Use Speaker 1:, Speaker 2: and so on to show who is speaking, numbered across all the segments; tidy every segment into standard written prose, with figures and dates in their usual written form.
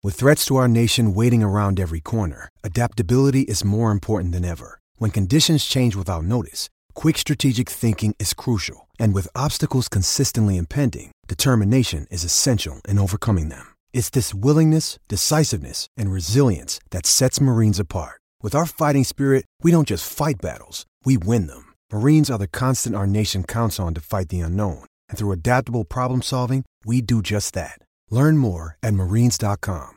Speaker 1: With threats to our nation waiting around every corner, adaptability is more important than ever. When conditions change without notice, quick strategic thinking is crucial. And with obstacles consistently impending, determination is essential in overcoming them. It's this willingness, decisiveness, and resilience that sets Marines apart. With our fighting spirit, we don't just fight battles, we win them. Marines are the constant our nation counts on to fight the unknown. And through adaptable problem solving, we do just that. Learn more at marines.com.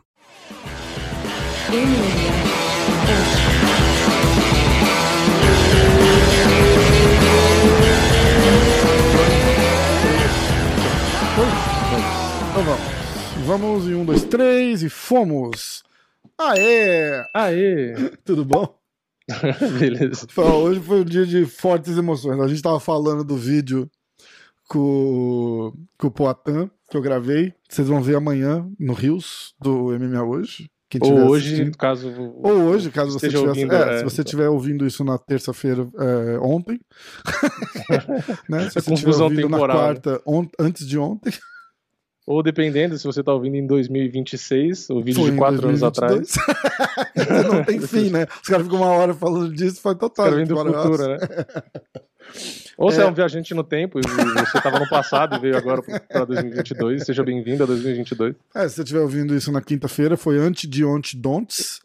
Speaker 2: Então vamos em 1, 2, 3 e fomos! Aê!
Speaker 3: Aê!
Speaker 2: Tudo bom?
Speaker 3: Beleza.
Speaker 2: Hoje foi um dia de fortes emoções. A gente tava falando do vídeo com o Poatan, que eu gravei. Vocês vão ver amanhã no Rios do MMA Hoje.
Speaker 3: Ou hoje, caso
Speaker 2: você estiver ouvindo. Se você estiver ouvindo isso na terça-feira, ontem. Né? Se você estiver ouvindo temporal, na quarta, antes de ontem.
Speaker 3: Ou dependendo, se você tá ouvindo em 2026, o vídeo de 4 anos atrás.
Speaker 2: Não tem fim, né? Os caras ficam uma hora falando disso, faz total.
Speaker 3: Os caras vêm do futuro, né? Ou você é um viajante no tempo e você tava no passado e veio agora para 2022. Seja bem-vindo a 2022.
Speaker 2: Se você estiver ouvindo isso na quinta-feira, foi antes de ontem don'ts.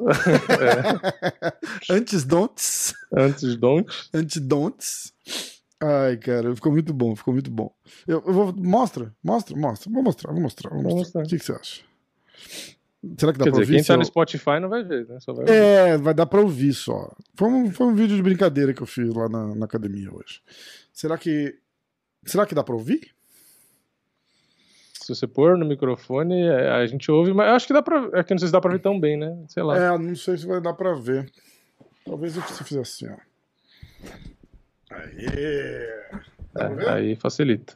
Speaker 2: Antes don'ts.
Speaker 3: Antes don'ts.
Speaker 2: Antes don'ts. Ai, cara, ficou muito bom, ficou muito bom. Eu vou... Mostra. Vou mostrar. O que você acha? Será que dá pra ouvir?
Speaker 3: Quem tá no Spotify não vai ver, né? Só vai
Speaker 2: ouvir. Vai dar pra ouvir só. Foi um vídeo de brincadeira que eu fiz lá na academia hoje. Será que dá pra ouvir?
Speaker 3: Se você pôr no microfone, a gente ouve, mas eu acho que dá pra... É que não sei se dá pra ver tão bem, né? Sei lá.
Speaker 2: Não sei se vai dar pra ver. Talvez eu fizer assim, ó.
Speaker 3: Aí facilita.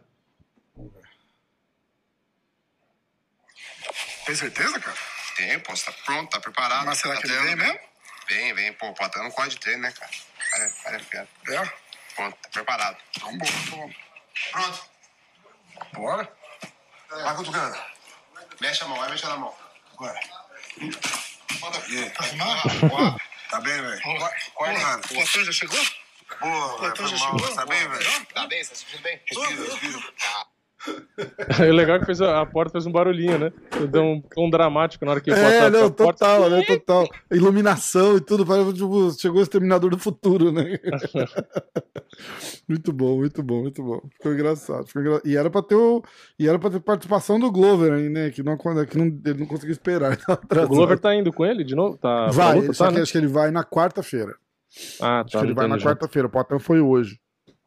Speaker 2: Tem certeza, cara?
Speaker 4: Tem, pô, você tá pronto, tá preparado.
Speaker 2: Mas será
Speaker 4: tá
Speaker 2: que ele vem mesmo?
Speaker 4: Vem, pô, o Poatan não corre de treino, né, cara? Cara. Pronto, tá preparado.
Speaker 2: Então, bom.
Speaker 4: Pronto.
Speaker 2: Bora?
Speaker 4: Vai cutucando. Mexe a mão, vai mexer na mão.
Speaker 2: Vai.
Speaker 4: Bota aqui.
Speaker 2: Tá filmando?
Speaker 4: Tá bem, velho?
Speaker 2: Corre, mano. O Poatan já chegou?
Speaker 4: Boa,
Speaker 2: Poatan já chegou?
Speaker 4: Tá bem, velho? Tá bem, você tá se sentindo bem? Respira.
Speaker 3: O legal é que a porta fez um barulhinho, né? Deu um dramático na hora que
Speaker 2: total. Iluminação e tudo, parece tipo, chegou o Exterminador do Futuro, né? Muito bom. Ficou engraçado. E era pra ter participação do Glover aí, né? Que ele não conseguiu esperar.
Speaker 3: O Glover tá indo com ele de novo?
Speaker 2: Vai, acho que ele vai na quarta-feira.
Speaker 3: Acho
Speaker 2: que ele vai na quarta-feira. O Poatan foi hoje.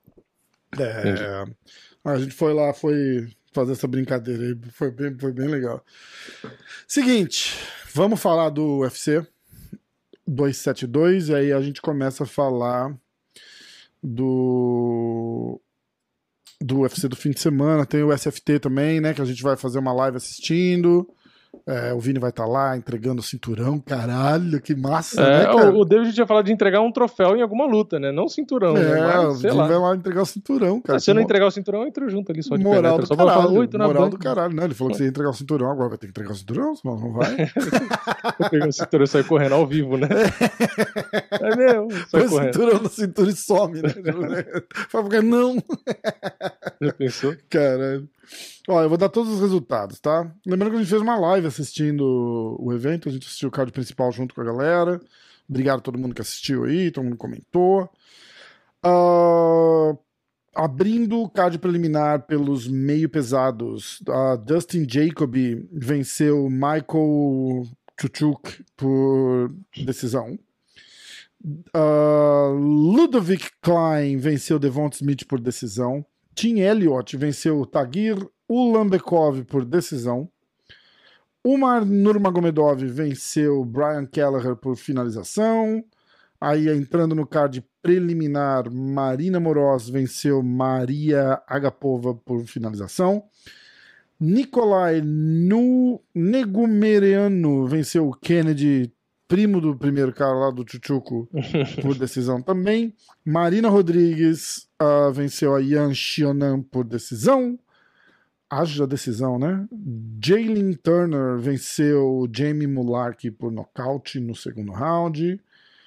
Speaker 2: A gente foi fazer essa brincadeira aí, foi bem legal. Seguinte, vamos falar do UFC 272, e aí a gente começa a falar do UFC do fim de semana. Tem o SFT também, né, que a gente vai fazer uma live assistindo. O Vini vai estar lá entregando o cinturão. Caralho, que massa, né, cara?
Speaker 3: O David tinha falado de entregar um troféu em alguma luta, né? Não cinturão.
Speaker 2: O Vini vai lá entregar o cinturão, cara.
Speaker 3: Se eu não entregar o cinturão, eu entro junto ali só de
Speaker 2: moral
Speaker 3: penetra.
Speaker 2: Do caralho. Moral do caralho, né? Ele falou que você ia entregar o cinturão, agora vai ter que entregar o cinturão, senão não vai.
Speaker 3: Eu peguei o cinturão e saí correndo ao vivo, né? É mesmo,
Speaker 2: sai correndo. O cinturão na cintura e some, né? Fala, não.
Speaker 3: Já pensou?
Speaker 2: Caralho. Ó, eu vou dar todos os resultados, tá? Lembrando que a gente fez uma live assistindo o evento, a gente assistiu o card principal junto com a galera. Obrigado a todo mundo que assistiu aí, todo mundo comentou. Abrindo o card preliminar pelos meio pesados, Dustin Jacoby venceu Michael Chuchuk por decisão. Ludovic Klein venceu Devonta Smith por decisão. Tim Elliott venceu Tagir Ulanbekov por decisão. Umar Nurmagomedov venceu Brian Kelleher por finalização. Aí, entrando no card preliminar, Marina Moroz venceu Maria Agapova por finalização. Nikolai Negumereanu venceu o Kennedy, primo do primeiro cara lá do Chuchuco, por decisão também. Marina Rodrigues venceu a Yan Xionan por decisão. haja decisão, né? Jalen Turner venceu Jamie Mullarkey por nocaute no segundo round.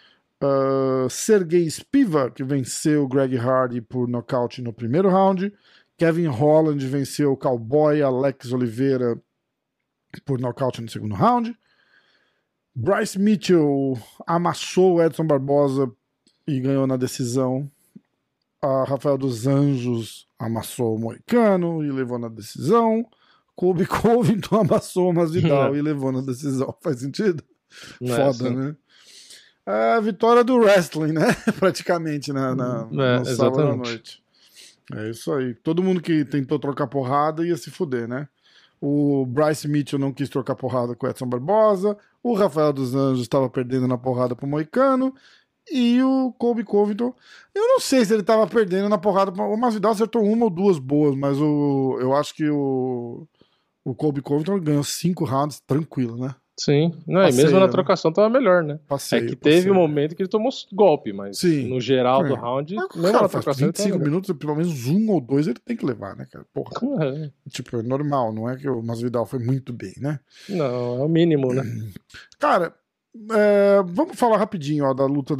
Speaker 2: Sergey Spivak venceu Greg Hardy por nocaute no primeiro round. Kevin Holland venceu o Cowboy Alex Oliveira por nocaute no segundo round. Bryce Mitchell amassou o Edson Barboza e ganhou na decisão. Rafael dos Anjos amassou o Moicano e levou na decisão. Colby Covington amassou o Masvidal e levou na decisão. Faz sentido?
Speaker 3: Não
Speaker 2: Foda,
Speaker 3: assim.
Speaker 2: né? A vitória do wrestling, né? Praticamente no sábado à noite. É isso aí. Todo mundo que tentou trocar porrada ia se fuder, né? O Bryce Mitchell não quis trocar porrada com o Edson Barboza. O Rafael dos Anjos estava perdendo na porrada pro Moicano. E o Colby Covington, eu não sei se ele estava perdendo na porrada. O Masvidal acertou uma ou duas boas, mas eu acho que o Colby Covington ganhou 5 rounds tranquilo, né?
Speaker 3: Sim, não,
Speaker 2: Passeio,
Speaker 3: e mesmo na
Speaker 2: né?
Speaker 3: trocação tava melhor, né?
Speaker 2: Passeio,
Speaker 3: É que teve um momento que ele tomou golpe, mas
Speaker 2: Sim.
Speaker 3: no geral do round,
Speaker 2: Mas,
Speaker 3: mesmo
Speaker 2: cara,
Speaker 3: na
Speaker 2: faz
Speaker 3: trocação,
Speaker 2: 25 minutos, pelo menos 1 ou 2 ele tem que levar, né, cara? Porra. Tipo, é normal, não é que o Masvidal foi muito bem, né?
Speaker 3: Não, é o mínimo, né?
Speaker 2: Cara, vamos falar rapidinho, ó, da luta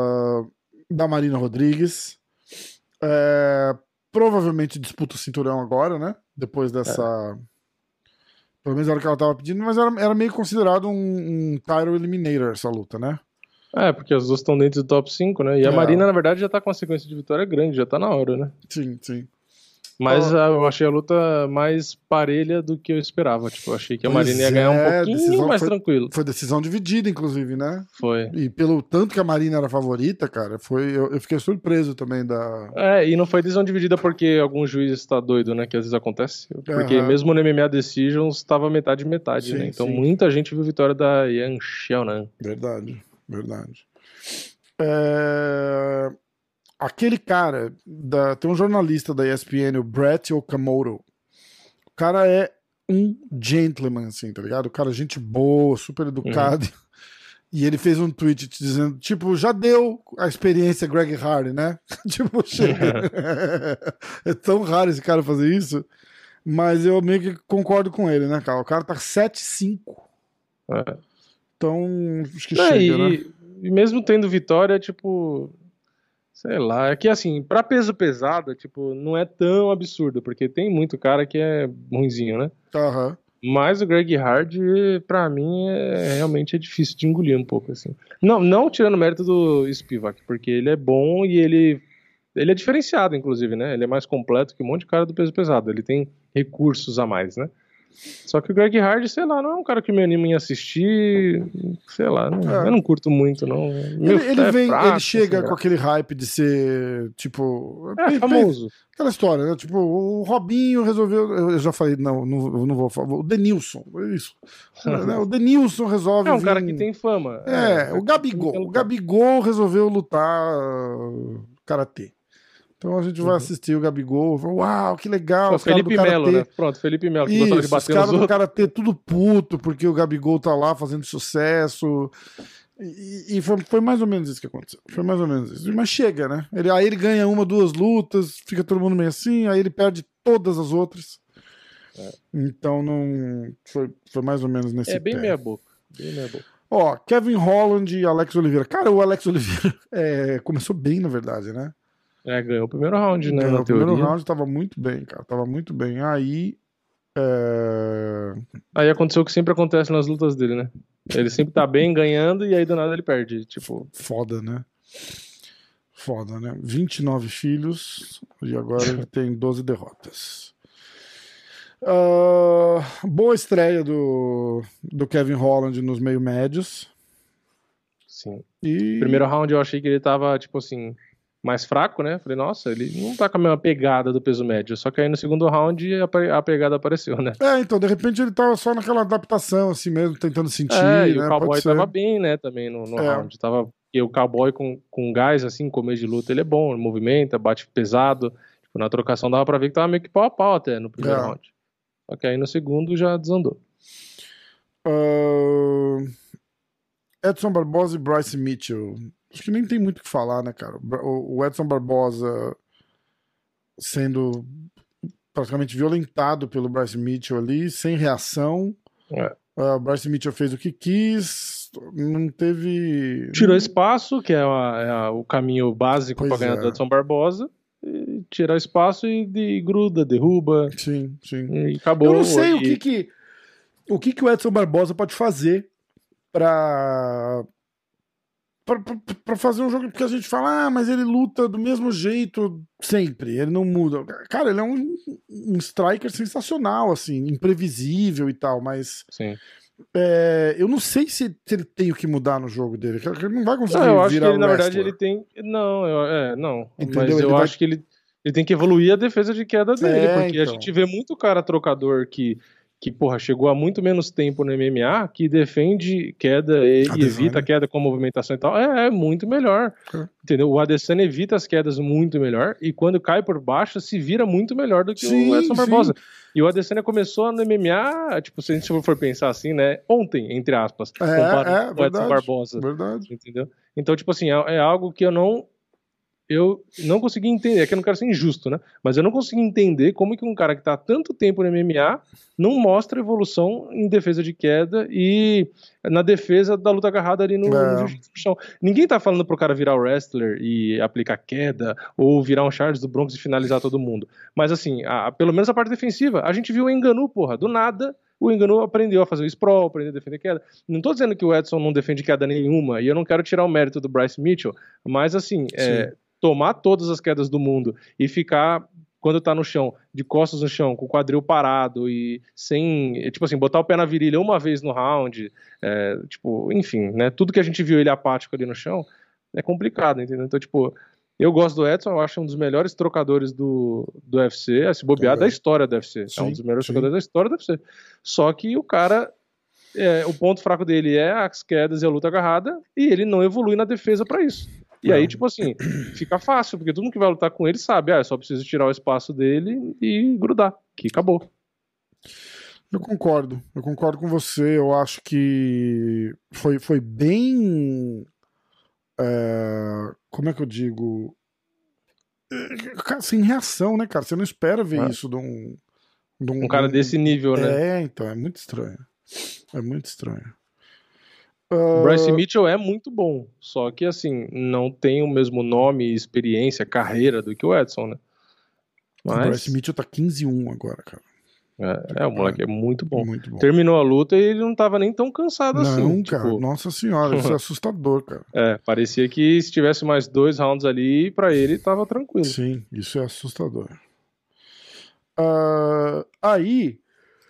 Speaker 2: da Marina Rodrigues. Provavelmente disputa o cinturão agora, né? Depois dessa... Pelo menos era o que ela tava pedindo, mas era meio considerado um title eliminator essa luta, né?
Speaker 3: Porque as duas estão dentro do top 5, né? E a Marina, na verdade, já tá com uma sequência de vitória grande, já tá na hora, né?
Speaker 2: Sim, sim.
Speaker 3: Mas eu achei a luta mais parelha do que eu esperava. Tipo, eu achei que a Marina ia ganhar um pouquinho mais tranquilo.
Speaker 2: Foi decisão dividida, inclusive, né?
Speaker 3: Foi.
Speaker 2: E pelo tanto que a Marina era favorita, cara, eu fiquei surpreso também da...
Speaker 3: E não foi decisão dividida porque algum juiz tá doido, né? Que às vezes acontece. Porque mesmo no MMA Decisions tava metade,
Speaker 2: sim,
Speaker 3: né? Então
Speaker 2: sim.
Speaker 3: Muita gente viu a vitória da Yan Xiaonan.
Speaker 2: Verdade. Aquele cara, tem um jornalista da ESPN, o Brett Okamoto. O cara é um gentleman, assim, tá ligado? O cara, gente boa, super educado. E ele fez um tweet dizendo, tipo, já deu a experiência Greg Hardy, né? Tipo, chega. É tão raro esse cara fazer isso. Mas eu meio que concordo com ele, né, cara? O cara tá 7-5. Então, acho que chega, né?
Speaker 3: E mesmo tendo vitória, tipo... Sei lá, é que assim, pra peso pesado, tipo, não é tão absurdo, porque tem muito cara que é ruinzinho, né? Mas o Greg Hardy, pra mim, realmente é difícil de engolir um pouco, assim. Não tirando o mérito do Spivak, porque ele é bom e ele é diferenciado, inclusive, né? Ele é mais completo que um monte de cara do peso pesado, ele tem recursos a mais, né? Só que o Greg Hardy, sei lá, não é um cara que me anima em assistir, sei lá, eu não curto muito, não.
Speaker 2: Ele chega com aquele hype de ser, tipo...
Speaker 3: famoso.
Speaker 2: Aquela história, né? Tipo, o Robinho resolveu... Eu já falei, não vou falar. O Denilson, é isso. O Denilson resolve...
Speaker 3: É um cara que tem fama.
Speaker 2: O Gabigol. O Gabigol resolveu lutar karatê. Então a gente vai assistir o Gabigol. Uau, que legal.
Speaker 3: O Felipe Melo, né? Pronto, Felipe Melo, que gostava de bater
Speaker 2: os caras do karatê tudo puto, porque o Gabigol tá lá fazendo sucesso. E foi mais ou menos isso que aconteceu. Foi mais ou menos isso. Mas chega, né? Aí ele ganha 1, 2 lutas, fica todo mundo meio assim, aí ele perde todas as outras. Então não. Foi mais ou menos nesse
Speaker 3: bem
Speaker 2: pé.
Speaker 3: meia boca. Bem meia boca.
Speaker 2: Ó, Kevin Holland e Alex Oliveira. Cara, o Alex Oliveira começou bem, na verdade, né?
Speaker 3: Ganhou o primeiro round, né?
Speaker 2: Ganhou o primeiro round, tava muito bem, cara. Tava muito bem. Aí
Speaker 3: aconteceu o que sempre acontece nas lutas dele, né? Ele sempre tá bem ganhando e aí do nada ele perde. Tipo...
Speaker 2: Foda, né? 29 filhos e agora ele tem 12 derrotas. Boa estreia do Kevin Holland nos meio médios.
Speaker 3: Sim. Primeiro round eu achei que ele tava, tipo assim, mais fraco, né? Falei, nossa, ele não tá com a mesma pegada do peso médio. Só que aí no segundo round a pegada apareceu, né?
Speaker 2: Então, de repente ele tava só naquela adaptação, assim mesmo, tentando sentir.
Speaker 3: E o Cowboy tava bem, né? Também no round. E o Cowboy com gás, assim, começo de luta, ele é bom, ele movimenta, bate pesado. Tipo, na trocação dava pra ver que tava meio que pau a pau até no primeiro round. Só que aí no segundo já desandou.
Speaker 2: Edson Barboza e Bryce Mitchell. Acho que nem tem muito o que falar, né, cara? O Edson Barboza sendo praticamente violentado pelo Bryce Mitchell ali, sem reação. O Bryce Mitchell fez o que quis, não teve...
Speaker 3: Tirou espaço, que é o caminho básico para ganhar do Edson Barbosa. Tirar espaço e gruda, derruba.
Speaker 2: Sim.
Speaker 3: E acabou.
Speaker 2: Eu não sei o que o Edson Barbosa pode fazer pra fazer um jogo, porque a gente fala, mas ele luta do mesmo jeito sempre, ele não muda. Cara, ele é um striker sensacional, assim, imprevisível e tal, mas
Speaker 3: Sim.
Speaker 2: Eu não sei se ele tem o que mudar no jogo dele, ele não vai conseguir
Speaker 3: eu acho
Speaker 2: virar
Speaker 3: que ele, na
Speaker 2: wrestler.
Speaker 3: verdade, ele tem... Não.
Speaker 2: Entendeu?
Speaker 3: Mas eu acho que ele tem que evoluir a defesa de queda dele, porque
Speaker 2: então.
Speaker 3: a gente vê muito cara trocador que chegou há muito menos tempo no MMA, que defende queda e evita queda com movimentação e tal. É muito melhor. Entendeu? O Adesanya evita as quedas muito melhor e quando cai por baixo se vira muito melhor do que o Edson Barbosa. E o Adesanya começou no MMA, tipo, se a gente for pensar assim, né? Ontem, entre aspas, comparado com o Edson Barbosa.
Speaker 2: Verdade.
Speaker 3: Entendeu? Então, tipo assim, é algo que eu não consegui entender, é que eu não quero ser injusto, né? Mas eu não consegui entender como que um cara que tá há tanto tempo no MMA não mostra evolução em defesa de queda e na defesa da luta agarrada ali no chão. Ninguém tá falando pro cara virar wrestler e aplicar queda ou virar um Charles do Bronx e finalizar todo mundo. Mas assim, pelo menos a parte defensiva, a gente viu o Ngannou, do nada. O Ngannou aprendeu a fazer o sprawl, aprendeu a defender queda. Não tô dizendo que o Edson não defende queda nenhuma, e eu não quero tirar o mérito do Bryce Mitchell, mas assim, tomar todas as quedas do mundo e ficar, quando tá no chão, de costas no chão, com o quadril parado e sem, tipo assim, botar o pé na virilha uma vez no round, tipo, enfim, né, tudo que a gente viu ele apático ali no chão, é complicado, entendeu? Então, tipo, eu gosto do Edson, eu acho um dos melhores trocadores do UFC, se bobear da história do UFC, é um dos melhores trocadores da história do UFC, só que o cara, o ponto fraco dele é as quedas e a luta agarrada, e ele não evolui na defesa pra isso. E aí, tipo assim, fica fácil, porque todo mundo que vai lutar com ele sabe, só preciso tirar o espaço dele e grudar, que acabou.
Speaker 2: Eu concordo com você, eu acho que foi bem, como é que eu digo, sem reação, né, cara, você não espera ver isso de um
Speaker 3: cara desse nível, né?
Speaker 2: Então, é muito estranho.
Speaker 3: O Bryce Mitchell é muito bom, só que assim, não tem o mesmo nome, experiência, carreira do que o Edson, né?
Speaker 2: Mas... O Bryce Mitchell tá 15-1 agora, cara.
Speaker 3: O moleque é muito bom.
Speaker 2: Muito bom.
Speaker 3: Terminou a luta e ele não tava nem tão cansado assim.
Speaker 2: Não, cara, nossa senhora, isso é assustador, cara.
Speaker 3: Parecia que se tivesse mais 2 rounds ali, pra ele tava tranquilo.
Speaker 2: Sim, isso é assustador. Aí...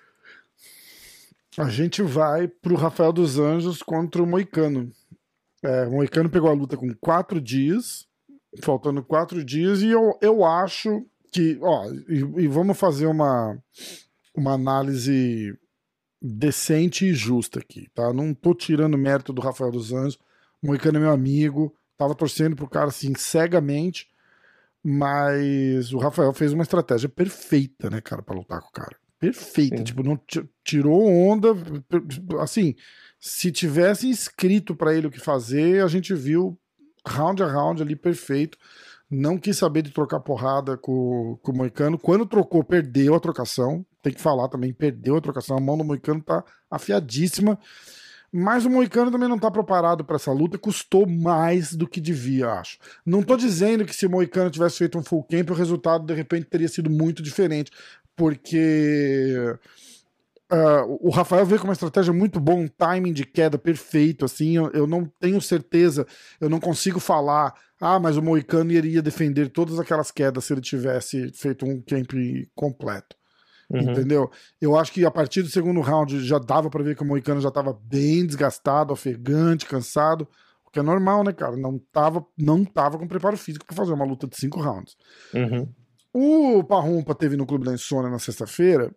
Speaker 2: a gente vai pro Rafael dos Anjos contra o Moicano. O Moicano pegou a luta com 4 dias, faltando 4 dias, e eu acho que... E vamos fazer uma análise decente e justa aqui, tá? Não tô tirando mérito do Rafael dos Anjos. O Moicano é meu amigo, tava torcendo pro cara assim, cegamente, mas o Rafael fez uma estratégia perfeita, né, cara, pra lutar com o cara. Perfeita, tipo, não tirou onda, assim, se tivesse escrito pra ele o que fazer, a gente viu round a round ali perfeito, não quis saber de trocar porrada com o Moicano, quando trocou, perdeu a trocação, tem que falar também, perdeu a trocação, a mão do Moicano tá afiadíssima, mas o Moicano também não tá preparado pra essa luta, custou mais do que devia, acho. Não tô dizendo que se o Moicano tivesse feito um full camp, o resultado de repente teria sido muito diferente, porque o Rafael veio com uma estratégia muito boa, um timing de queda perfeito, assim, eu não tenho certeza, eu não consigo falar, mas o Moicano iria defender todas aquelas quedas se ele tivesse feito um camp completo, entendeu? Eu acho que a partir do segundo round já dava pra ver que o Moicano já tava bem desgastado, ofegante, cansado, o que é normal, né, cara? Não tava com preparo físico pra fazer uma luta de 5 rounds. O Parrumpa teve no Clube da Insônia na sexta-feira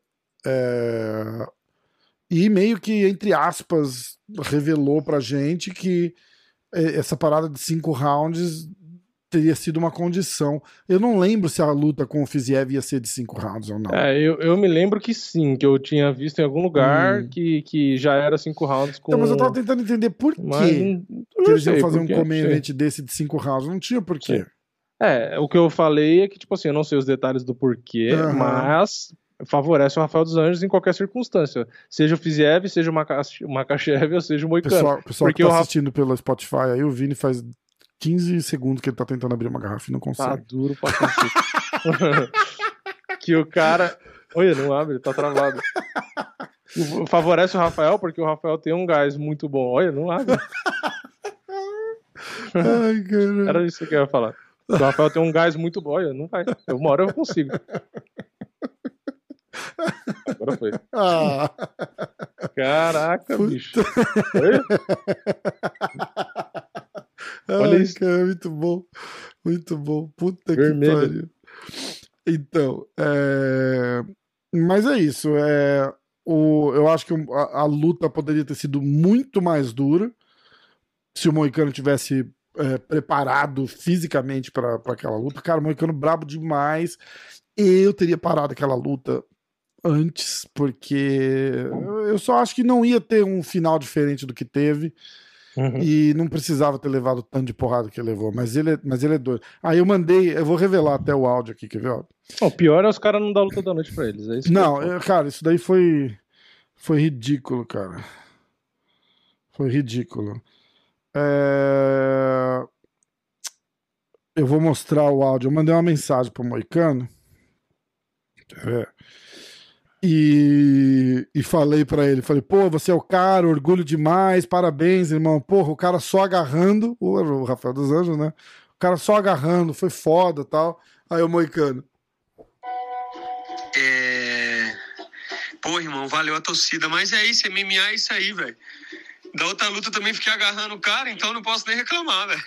Speaker 2: e meio que, entre aspas, revelou pra gente que essa parada de 5 rounds teria sido uma condição. Eu não lembro se a luta com o Fiziev ia ser de 5 rounds ou não.
Speaker 3: Eu me lembro que sim, que eu tinha visto em algum lugar que já era 5 rounds com...
Speaker 2: Então, mas eu tava tentando entender por quê que eles iam fazer um main event desse de 5 rounds. Não tinha por quê.
Speaker 3: O que eu falei é que, tipo assim, eu não sei os detalhes do porquê, mas favorece o Rafael dos Anjos em qualquer circunstância. Seja o Fiziev, seja o Makachev, ou seja o Moicano.
Speaker 2: O pessoal que tá assistindo pelo Spotify, aí o Vini faz 15 segundos que ele tá tentando abrir uma garrafa e não consegue.
Speaker 3: Tá duro pra cacete. Que o cara... Olha, não abre, tá travado. Favorece o Rafael porque o Rafael tem um gás muito bom. Olha, não abre.
Speaker 2: Ai, cara.
Speaker 3: Era isso que eu ia falar. O Rafael tem um gás muito bom. Olha, não vai. Uma hora eu consigo. Agora foi. Caraca, puta. Bicho. Oi?
Speaker 2: Olha isso. Cara, muito bom. Muito bom. Puta vermelho. Que pariu. Então, mas é isso. Eu acho que a luta poderia ter sido muito mais dura se o Moicano tivesse preparado fisicamente para aquela luta. Cara, o Moicano brabo demais. Eu teria parado aquela luta antes, porque eu só acho que não ia ter um final diferente do que teve. E não precisava ter levado tanto de porrada que ele levou, mas ele é doido. Aí eu vou revelar até o áudio aqui, quer ver?
Speaker 3: O pior é os caras não dar luta da noite pra eles. É isso
Speaker 2: não, cara, isso daí foi ridículo, cara. Foi ridículo. Eu vou mostrar o áudio. Eu mandei uma mensagem pro Moicano. Quer ver? E falei pra ele, pô, você é o cara, orgulho demais, parabéns, irmão. Porra, o cara só agarrando, o Rafael dos Anjos, né? O cara só agarrando, foi foda e tal. Aí o Moicano.
Speaker 5: Pô, irmão, valeu a torcida, mas é isso, MMA é isso aí, velho. Da outra luta eu também fiquei agarrando o cara, então não posso nem reclamar, velho.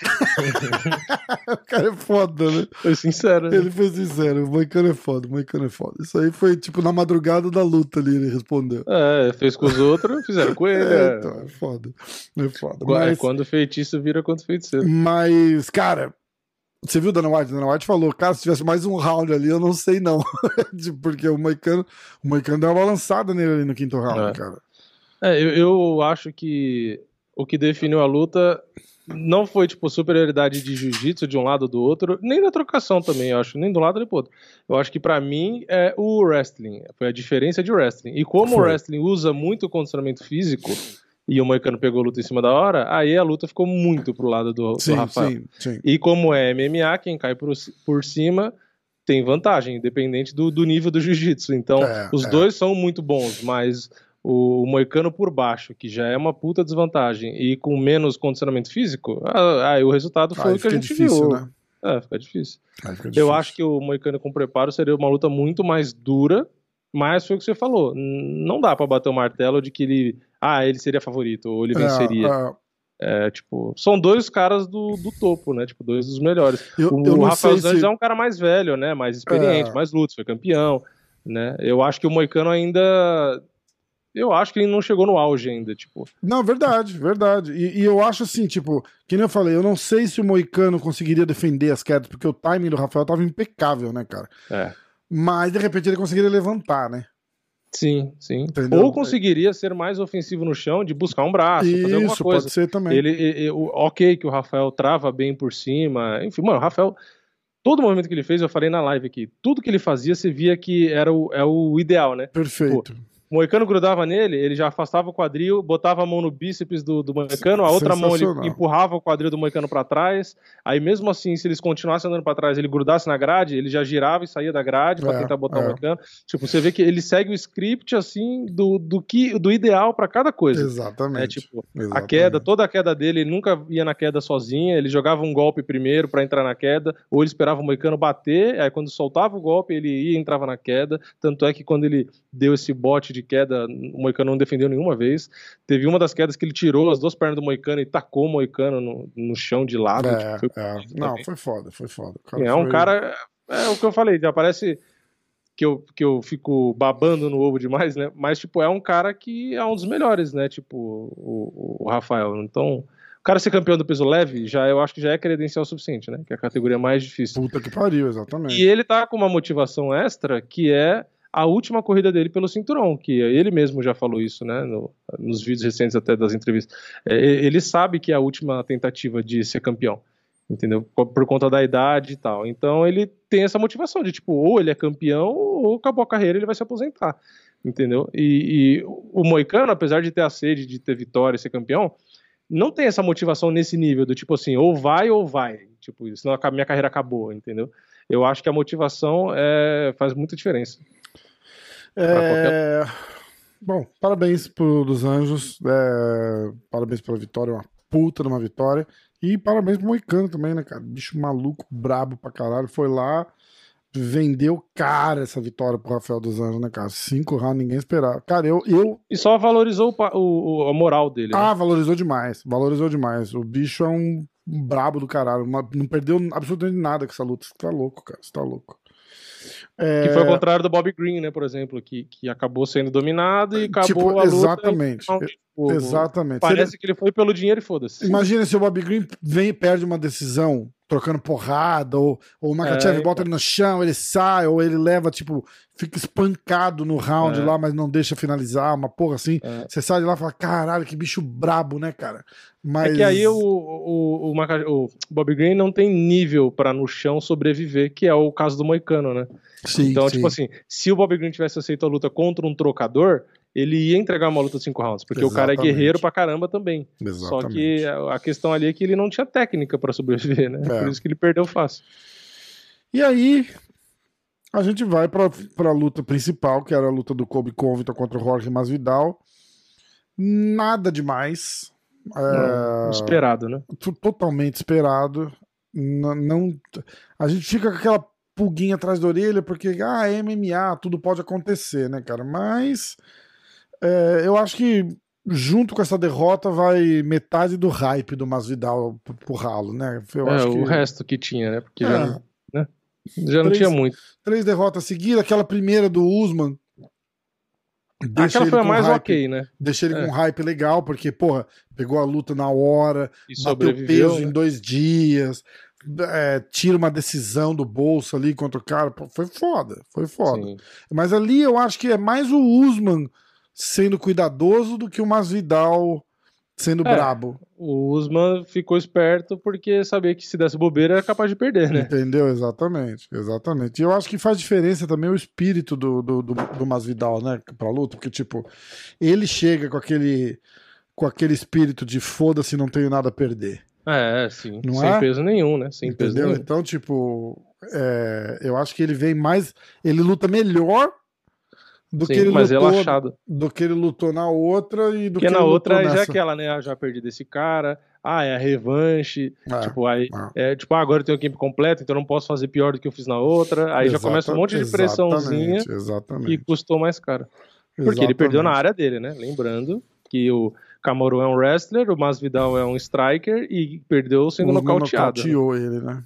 Speaker 2: O cara é foda, né?
Speaker 3: Foi sincero, né?
Speaker 2: Ele foi sincero, o Moicano é foda, Isso aí foi, tipo, na madrugada da luta ali, ele respondeu.
Speaker 3: Fez com os outros, fizeram com ele.
Speaker 2: Então, é foda.
Speaker 3: Mas... Quando o feitiço vira contra o feiticeiro.
Speaker 2: Mas, cara, você viu o Dana White? Dana White falou, cara, se tivesse mais um round ali, eu não sei não. Porque o Moicano deu uma balançada nele ali no quinto round, cara.
Speaker 3: Eu acho que o que definiu a luta não foi, tipo, superioridade de jiu-jitsu de um lado ou do outro, nem da trocação também, eu acho, nem do lado nem pro outro. Eu acho que pra mim é o wrestling, foi a diferença de wrestling. E como o wrestling usa muito condicionamento físico, e o Moicano pegou a luta em cima da hora, aí a luta ficou muito pro lado do Rafael.
Speaker 2: Sim.
Speaker 3: E como é MMA, quem cai por cima tem vantagem, independente do nível do jiu-jitsu. Então, os dois são muito bons, mas... O Moicano por baixo, que já é uma puta desvantagem, e com menos condicionamento físico, aí o resultado foi o que a gente
Speaker 2: difícil,
Speaker 3: viu.
Speaker 2: Né?
Speaker 3: Fica difícil. Eu acho que o Moicano com preparo seria uma luta muito mais dura, mas foi o que você falou. Não dá pra bater o martelo de que ele seria favorito, ou ele venceria. Tipo, são dois caras do topo, né? Tipo, dois dos melhores. O Rafael dos Anjos é um cara mais velho, né? Mais experiente, mais lutas, foi campeão, né? Eu acho que o Moicano ainda... Eu acho que ele não chegou no auge ainda, tipo.
Speaker 2: Não, verdade. E eu acho assim, tipo, que nem eu falei, eu não sei se o Moicano conseguiria defender as quedas, porque o timing do Rafael tava impecável, né, cara? Mas, de repente, ele conseguiria levantar, né?
Speaker 3: Sim.
Speaker 2: Entendeu?
Speaker 3: Ou conseguiria ser mais ofensivo no chão, de buscar um braço, fazer alguma coisa.
Speaker 2: Pode ser também.
Speaker 3: Ok que o Rafael trava bem por cima, enfim, mano, o Rafael... Todo movimento que ele fez, eu falei na live aqui, tudo que ele fazia, você via que era o ideal, né?
Speaker 2: Perfeito.
Speaker 3: O Moicano grudava nele, ele já afastava o quadril, botava a mão no bíceps do Moicano, a outra mão ele empurrava o quadril do Moicano pra trás, aí mesmo assim, se eles continuassem andando pra trás, ele grudasse na grade, ele já girava e saía da grade pra tentar botar o Moicano. Tipo, você vê que ele segue o script, assim, do ideal pra cada coisa.
Speaker 2: Exatamente.
Speaker 3: A queda, toda a queda dele, ele nunca ia na queda sozinha, ele jogava um golpe primeiro pra entrar na queda, ou ele esperava o Moicano bater, aí quando soltava o golpe, ele ia e entrava na queda, tanto é que quando ele deu esse bote de queda, o Moicano não defendeu nenhuma vez. Teve uma das quedas que ele tirou as duas pernas do Moicano e tacou o Moicano no chão de lado.
Speaker 2: Foi foda.
Speaker 3: Um cara, o que eu falei, já parece que eu fico babando no ovo demais, né? Mas, tipo, é um cara que é um dos melhores, né? Tipo, o Rafael. Então, o cara ser campeão do peso leve, eu acho que já é credencial suficiente, né? Que é a categoria mais difícil.
Speaker 2: Puta que pariu, exatamente.
Speaker 3: E ele tá com uma motivação extra, que é a última corrida dele pelo cinturão, que ele mesmo já falou isso, né, nos vídeos recentes até das entrevistas. Ele sabe que é a última tentativa de ser campeão. entendeu? Por conta da idade e tal. Então ele tem essa motivação de, tipo, ou ele é campeão ou acabou a carreira, ele vai se aposentar, entendeu? E o Moicano, apesar de ter a sede, de ter vitória e ser campeão, não tem essa motivação nesse nível do tipo assim, ou vai, tipo, senão a minha carreira acabou, entendeu? Eu acho que a motivação faz muita diferença.
Speaker 2: Bom, parabéns pro Dos Anjos, parabéns pela vitória, uma puta de uma vitória, e parabéns pro Moicano também, né, cara? Bicho maluco, brabo pra caralho, foi lá, vendeu cara essa vitória pro Rafael Dos Anjos, né, cara? 5 rounds, ninguém esperava. Cara,
Speaker 3: E só valorizou a moral dele. Né?
Speaker 2: Valorizou demais. O bicho é um brabo do caralho, não perdeu absolutamente nada com essa luta. Você tá louco, cara, você tá louco.
Speaker 3: Que foi ao contrário do Bobby Green, né, por exemplo, que acabou sendo dominado e acabou a luta.
Speaker 2: Exatamente.
Speaker 3: Parece que ele foi pelo dinheiro e foda-se.
Speaker 2: Imagina se o Bobby Green vem e perde uma decisão trocando porrada, ou o Makhachev bota ele no chão, ele sai, ou ele leva, tipo, fica espancado no round lá, mas não deixa finalizar, uma porra assim. Você sai de lá e fala, caralho, que bicho brabo, né, cara? Mas...
Speaker 3: É que aí o Bobby Green não tem nível pra no chão sobreviver, que é o caso do Moicano, né?
Speaker 2: Sim,
Speaker 3: então, tipo assim, se o Bobby Green tivesse aceito a luta contra um trocador, ele ia entregar uma luta de 5 rounds, porque o cara é guerreiro pra caramba também. Só que a questão ali é que ele não tinha técnica pra sobreviver, né? Por isso que ele perdeu fácil.
Speaker 2: E aí, a gente vai pra luta principal, que era a luta do Colby Covington contra o Jorge Masvidal. Nada demais.
Speaker 3: Esperado, né?
Speaker 2: Totalmente esperado. A gente fica com aquela pulguinha atrás da orelha, porque é MMA, tudo pode acontecer, né, cara? Mas eu acho que junto com essa derrota vai metade do hype do Masvidal pro ralo, né? Acho
Speaker 3: o resto que tinha, né? Porque já não tinha muito.
Speaker 2: 3 derrotas seguidas, aquela primeira do Usman.
Speaker 3: Aquela foi a mais ok, né?
Speaker 2: Deixei ele com um hype legal, porque, porra, pegou a luta na hora,
Speaker 3: e
Speaker 2: bateu peso em 2 dias, tira uma decisão do bolso ali contra o cara. Pô, foi foda. Sim. Mas ali eu acho que é mais o Usman sendo cuidadoso do que o Masvidal sendo brabo.
Speaker 3: O Usman ficou esperto porque sabia que se desse bobeira era capaz de perder, né?
Speaker 2: Entendeu? Exatamente. E eu acho que faz diferença também o espírito do Masvidal, né, pra luta, porque, tipo, ele chega com aquele espírito de foda-se, não tenho nada a perder.
Speaker 3: Sim. Não sem peso nenhum, né? Sem
Speaker 2: Entendeu?
Speaker 3: peso nenhum.
Speaker 2: Então, tipo, eu acho que ele vem mais... Ele luta melhor do que ele lutou na outra e do que
Speaker 3: na
Speaker 2: ele
Speaker 3: outra
Speaker 2: lutou
Speaker 3: já é aquela, né? Já perdi desse cara. É a revanche. Agora eu tenho o campo completo, então eu não posso fazer pior do que eu fiz na outra. Aí já começa um monte de pressãozinha que custou mais caro. Porque ele perdeu na área dele, né? Lembrando que o Kamaru é um wrestler, o Masvidal é um striker e perdeu sendo nocauteado.
Speaker 2: Nocauteou ele, né?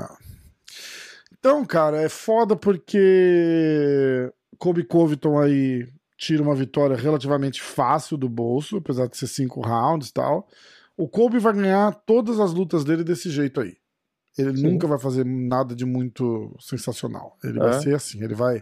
Speaker 2: Então, cara, é foda porque Colby Covington aí tira uma vitória relativamente fácil do bolso, apesar de ser 5 rounds e tal. O Colby vai ganhar todas as lutas dele desse jeito aí. Ele nunca vai fazer nada de muito sensacional. Ele vai ser assim, ele vai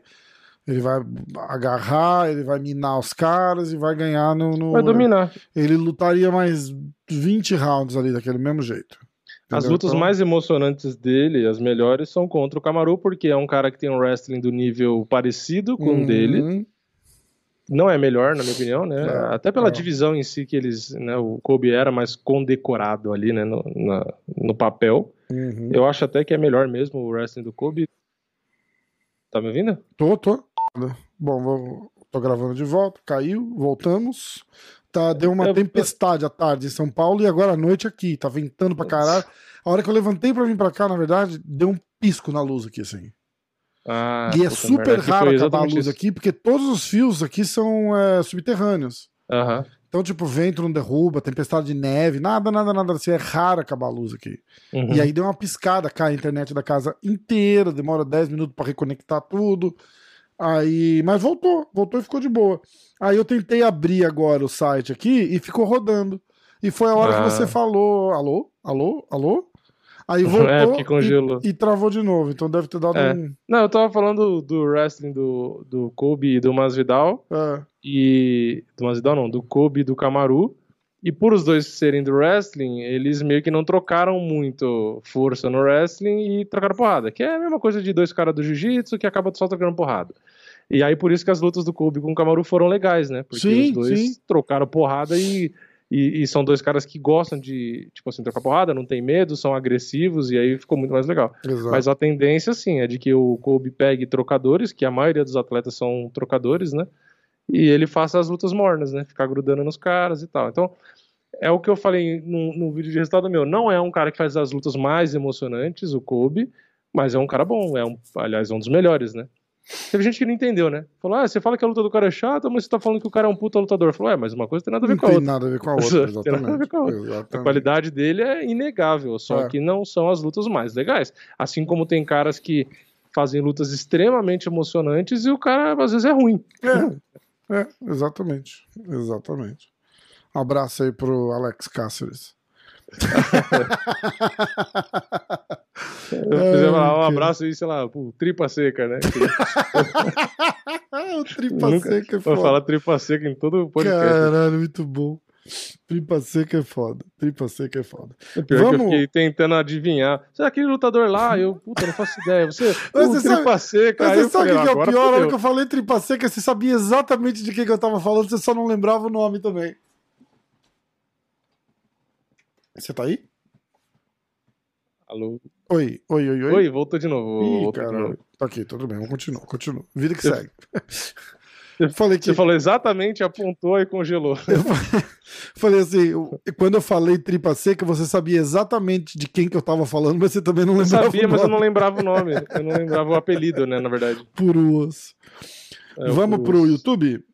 Speaker 2: agarrar, ele vai minar os caras e vai ganhar
Speaker 3: vai dominar.
Speaker 2: Ele lutaria mais 20 rounds ali daquele mesmo jeito. Entendeu?
Speaker 3: As lutas mais emocionantes dele, as melhores, são contra o Kamaru, porque é um cara que tem um wrestling do nível parecido com o dele. Não é melhor, na minha opinião, né? Até pela divisão em si que eles, né? O Colby era mais condecorado ali, né? No papel. Eu acho até que é melhor mesmo o wrestling do Colby. Tá me ouvindo?
Speaker 2: Tô. Bom, tô gravando de volta, caiu, voltamos. Deu uma tempestade à tarde em São Paulo e agora à noite aqui, tá ventando pra caralho. A hora que eu levantei pra vir pra cá, na verdade, deu um pisco na luz aqui, assim. E é super raro acabar a luz aqui, porque todos os fios aqui são subterrâneos. Então, tipo, vento não derruba, tempestade de neve, nada assim, é raro acabar a luz aqui. E aí deu uma piscada, cai a internet da casa inteira, demora 10 minutos pra reconectar tudo. Mas voltou e ficou de boa. Aí eu tentei abrir agora o site aqui e ficou rodando. E foi a hora que você falou, alô? Aí voltou e travou de novo. Então deve ter dado um...
Speaker 3: Não, eu tava falando do wrestling do Colby e do Masvidal. E... Do Masvidal não, do Colby e do Kamaru. E por os dois serem do wrestling, eles meio que não trocaram muito força no wrestling e trocaram porrada. Que é a mesma coisa de dois caras do jiu-jitsu que acaba só trocando porrada. E aí por isso que as lutas do Colby com o Kamaru foram legais, né? Porque os dois trocaram porrada e são dois caras que gostam de, tipo assim, trocar porrada, não tem medo, são agressivos, e aí ficou muito mais legal.
Speaker 2: Exato.
Speaker 3: Mas a tendência, sim, é de que o Colby pegue trocadores, que a maioria dos atletas são trocadores, né? E ele faça as lutas mornas, né? Ficar grudando nos caras e tal. Então, é o que eu falei no vídeo de resultado meu. Não é um cara que faz as lutas mais emocionantes, o Colby, mas é um cara bom. Aliás, é um dos melhores, né? Teve gente que não entendeu, né? Falou, você fala que a luta do cara é chata, mas você tá falando que o cara é um puta lutador. Falou, mas uma coisa tem nada a ver com a outra.
Speaker 2: Não tem nada a ver com a outra, exatamente.
Speaker 3: Tem nada a ver com a outra. Exatamente. A qualidade dele é inegável, só que não são as lutas mais legais. Assim como tem caras que fazem lutas extremamente emocionantes e o cara, às vezes, é ruim.
Speaker 2: Exatamente. Um abraço aí pro Alex Cáceres.
Speaker 3: Um abraço aí, sei lá, pro Tripa Seca, né?
Speaker 2: O Tripa Seca é foda.
Speaker 3: Vou falar Tripa Seca em todo o podcast.
Speaker 2: Caralho, muito bom. Tripa Seca é foda.
Speaker 3: Pior que eu fiquei tentando adivinhar. Você é aquele lutador lá? Eu não faço ideia. Tripa Seca.
Speaker 2: Mas você sabe o que é o pior? Na hora que eu falei Tripa Seca, você sabia exatamente de que eu tava falando, você só não lembrava o nome também. Você tá aí?
Speaker 3: Alô?
Speaker 2: Oi.
Speaker 3: Oi, voltou de novo.
Speaker 2: Ih, cara, tá aqui, tudo bem, vamos continuar. Vida que segue.
Speaker 3: Você falou exatamente, apontou e congelou.
Speaker 2: Eu falei assim, quando eu falei Tripa Seca, você sabia exatamente de quem que eu tava falando, mas você também não lembrava.
Speaker 3: Eu sabia, mas eu não lembrava o nome. Eu não lembrava o apelido, né, na verdade.
Speaker 2: Puro osso. Vamos pro YouTube?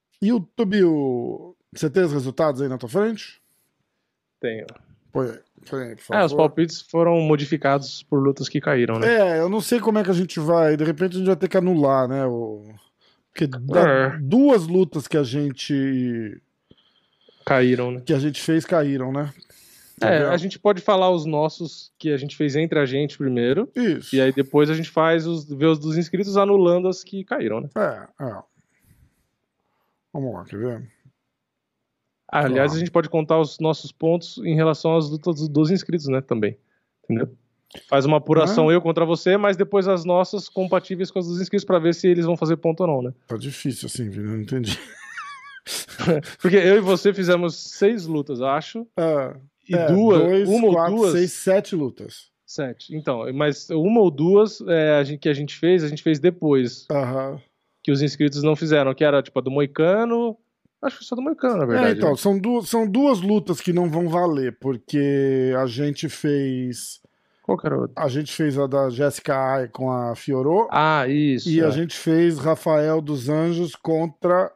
Speaker 2: Você tem os resultados aí na tua frente?
Speaker 3: Tenho.
Speaker 2: Põe aí, por favor.
Speaker 3: Os palpites foram modificados por lutas que caíram, né?
Speaker 2: Eu não sei como é que a gente vai. De repente a gente vai ter que anular, né? Porque duas lutas que a gente.
Speaker 3: Caíram, né?
Speaker 2: Que a gente fez caíram, né?
Speaker 3: A gente pode falar os nossos que a gente fez entre a gente primeiro.
Speaker 2: Isso.
Speaker 3: E aí depois a gente vê os dos inscritos anulando as que caíram, né?
Speaker 2: Vamos lá, quer ver?
Speaker 3: Aliás, a gente pode contar os nossos pontos em relação às lutas dos inscritos, né, também. Entendeu? Faz uma apuração eu contra você, mas depois as nossas compatíveis com as dos inscritos pra ver se eles vão fazer ponto ou não, né?
Speaker 2: Tá difícil assim, Vini, eu não entendi.
Speaker 3: Porque eu e você fizemos 6 lutas, acho. E uma ou duas...
Speaker 2: 6, 7 lutas.
Speaker 3: 7. Então, mas uma ou duas que a gente fez depois. Que os inscritos não fizeram, que era tipo a do Moicano... Acho que só do Moicano, na verdade.
Speaker 2: Então, são duas lutas que não vão valer, porque a gente fez...
Speaker 3: Qual que era a outra?
Speaker 2: A gente fez a da Jessica Ai com a Fiorot.
Speaker 3: Isso.
Speaker 2: E a gente fez Rafael dos Anjos contra...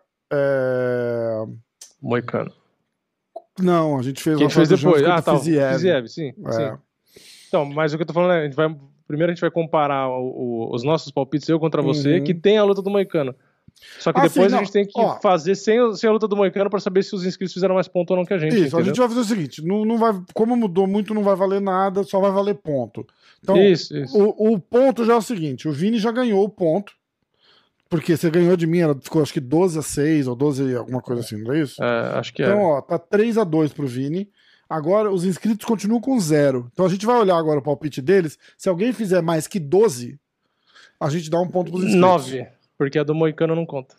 Speaker 3: Moicano.
Speaker 2: Não, a gente fez
Speaker 3: Quem
Speaker 2: Rafael
Speaker 3: fez depois?
Speaker 2: Contra
Speaker 3: Fiziev, sim. Então, mas o que eu tô falando é, primeiro a gente vai comparar os nossos palpites, eu contra você, que tem a luta do Moicano. Só que depois a gente tem que fazer sem a luta do Moicano pra saber se os inscritos fizeram mais ponto ou não que a gente.
Speaker 2: Isso, entendeu? A gente vai fazer o seguinte, não vai, como mudou muito, não vai valer nada, só vai valer ponto. Então,
Speaker 3: isso.
Speaker 2: O ponto já é o seguinte, o Vini já ganhou o ponto, porque você ganhou de mim, ficou acho que 12-6 ou 12 alguma coisa assim, não é isso?
Speaker 3: Acho que
Speaker 2: então, tá 3-2 pro Vini. Agora, os inscritos continuam com 0. Então, a gente vai olhar agora o palpite deles. Se alguém fizer mais que 12, a gente dá um ponto pros inscritos.
Speaker 3: 9. Porque a do Moicano não conta.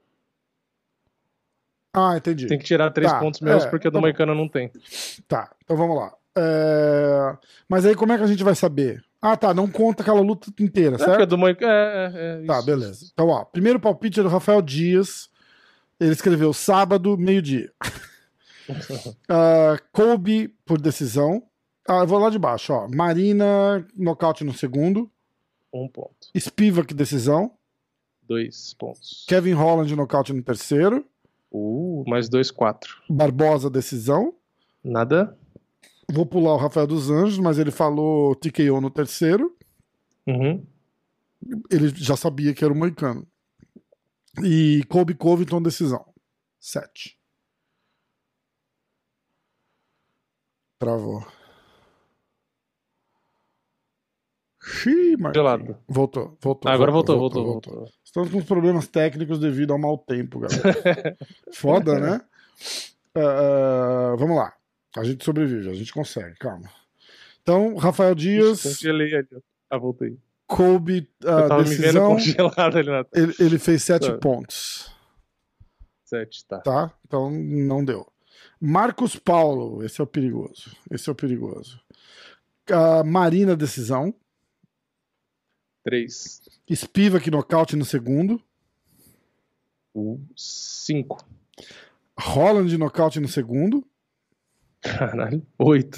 Speaker 2: Entendi.
Speaker 3: Tem que tirar 3 pontos meus porque a do Moicano não tem.
Speaker 2: Tá, então vamos lá. Mas aí como é que a gente vai saber? Não conta aquela luta inteira, certo?
Speaker 3: Porque a do Moicano...
Speaker 2: Tá, beleza. Então, primeiro palpite é do Rafael Dias. Ele escreveu sábado, meio-dia. Colby por decisão. Eu vou lá de baixo, Marina, nocaute no segundo.
Speaker 3: 1 ponto.
Speaker 2: Spivak, decisão.
Speaker 3: 2 pontos.
Speaker 2: Kevin Holland, nocaute no terceiro.
Speaker 3: Mais 2, 4.
Speaker 2: Barbosa, decisão.
Speaker 3: Nada.
Speaker 2: Vou pular o Rafael dos Anjos, mas ele falou TKO no terceiro. Ele já sabia que era o Moicano. E Colby Covington, decisão. 7. Travou.
Speaker 3: Gelado.
Speaker 2: Voltou.
Speaker 3: Agora voltou.
Speaker 2: Estamos com problemas técnicos devido ao mau tempo, galera. Foda, né? Vamos lá. A gente sobrevive, a gente consegue, calma. Então, Rafael Dias...
Speaker 3: Congelei ali. Voltei.
Speaker 2: Colby,
Speaker 3: eu tava
Speaker 2: decisão...
Speaker 3: me vendo congelado ali na...
Speaker 2: Ele fez 7 pontos.
Speaker 3: 7, tá.
Speaker 2: Tá? Então, não deu. Marcos Paulo, esse é o perigoso. Marina, decisão.
Speaker 3: 3.
Speaker 2: Spivak, nocaute no segundo.
Speaker 3: 5.
Speaker 2: Holland, nocaute no segundo.
Speaker 3: Caralho, 8.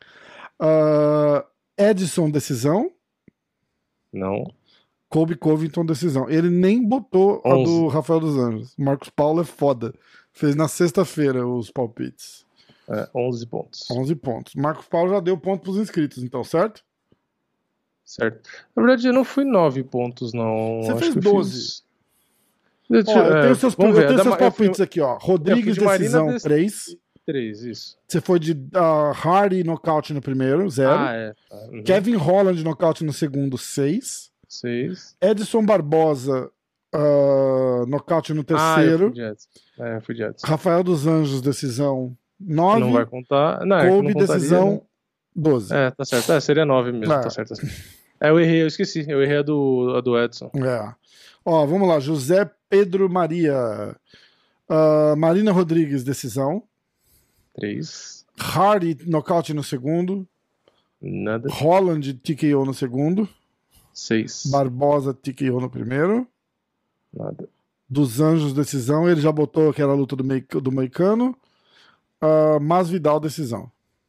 Speaker 2: Edson, decisão.
Speaker 3: Não.
Speaker 2: Colby Covington, decisão. Ele nem botou 11. A do Rafael dos Anjos. Marcos Paulo é foda. Fez na sexta-feira os palpites.
Speaker 3: 11 pontos.
Speaker 2: 11 pontos. Marcos Paulo já deu ponto pros inscritos, então, certo?
Speaker 3: Certo. Na verdade, eu não fui 9 pontos, não.
Speaker 2: Você
Speaker 3: acho
Speaker 2: fez
Speaker 3: que
Speaker 2: 12. Eu tenho seus palpites aqui, ó. Rodrigues, de decisão, 3.
Speaker 3: 3, isso.
Speaker 2: Você foi de Hardy, nocaute no primeiro, 0.
Speaker 3: Uhum.
Speaker 2: Kevin Holland, nocaute no segundo, 6.
Speaker 3: 6.
Speaker 2: Edson Barbosa, nocaute no terceiro.
Speaker 3: Eu fui de Edson.
Speaker 2: Rafael dos Anjos, decisão, 9.
Speaker 3: Não vai contar. Não,
Speaker 2: Colby,
Speaker 3: não
Speaker 2: decisão,
Speaker 3: né?
Speaker 2: 12.
Speaker 3: Tá certo. Seria 9 mesmo, tá certo. Eu errei, eu esqueci. Eu errei a do Edson.
Speaker 2: Ó, vamos lá. José Pedro Maria. Marina Rodrigues, decisão.
Speaker 3: 3.
Speaker 2: Hardy, nocaute no segundo.
Speaker 3: Nada.
Speaker 2: Holland, TKO no segundo.
Speaker 3: 6.
Speaker 2: Barbosa, TKO no primeiro.
Speaker 3: Nada.
Speaker 2: Dos Anjos, decisão. Ele já botou aquela luta do Moicano. Masvidal, decisão.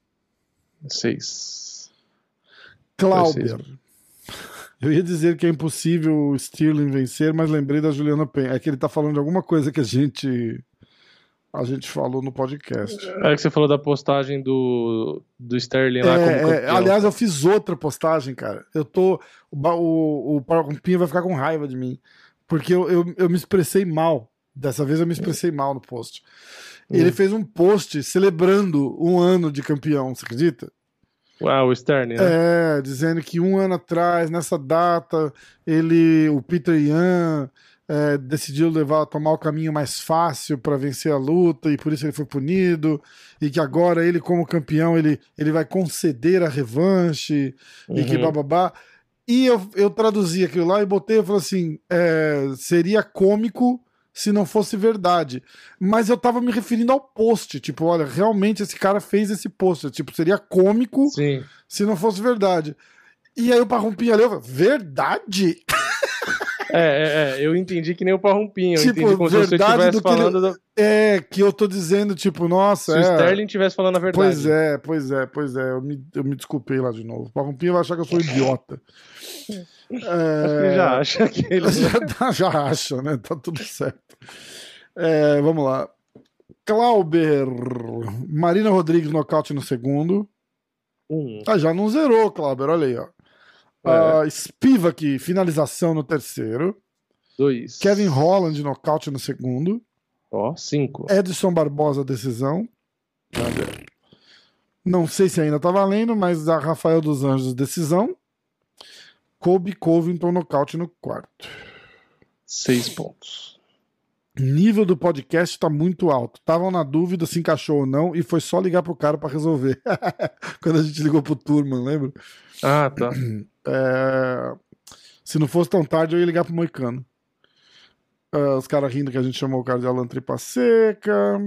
Speaker 3: 6.
Speaker 2: Klauber. Eu ia dizer que é impossível o Sterling vencer, mas lembrei da Juliana Penha. É que ele tá falando de alguma coisa que a gente falou no podcast.
Speaker 3: É que você falou da postagem do Sterling lá como campeão.
Speaker 2: Aliás, eu fiz outra postagem, cara. O Pinha vai ficar com raiva de mim. Porque eu me expressei mal. Dessa vez eu me expressei mal no post. Ele fez um post celebrando 1 ano de campeão, você acredita?
Speaker 3: O Sterling, né?
Speaker 2: Dizendo que 1 ano atrás, nessa data, o Peter Yan decidiu tomar o caminho mais fácil para vencer a luta e por isso ele foi punido, e que agora ele, como campeão, ele vai conceder a revanche, e que bababá. E eu traduzi aquilo lá e botei, eu falei assim, seria cômico se não fosse verdade. Mas eu tava me referindo ao post, tipo, olha, realmente esse cara fez esse post, tipo, seria cômico se não fosse verdade. E aí o Parrumpinha ali, eu falei, verdade?
Speaker 3: Eu entendi que nem o Parrumpinha, eu
Speaker 2: tipo,
Speaker 3: entendi como se você estivesse falando...
Speaker 2: que eu tô dizendo, tipo, nossa...
Speaker 3: Se o Sterling estivesse falando a verdade.
Speaker 2: Pois é, eu me desculpei lá de novo. O Parrumpinha vai achar que eu sou idiota.
Speaker 3: Acho que ele já acha que ele...
Speaker 2: já acha, né? Tá tudo certo. Vamos lá. Klauber. Marina Rodrigues, nocaute no segundo. Já não zerou, Klauber, olha aí, ó. Spivak, finalização no terceiro.
Speaker 3: 2.
Speaker 2: Kevin Holland, nocaute no segundo.
Speaker 3: 5.
Speaker 2: Edson Barbosa, decisão. Não sei se ainda tá valendo, mas a Rafael dos Anjos, decisão. Colby Covington, nocaute no quarto.
Speaker 3: 6 pontos.
Speaker 2: Nível do podcast tá muito alto. Estavam na dúvida se encaixou ou não e foi só ligar pro cara pra resolver. Quando a gente ligou pro Turman, lembra?
Speaker 3: Tá.
Speaker 2: Se não fosse tão tarde, eu ia ligar pro Moicano. Os caras rindo que a gente chamou o cara de Alan Tripa Seca.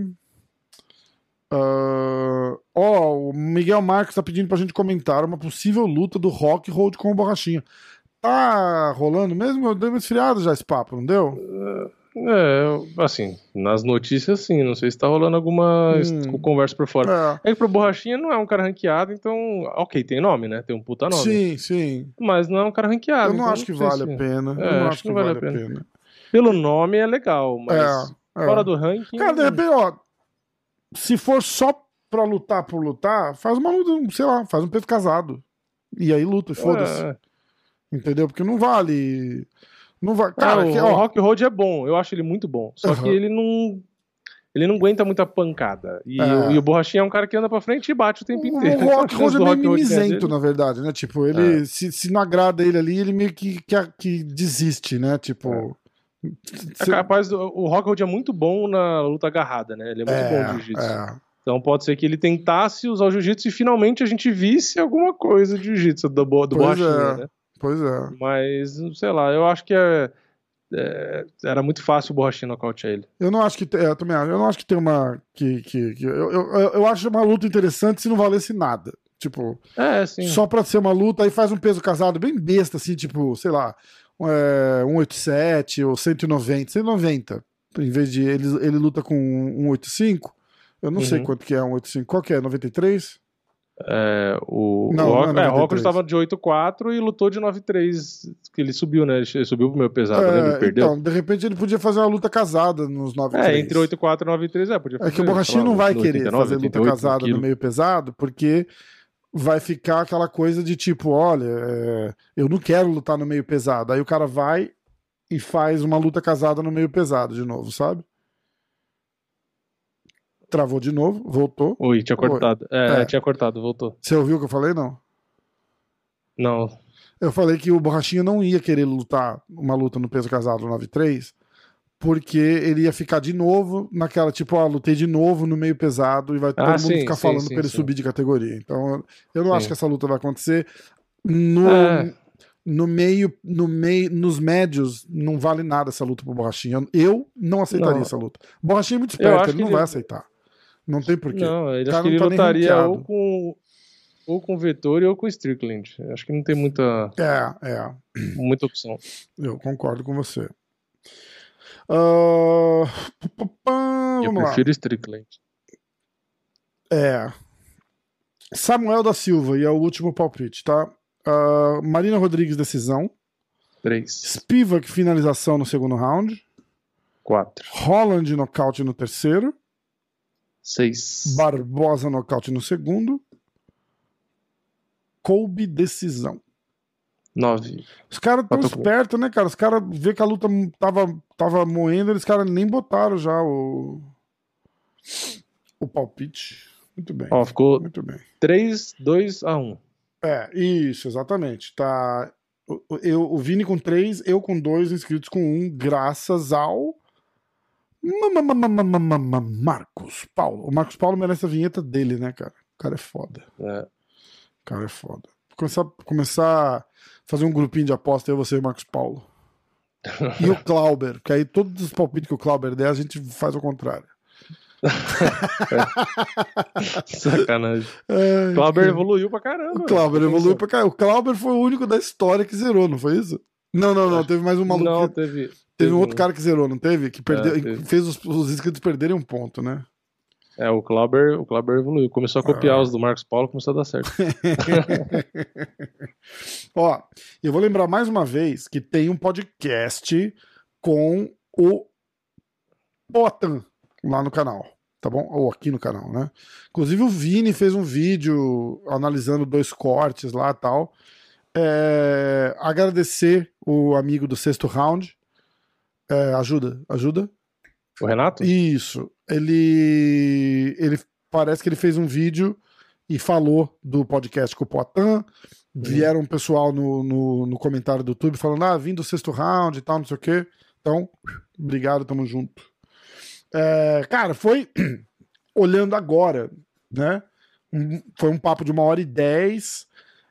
Speaker 2: O Miguel Marques tá pedindo pra gente comentar uma possível luta do Rock Hold com o Borrachinha. Tá rolando mesmo? Eu dei uma esfriada já esse papo, não deu?
Speaker 3: Assim, nas notícias sim, não sei se tá rolando alguma conversa por fora. É que pro Borrachinha não é um cara ranqueado, então, ok, tem nome, né? Tem um puta nome.
Speaker 2: Sim.
Speaker 3: Mas não é um cara ranqueado.
Speaker 2: Eu não acho que vale a pena. Eu não acho que vale a pena.
Speaker 3: Pelo nome é legal, mas fora do ranking...
Speaker 2: Cara, de repente, ó, se for só pra lutar por lutar, faz uma luta, sei lá, faz um peso casado. E aí luta, e foda-se. Entendeu? Porque não vale... Cara,
Speaker 3: o Rock Road é bom, eu acho ele muito bom. Só que ele não aguenta muita pancada. E o Borrachinha é um cara que anda pra frente e bate o tempo inteiro.
Speaker 2: O Rock Road é meio mimizento, na verdade, né? Tipo, ele se não agrada ele ali, ele meio que desiste, né? Tipo,
Speaker 3: É capaz, o Rockhold é muito bom na luta agarrada, né? Ele é muito bom no jiu-jitsu. Então pode ser que ele tentasse usar o jiu-jitsu e finalmente a gente visse alguma coisa de jiu-jitsu do Borrachinha, né?
Speaker 2: Pois é.
Speaker 3: Mas, sei lá, eu acho que era muito fácil o Borrachinha nocautear ele.
Speaker 2: Eu não acho que eu também acho. Eu não acho que tem uma eu acho uma luta interessante se não valesse nada. Tipo,
Speaker 3: sim.
Speaker 2: Só pra ser uma luta, aí faz um peso casado bem besta, assim, tipo, sei lá, 187 ou 190. 190. Em vez de ele luta com 185. Eu não sei quanto que é 185. Qual que é? 93?
Speaker 3: O Rockhold estava de 8,4 e lutou de 9,3. Que ele subiu, né? Ele subiu pro meio pesado, né? Ele perdeu.
Speaker 2: Então, de repente ele podia fazer uma luta casada nos 9,3.
Speaker 3: Entre 8,4 e 9,3 podia fazer.
Speaker 2: É que o Borrachinha não vai querer 89, fazer luta casada no meio pesado, porque vai ficar aquela coisa de tipo, olha, eu não quero lutar no meio pesado. Aí o cara vai e faz uma luta casada no meio pesado de novo, sabe? Travou de novo, voltou.
Speaker 3: Oi, tinha cortado. Tinha cortado, voltou.
Speaker 2: Você ouviu o que eu falei, não?
Speaker 3: Não.
Speaker 2: Eu falei que o Borrachinha não ia querer lutar uma luta no peso casado 9,3, porque ele ia ficar de novo naquela, tipo, lutei de novo no meio pesado e vai todo mundo ficar falando pra ele subir de categoria. Então, eu não acho que essa luta vai acontecer. Nos médios, não vale nada essa luta pro Borrachinha. Eu não aceitaria essa luta. O Borrachinha é muito esperto, ele não vai aceitar. Não tem porquê.
Speaker 3: Não, ele acho que ele lutaria ou com o Vettori ou com o Strickland. Acho que não tem muita opção.
Speaker 2: Eu concordo com você.
Speaker 3: Eu prefiro Strickland.
Speaker 2: Samuel da Silva, e é o último palpite, tá? Marina Rodrigues, decisão.
Speaker 3: 3.
Speaker 2: Spivak, finalização no segundo round.
Speaker 3: 4.
Speaker 2: Holland, nocaute no terceiro.
Speaker 3: 6.
Speaker 2: Barbosa, nocaute no segundo. Colby, decisão.
Speaker 3: 9.
Speaker 2: Os caras tão espertos, né, cara? Os caras vê que a luta tava moendo, eles caras nem botaram já o palpite. Muito bem.
Speaker 3: Ficou
Speaker 2: muito bem.
Speaker 3: 3-2-1.
Speaker 2: Isso, exatamente. Tá. O Vini com 3, eu com 2, inscritos com 1, graças ao Marcos Paulo. O Marcos Paulo merece a vinheta dele, né, cara? O cara é foda. O cara é foda. Começar a fazer um grupinho de aposta, eu, você e o Marcos Paulo. E o Clauber, que aí todos os palpites que o Clauber der, a gente faz o contrário.
Speaker 3: Sacanagem. O Clauber evoluiu pra caramba.
Speaker 2: O Clauber evoluiu pra caramba. O Clauber foi o único da história que zerou, não foi isso? Não. Teve mais um maluco.
Speaker 3: Não,
Speaker 2: teve um outro cara que zerou, não teve? Que perdeu, fez os inscritos perderem um ponto, né?
Speaker 3: O Clauber evoluiu. Começou a copiar os do Marcos Paulo, começou a dar certo.
Speaker 2: Ó, eu vou lembrar mais uma vez que tem um podcast com o Poatan lá no canal, tá bom? Ou aqui no canal, né? Inclusive o Vini fez um vídeo analisando 2 cortes lá e tal. Agradecer o amigo do sexto round. Ajuda.
Speaker 3: O Renato?
Speaker 2: Isso. Ele parece que ele fez um vídeo e falou do podcast com o Poatan. Vieram um pessoal no comentário do YouTube falando, vim do sexto round e tal, não sei o quê. Então, obrigado, tamo junto. Cara, foi olhando agora, né? Foi um papo de 1h10.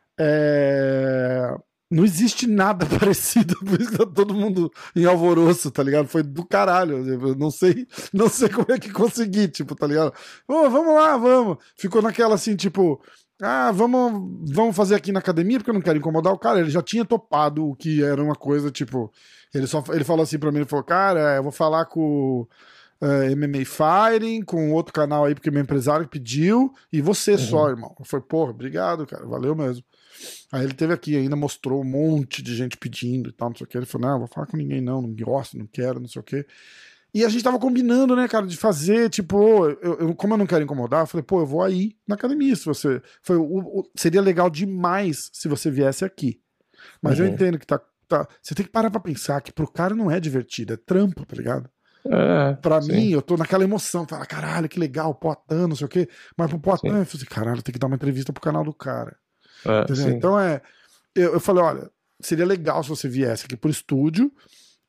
Speaker 2: Não existe nada parecido, por isso que tá todo mundo em alvoroço, tá ligado? Foi do caralho. Eu não sei como é que consegui, tipo, tá ligado? Vamos lá, vamos. Ficou naquela assim, tipo, vamos fazer aqui na academia, porque eu não quero incomodar o cara. Ele já tinha topado o que era uma coisa, tipo, ele falou assim pra mim, ele falou, cara, eu vou falar com MMA Fighting, com outro canal aí, porque meu empresário pediu, e você só, irmão. Eu falei, porra, obrigado, cara, valeu mesmo. Aí ele teve aqui, ainda mostrou um monte de gente pedindo e tal, não sei o que. Ele falou, não vou falar com ninguém não gosto, não quero, não sei o que. E a gente tava combinando, né, cara, de fazer, tipo, como eu não quero incomodar, eu falei, eu vou aí na academia, se você... seria legal demais se você viesse aqui. Mas eu entendo que você tem que parar pra pensar que pro cara não é divertido, é trampo, tá ligado? Pra mim, eu tô naquela emoção, fala, caralho, que legal, Poatan, não sei o que. Mas pro Poatan, eu falei assim, caralho, tem que dar uma entrevista pro canal do cara. Então eu falei, olha, seria legal se você viesse aqui pro estúdio,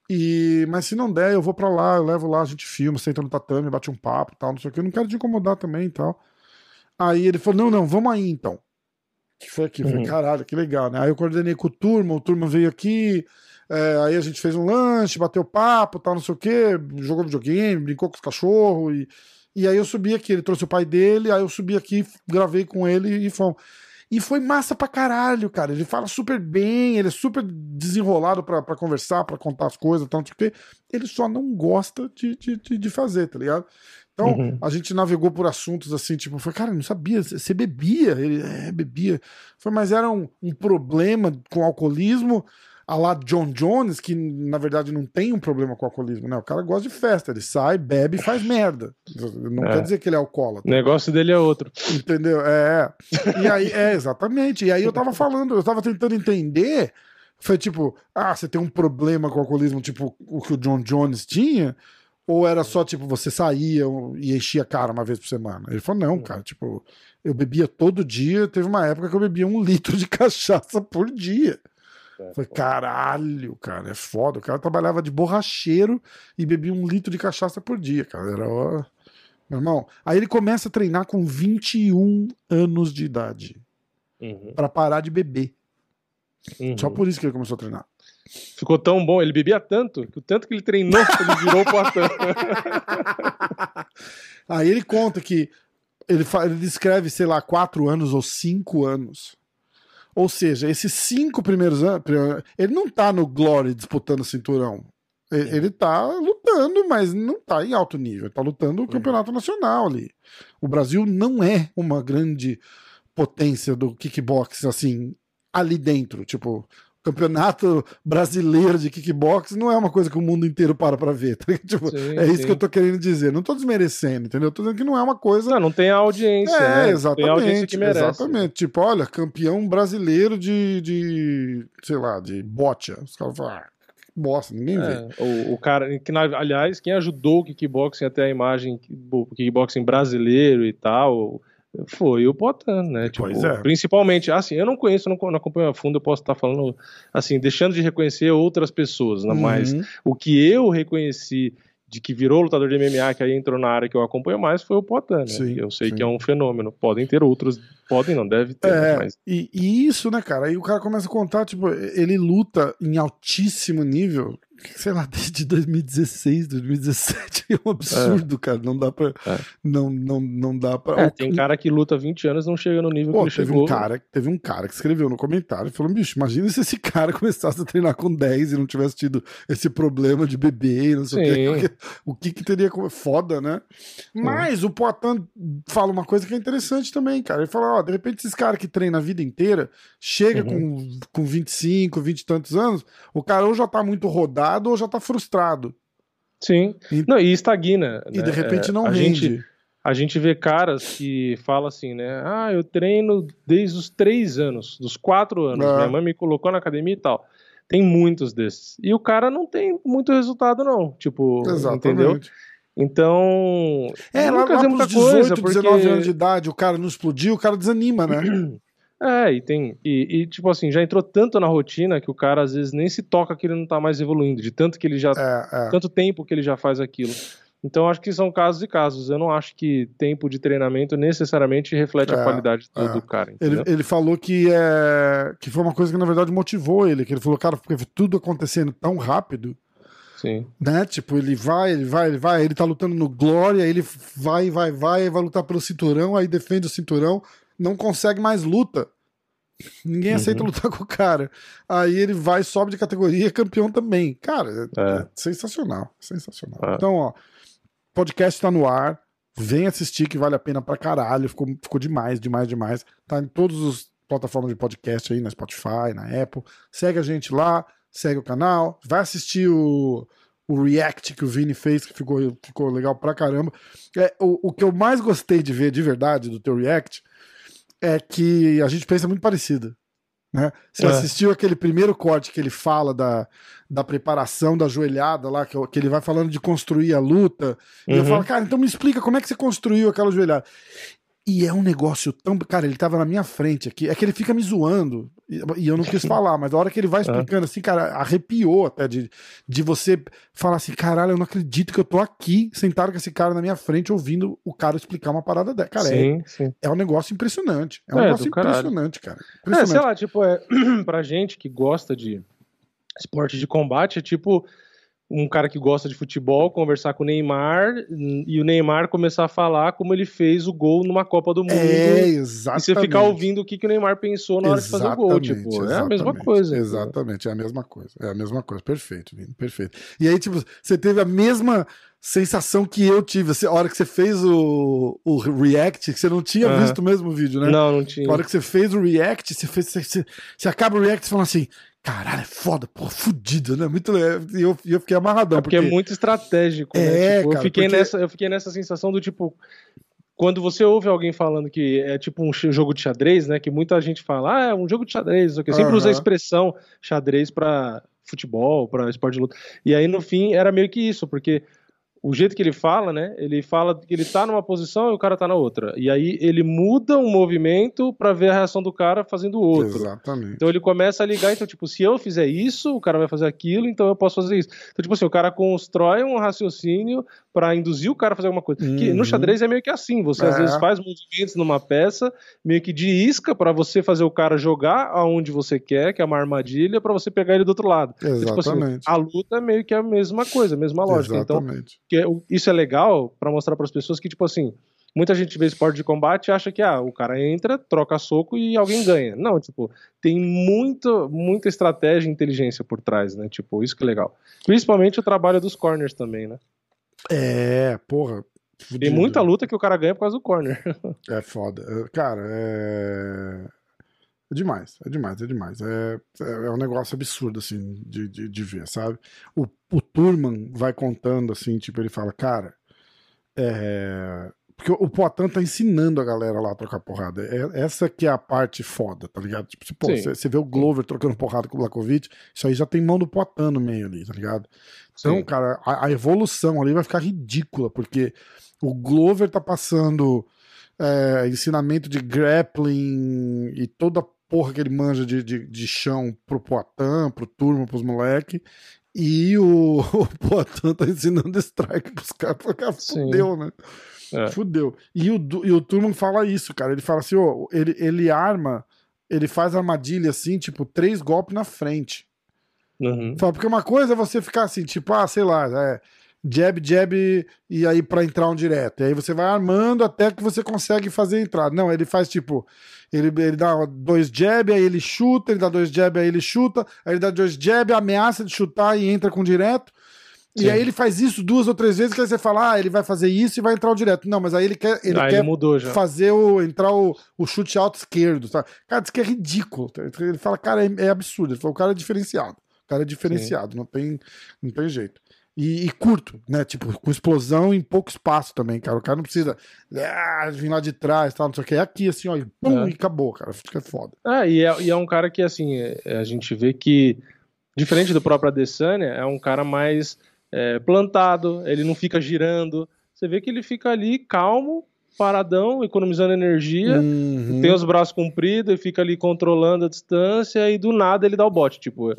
Speaker 2: Mas se não der, eu vou pra lá, eu levo lá, a gente filma, senta no tatame, bate um papo e tal, não sei o que. Eu não quero te incomodar também e tal. Aí ele falou, não, vamos aí então. Que foi aqui, eu falei, caralho, que legal, né? Aí eu coordenei com o turma veio aqui, aí a gente fez um lanche, bateu papo, tal, não sei o que, jogou videogame, brincou com os cachorros, e aí eu subi aqui, ele trouxe o pai dele, aí eu subi aqui, gravei com ele e fomos. E foi massa pra caralho, cara. Ele fala super bem, ele é super desenrolado pra conversar, pra contar as coisas, tal, não sei o que. Ele só não gosta de fazer, tá ligado? Então, a gente navegou por assuntos assim, tipo, foi, cara, eu não sabia, você bebia? Ele, bebia. Foi, mas era um problema com alcoolismo, a lá John Jones, que na verdade não tem um problema com alcoolismo, né? O cara gosta de festa, ele sai, bebe e faz merda. Não quer dizer que ele é alcoólatra.
Speaker 3: O negócio dele é outro.
Speaker 2: Entendeu? E aí, exatamente. E aí eu tava tentando entender, foi tipo, você tem um problema com o alcoolismo, tipo o que o John Jones tinha? Ou era só, tipo, você saía e enchia a cara uma vez por semana? Ele falou, não, cara, tipo, eu bebia todo dia, teve uma época que eu bebia 1 litro de cachaça por dia. Foi, caralho, cara, é foda. O cara trabalhava de borracheiro e bebia 1 litro de cachaça por dia, cara. Era, meu irmão. Aí ele começa a treinar com 21 anos de idade. Pra parar de beber. Só por isso que ele começou a treinar.
Speaker 3: Ficou tão bom, ele bebia tanto, que o tanto que ele treinou, ele virou o Poatan.
Speaker 2: Aí ele conta que ele descreve, sei lá, 4 anos ou 5 anos. Ou seja, esses 5 primeiros anos, ele não tá no Glory disputando cinturão. Ele tá lutando, mas não tá em alto nível. Ele tá lutando o campeonato nacional ali. O Brasil não é uma grande potência do kickbox, assim, ali dentro. Tipo, o campeonato brasileiro de kickbox não é uma coisa que o mundo inteiro para ver. Tá? Tipo, isso que eu tô querendo dizer. Não tô desmerecendo, entendeu? Eu tô dizendo que não é uma coisa...
Speaker 3: Não tem a audiência, né?
Speaker 2: Exatamente.
Speaker 3: Tem a audiência que merece.
Speaker 2: Exatamente. Tipo, olha, campeão brasileiro de sei lá, de bocha. Os caras falam, bosta, ninguém vê.
Speaker 3: O cara, que, aliás, quem ajudou o kickboxing até a imagem, o kickboxing brasileiro e tal... Foi o Poatan, né? Tipo, principalmente, assim, eu não conheço, não acompanho a fundo, eu posso estar falando, assim, deixando de reconhecer outras pessoas, né? Mas o que eu reconheci de que virou lutador de MMA, que aí entrou na área que eu acompanho mais, foi o Poatan, né? Sim, eu sei que é um fenômeno. Podem ter outros, não, deve ter. Mas...
Speaker 2: E isso, né, cara? Aí o cara começa a contar, tipo, ele luta em altíssimo nível, sei lá, desde 2016, 2017, é um absurdo, cara, não dá pra... Não dá pra...
Speaker 3: tem cara que luta 20 anos e não chega no nível que ele chegou.
Speaker 2: Teve um cara que escreveu no comentário e falou, bicho, imagina se esse cara começasse a treinar com 10 e não tivesse tido esse problema de beber e não sei o quê. O que teria... Foda, né? Mas o Poatan fala uma coisa que é interessante também, cara. Ele fala, de repente esses caras que treinam a vida inteira, chega com 25, 20 e tantos anos, o cara ou já tá muito rodado ou já tá frustrado.
Speaker 3: Sim. E estagna.
Speaker 2: E de repente não rende.
Speaker 3: A gente vê caras que falam assim, né? Eu treino desde os 3 anos, dos 4 anos. Minha mãe me colocou na academia e tal. Tem muitos desses. E o cara não tem muito resultado, não. Tipo, entendeu? Então.
Speaker 2: Lá pros 18, 19 anos de idade, o cara não explodiu, o cara desanima, né?
Speaker 3: E tipo assim, já entrou tanto na rotina que o cara às vezes nem se toca que ele não tá mais evoluindo, de tanto que ele já. Tanto tempo que ele já faz aquilo. Então acho que são casos e casos. Eu não acho que tempo de treinamento necessariamente reflete a qualidade do cara.
Speaker 2: Ele falou que foi uma coisa que na verdade motivou ele, que ele falou, cara, porque tudo acontecendo tão rápido.
Speaker 3: Sim.
Speaker 2: Né? Tipo, ele vai, ele tá lutando no Glória, ele vai lutar pelo cinturão, aí defende o cinturão, não consegue mais luta. Ninguém aceita lutar com o cara. Aí ele vai, sobe de categoria, é campeão também. Cara, é sensacional. Sensacional. Então, ó, podcast tá no ar. Vem assistir que vale a pena pra caralho. Ficou demais. Tá em todas as plataformas de podcast aí, na Spotify, na Apple. Segue a gente lá, segue o canal. Vai assistir o react que o Vini fez, que ficou legal pra caramba. O que eu mais gostei de ver de verdade do teu react é que a gente pensa muito parecido, né? Você assistiu aquele primeiro corte que ele fala da preparação da joelhada lá, que ele vai falando de construir a luta, e eu falo, cara, então me explica como é que você construiu aquela joelhada. E é um negócio tão... Cara, ele tava na minha frente aqui. É que ele fica me zoando. E eu não quis falar, mas a hora que ele vai explicando assim, cara, arrepiou até de você falar assim, caralho, eu não acredito que eu tô aqui, sentado com esse cara na minha frente, ouvindo o cara explicar uma parada dessa. Cara,
Speaker 3: sim.
Speaker 2: É um negócio impressionante. É um negócio impressionante, cara. Impressionante.
Speaker 3: Sei lá, tipo, pra gente que gosta de esporte de combate, é tipo um cara que gosta de futebol conversar com o Neymar e o Neymar começar a falar como ele fez o gol numa Copa do Mundo.
Speaker 2: Exatamente.
Speaker 3: E você ficar ouvindo o que o Neymar pensou na hora de fazer o gol. Tipo, é a mesma coisa.
Speaker 2: Exatamente, é a mesma coisa. É a mesma coisa. Perfeito, Vini, perfeito. E aí, tipo, você teve a mesma sensação que eu tive. A hora que você fez o react, que você não tinha visto o mesmo vídeo, né?
Speaker 3: Não tinha.
Speaker 2: A hora que você fez o react, você acaba o react falando assim, caralho, é foda, pô, fudido, né? Muito legal. E eu fiquei amarradão.
Speaker 3: Porque é muito estratégico, né? Tipo,
Speaker 2: cara,
Speaker 3: eu fiquei nessa sensação do tipo, quando você ouve alguém falando que é tipo um jogo de xadrez, né? Que muita gente fala, é um jogo de xadrez, eu sempre usa a expressão xadrez pra futebol, pra esporte de luta. E aí, no fim, era meio que isso, porque o jeito que ele fala, né? Ele fala que ele tá numa posição e o cara tá na outra. E aí ele muda um movimento pra ver a reação do cara fazendo o outro.
Speaker 2: Exatamente.
Speaker 3: Então ele começa a ligar, então, tipo, se eu fizer isso, o cara vai fazer aquilo, então eu posso fazer isso. Então, tipo assim, o cara constrói um raciocínio pra induzir o cara a fazer alguma coisa. Que no xadrez é meio que assim, você às vezes faz movimentos numa peça, meio que de isca pra você fazer o cara jogar aonde você quer, que é uma armadilha, pra você pegar ele do outro lado.
Speaker 2: Exatamente.
Speaker 3: Então, tipo assim, a luta é meio que a mesma coisa, a mesma lógica.
Speaker 2: Exatamente.
Speaker 3: Então, isso é legal pra mostrar pras pessoas que, tipo assim, muita gente vê esporte de combate e acha que o cara entra, troca soco e alguém ganha. Não, tipo, tem muita estratégia e inteligência por trás, né? Tipo, isso que é legal. Principalmente o trabalho dos corners também, né?
Speaker 2: Porra. Fudido.
Speaker 3: Tem muita luta que o cara ganha por causa do corner.
Speaker 2: É foda. Cara, é demais. É um negócio absurdo, assim, de ver, sabe? O Turman vai contando, assim, tipo, ele fala, cara, porque o Poatan tá ensinando a galera lá a trocar porrada. Essa que é a parte foda, tá ligado? Tipo, você vê o Glover trocando porrada com o Blachowicz, isso aí já tem mão do Poatan no meio ali, tá ligado? Então, cara, a evolução ali vai ficar ridícula, porque o Glover tá passando ensinamento de grappling e toda a porra que ele manja de chão pro Poatan, pro Turman, pros moleque. E o Poatan tá ensinando strike pros caras. Cara, fudeu, né? Fudeu. E o Turman fala isso, cara. Ele fala assim, ele arma, ele faz armadilha assim, tipo, 3 golpes na frente. Porque uma coisa é você ficar assim, tipo, sei lá, jab, e aí pra entrar um direto. E aí você vai armando até que você consegue fazer entrar. Não, ele faz tipo, ele dá 2 jab, aí ele chuta, ele dá 2 jab, aí ele chuta, aí ele dá 2 jab, ameaça de chutar e entra com direto. Sim. E aí ele faz isso 2 ou 3 vezes, que aí você fala, ele vai fazer isso e vai entrar o direto. Não, mas aí ele quer
Speaker 3: mudou já.
Speaker 2: Fazer entrar o chute alto esquerdo, sabe? Cara, isso que é ridículo. Ele fala, cara, é absurdo. Ele fala, o cara é diferenciado. O cara é diferenciado, não tem jeito. E curto, né? Tipo, com explosão em pouco espaço também, cara. O cara não precisa vir lá de trás, tal, não sei o que. É aqui, assim, ó, e pum, e acabou, cara. Fica foda.
Speaker 3: E é um cara que, assim, a gente vê que, diferente do próprio Adesanya, é um cara mais plantado, ele não fica girando. Você vê que ele fica ali calmo, paradão, economizando energia, tem os braços compridos e fica ali controlando a distância e do nada ele dá o bote, tipo,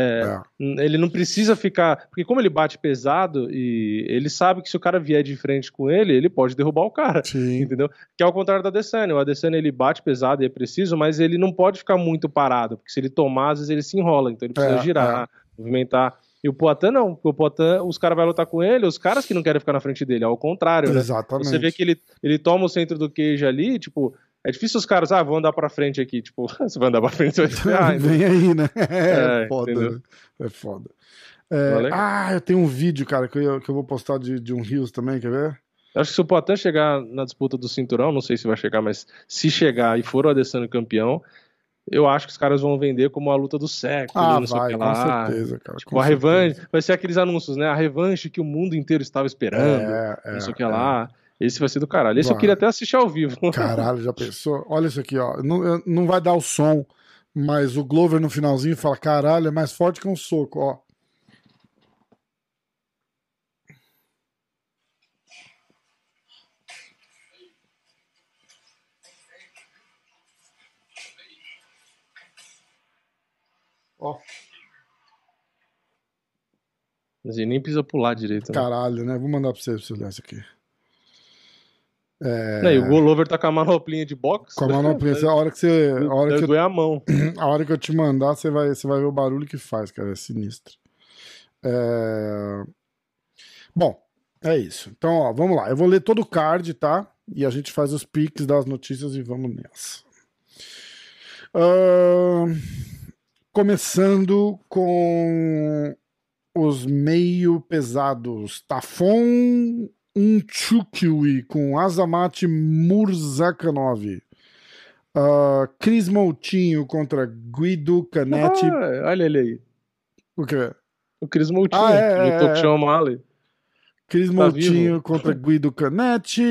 Speaker 3: ele não precisa ficar, porque como ele bate pesado e ele sabe que se o cara vier de frente com ele pode derrubar o cara, entendeu? Que é ao contrário do Adesanya, o Adesanya ele bate pesado e é preciso, mas ele não pode ficar muito parado, porque se ele tomar, às vezes ele se enrola, então ele precisa girar, movimentar. E o Poatan não, porque o Poatan, os caras vão lutar com ele, os caras que não querem ficar na frente dele, ao contrário, né?
Speaker 2: Exatamente.
Speaker 3: Você vê que ele toma o centro do queijo ali, tipo, é difícil os caras, vão andar pra frente aqui, tipo, você vai andar pra frente, você vai
Speaker 2: vem aí, né? É foda, né? É foda. Eu tenho um vídeo, cara, que eu vou postar de um Rios também, quer ver?
Speaker 3: Acho que se o Poatan chegar na disputa do cinturão, não sei se vai chegar, mas se chegar e for o Adesanya campeão, eu acho que os caras vão vender como a luta do século, não sei o que lá.
Speaker 2: Com certeza, cara.
Speaker 3: Tipo, a revanche, vai ser aqueles anúncios, né? A revanche que o mundo inteiro estava esperando, não sei o que lá. Esse vai ser do caralho. Esse eu queria até assistir ao vivo.
Speaker 2: Caralho, já pensou? Olha isso aqui, ó. Não vai dar o som, mas o Glover no finalzinho fala, caralho, é mais forte que um soco, ó. Ó.
Speaker 3: Mas ele nem precisa pular direito. Né?
Speaker 2: Caralho, né? Vou mandar pra você olhar isso aqui.
Speaker 3: E o Golover tá com a manoplinha de boxe.
Speaker 2: Com a manoplinha. A hora que você.
Speaker 3: A mão.
Speaker 2: A hora que eu te mandar, você vai ver o barulho que faz, cara. É sinistro. Bom, é isso. Então, ó, vamos lá. Eu vou ler todo o card, tá? E a gente faz os piques das notícias e vamos nessa. Começando com os meio pesados. Tafon Unchukwi com Azamat Murzakanov. Cris Moutinho contra Guido Canetti.
Speaker 3: Olha ele aí.
Speaker 2: O quê?
Speaker 3: O Cris Moutinho, que lutou com o Sean O'Malley.
Speaker 2: Cris Moutinho contra Guido Canetti.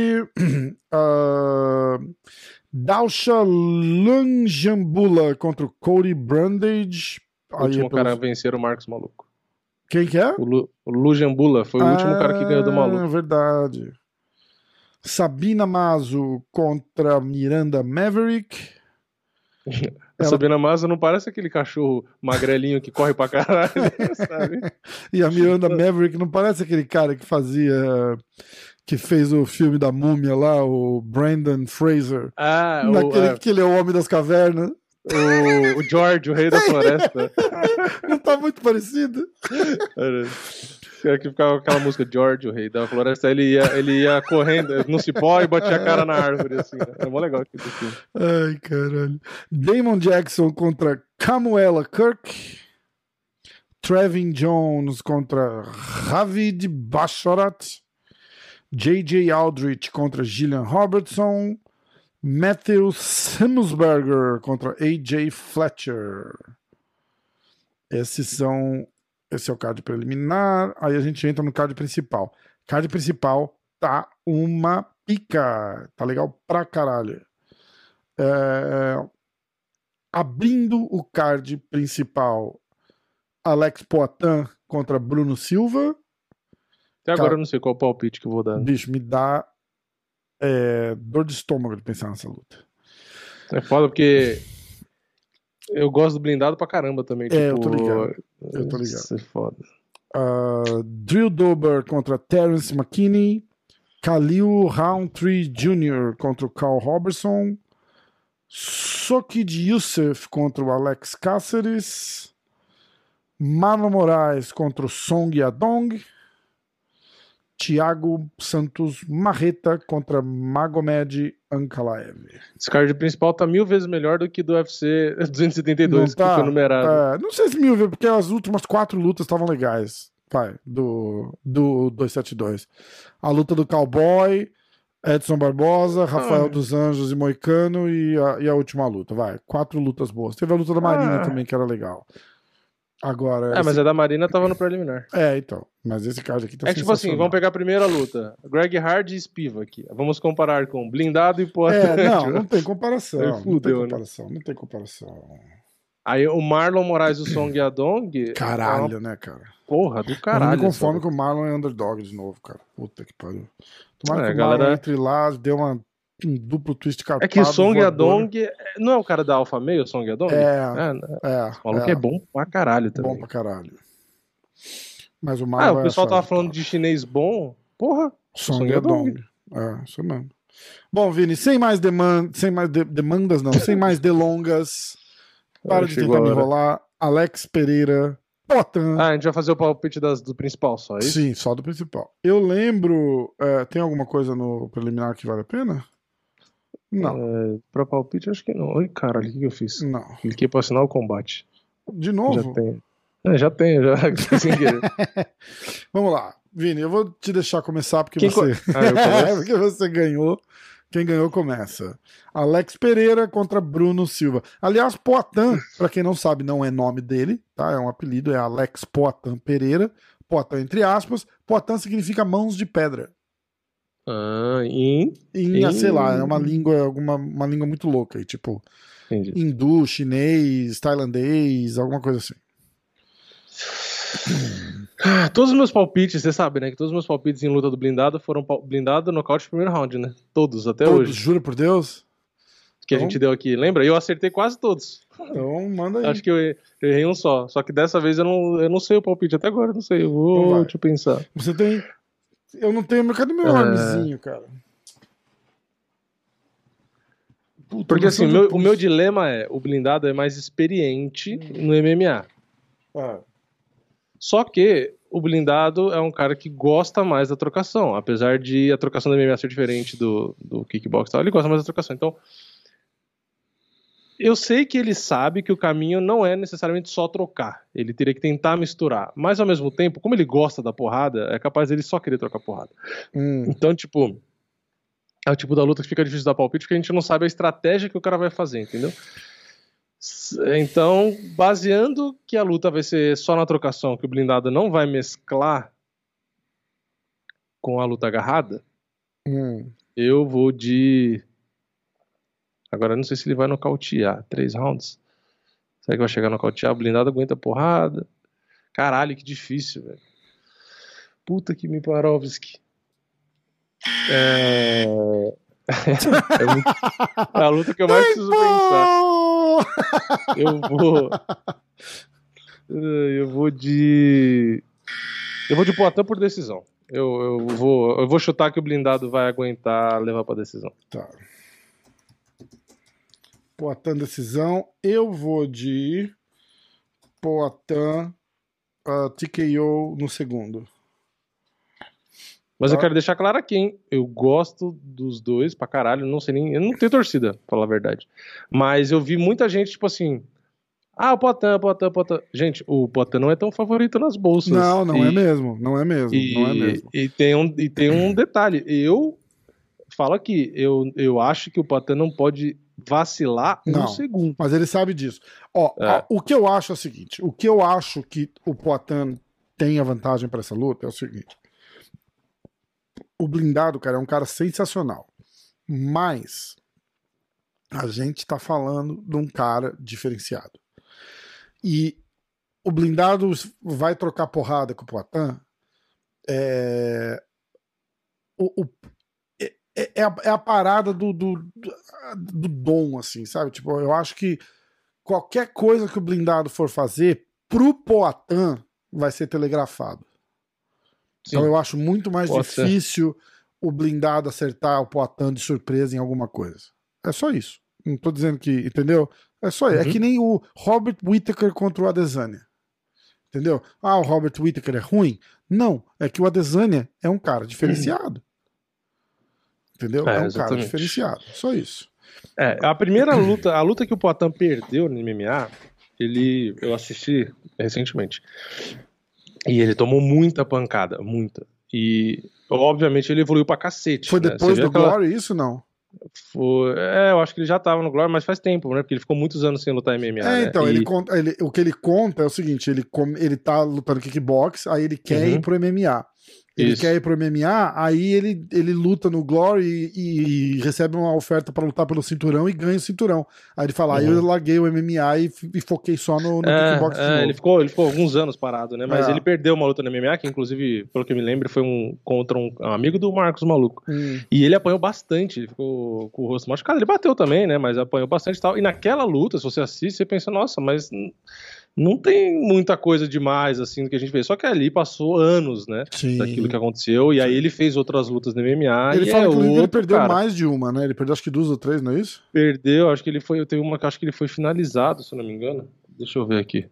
Speaker 2: Dalsha Lunjambula contra o Cody Brundage.
Speaker 3: O último cara a vencer o Marcos Maluco.
Speaker 2: Quem que é?
Speaker 3: O Lujambula foi o último cara que ganhou do Maluco.
Speaker 2: É verdade. Sabina Mazo contra Miranda Maverick.
Speaker 3: Sabina Mazo não parece aquele cachorro magrelinho que corre pra caralho, sabe?
Speaker 2: E a Miranda Maverick não parece aquele cara que fez o filme da múmia lá, o Brandon Fraser. Que ele é o homem das cavernas.
Speaker 3: O George, o rei da floresta.
Speaker 2: Não tá muito parecido?
Speaker 3: Que ficava aquela música George, o rei da floresta. Ele ia correndo no cipó e batia a cara na árvore, assim. Era mó legal aquele filme.
Speaker 2: Ai, caralho. Damon Jackson contra Camuela Kirk. Trevin Jones contra Ravid Basharat. J.J. Aldrich contra Gillian Robertson. Matthew Simmelsberger contra A.J. Fletcher. Esse é o card preliminar. Aí a gente entra no card principal. Card principal tá uma pica. Tá legal pra caralho. Abrindo o card principal, Alex Poitin contra Bruno Silva.
Speaker 3: Até agora eu não sei qual palpite que eu vou dar.
Speaker 2: Bicho, me dá dor de estômago de pensar nessa luta.
Speaker 3: É foda porque eu gosto do blindado pra caramba também.
Speaker 2: Eu tô ligado.
Speaker 3: Isso é foda.
Speaker 2: Drew Dober contra Terence McKinney. Khalil Roundtree Jr. contra o Carl Robertson. Sokid Youssef contra o Alex Cáceres. Marlon Moraes contra o Song Yadong. Thiago Santos Marreta contra Magomed Ankalaev.
Speaker 3: Esse card principal tá 1000 vezes melhor do que do UFC 272, que foi numerado.
Speaker 2: Não sei se 1000 vezes, porque as últimas 4 lutas estavam legais. Do 272. A luta do Cowboy, Edson Barbosa, Rafael dos Anjos e Moicano e a última luta. 4 lutas boas. Teve a luta da Marina também, que era legal. Agora.
Speaker 3: Mas a da Marina tava no preliminar.
Speaker 2: Então. Mas esse card aqui tá
Speaker 3: tipo assim, vamos pegar a primeira luta. Greg Hard e Spivak. Vamos comparar com blindado e Poitin.
Speaker 2: Não tem comparação. Não tem comparação.
Speaker 3: Aí o Marlon Moraes e o Song Yadong.
Speaker 2: Caralho, né, cara?
Speaker 3: Porra, do caralho.
Speaker 2: Eu não me conformo que o Marlon é underdog de novo, cara. Puta que pariu. Tomara que o
Speaker 3: galera...
Speaker 2: Marlon entre lá, deu um duplo twist carpado.
Speaker 3: É que o Song Yadong não é o cara da Alpha Male, o Song Yadong? O maluco é bom pra caralho também.
Speaker 2: Bom pra caralho. Mas o Marlon
Speaker 3: o pessoal tava falando de chinês bom. Porra,
Speaker 2: Song Yadong. Isso mesmo. Bom, Vini, sem mais demandas, não. Sem mais delongas. Para de tentar me enrolar. Alex Pereira, Poitin.
Speaker 3: A gente vai fazer o palpite do principal só, é isso?
Speaker 2: Sim, só do principal. Eu lembro... tem alguma coisa no preliminar que vale a pena? Não.
Speaker 3: Pra palpite, acho que não. Ai, caralho, o que eu fiz?
Speaker 2: Não.
Speaker 3: Cliquei pra assinar o combate.
Speaker 2: De novo?
Speaker 3: Já tenho. Sem querer.
Speaker 2: Vamos lá. Vini, eu vou te deixar começar porque porque você ganhou. Quem ganhou começa. Alex Pereira contra Bruno Silva. Aliás, Poitin, pra quem não sabe, não é nome dele, tá? É um apelido, é Alex Poitin Pereira. Poitin entre aspas. Poitin significa mãos de pedra. Sei lá, é uma língua muito louca aí, tipo
Speaker 3: Entendi.
Speaker 2: Hindu, chinês, tailandês, alguma coisa assim.
Speaker 3: Todos os meus palpites, você sabe, né? Que todos os meus palpites em luta do blindado foram blindado nocaute no primeiro round, né? Todos, até hoje.
Speaker 2: Juro por Deus?
Speaker 3: que a gente deu aqui, lembra? Eu acertei quase todos.
Speaker 2: Então, manda aí.
Speaker 3: Acho que eu errei um só que dessa vez eu não sei o palpite até agora, não sei, deixa eu pensar.
Speaker 2: Você tem... Eu não tenho... Cadê meu armezinho, cara?
Speaker 3: Puta, porque assim, o meu dilema é, o blindado é mais experiente no MMA. Só que o blindado é um cara que gosta mais da trocação, apesar de a trocação do MMA ser diferente do kickbox e tal, ele gosta mais da trocação. Então, eu sei que ele sabe que o caminho não é necessariamente só trocar, ele teria que tentar misturar, mas ao mesmo tempo, como ele gosta da porrada, é capaz dele só querer trocar porrada. Então, tipo, é o tipo da luta que fica difícil dar palpite, porque a gente não sabe a estratégia que o cara vai fazer, entendeu? Então, baseando que a luta vai ser só na trocação, que o blindado não vai mesclar com a luta agarrada, eu vou de... Agora, eu não sei se ele vai nocautear. 3 rounds. Será que vai chegar a nocautear? O blindado aguenta porrada. Caralho, que difícil, velho. Puta que me Parovski. É a luta que eu mais preciso pensar. Eu vou de Poatan por decisão. Eu vou chutar que o blindado vai aguentar levar pra decisão.
Speaker 2: Tá. Poatan decisão. Eu vou de Poatan TKO no segundo.
Speaker 3: Mas eu quero deixar claro aqui, hein? Eu gosto dos dois pra caralho, não sei nem... Eu não tenho torcida, pra falar a verdade. Mas eu vi muita gente, tipo assim... o Poatan. Gente, o Poatan não é tão favorito nas bolsas.
Speaker 2: Não é mesmo. Não é mesmo.
Speaker 3: E tem um detalhe. Eu falo aqui, eu acho que o Poatan não pode vacilar um segundo.
Speaker 2: Mas ele sabe disso. O que eu acho é o seguinte. O que eu acho que o Poatan tem a vantagem pra essa luta é o seguinte. O blindado, cara, é um cara sensacional. Mas a gente tá falando de um cara diferenciado. E o blindado vai trocar porrada com o Poatan. É a parada do dom, assim, sabe? Tipo, eu acho que qualquer coisa que o blindado for fazer pro Poatan vai ser telegrafado. Sim. Então eu acho muito mais difícil o blindado acertar o Poatan de surpresa em alguma coisa. É só isso. Não tô dizendo que... Entendeu? É só isso. É que nem o Robert Whittaker contra o Adesanya. Entendeu? O Robert Whittaker é ruim? Não. É que o Adesanya é um cara diferenciado. Entendeu? É um cara diferenciado. Só isso.
Speaker 3: A primeira luta, a luta que o Poatan perdeu no MMA, eu assisti recentemente. E ele tomou muita pancada, muita. E, obviamente, ele evoluiu pra cacete.
Speaker 2: Foi depois do Glory isso, não?
Speaker 3: Eu acho que ele já tava no Glory, mas faz tempo, né? Porque ele ficou muitos anos sem lutar MMA,
Speaker 2: então, o que ele conta é o seguinte, ele tá lutando kickbox, aí ele quer ir pro MMA. Ele quer ir pro MMA, aí ele luta no Glory e recebe uma oferta pra lutar pelo cinturão e ganha o cinturão. Aí ele fala, aí eu larguei o MMA e foquei só no kickbox de novo.
Speaker 3: Ele ficou alguns anos parado, né? Mas ele perdeu uma luta no MMA, que inclusive, pelo que eu me lembro, foi contra um amigo do Marcos Maluco. E ele apanhou bastante, ele ficou com o rosto machucado. Ele bateu também, né? Mas apanhou bastante e tal. E naquela luta, se você assiste, você pensa, nossa, mas... Não tem muita coisa demais, assim, do que a gente fez. Só que ali passou anos, né? Sim. Daquilo que aconteceu. E aí ele fez outras lutas no MMA.
Speaker 2: Ele fala que ele perdeu mais de uma, né? Ele perdeu acho que 2 ou 3, não é isso?
Speaker 3: Perdeu, acho que ele foi... Teve uma que acho que ele foi finalizado, se eu não me engano. Deixa eu ver aqui.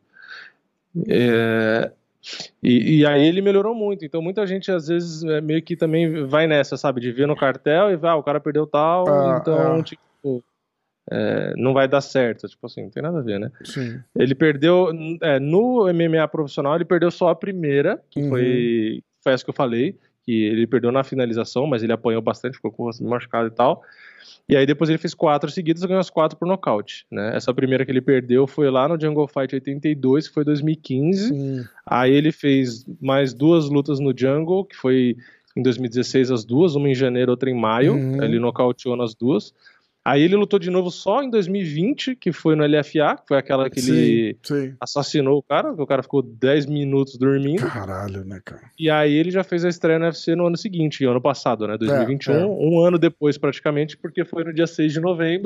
Speaker 3: E aí ele melhorou muito. Então muita gente, às vezes, meio que também vai nessa, sabe? De ver no cartel e vai, o cara perdeu tal, então, tipo... não vai dar certo, tipo assim, não tem nada a ver, né?
Speaker 2: Sim.
Speaker 3: Ele perdeu, no MMA profissional, ele perdeu só a primeira, que foi essa que eu falei, que ele perdeu na finalização, mas ele apanhou bastante, ficou com o rosto machucado e tal. E aí depois ele fez 4 seguidas e ganhou as 4 por nocaute, né? Essa primeira que ele perdeu foi lá no Jungle Fight 82, que foi 2015. Aí ele fez mais 2 lutas no Jungle, que foi em 2016 as 2, uma em janeiro, outra em maio. Ele nocauteou nas 2. Aí ele lutou de novo só em 2020, que foi no LFA, que foi aquela que ele assassinou o cara, que o cara ficou 10 minutos dormindo.
Speaker 2: Caralho, né, cara?
Speaker 3: E aí ele já fez a estreia no UFC no ano seguinte, ano passado, né, 2021, um ano depois praticamente, porque foi no dia 6 de novembro,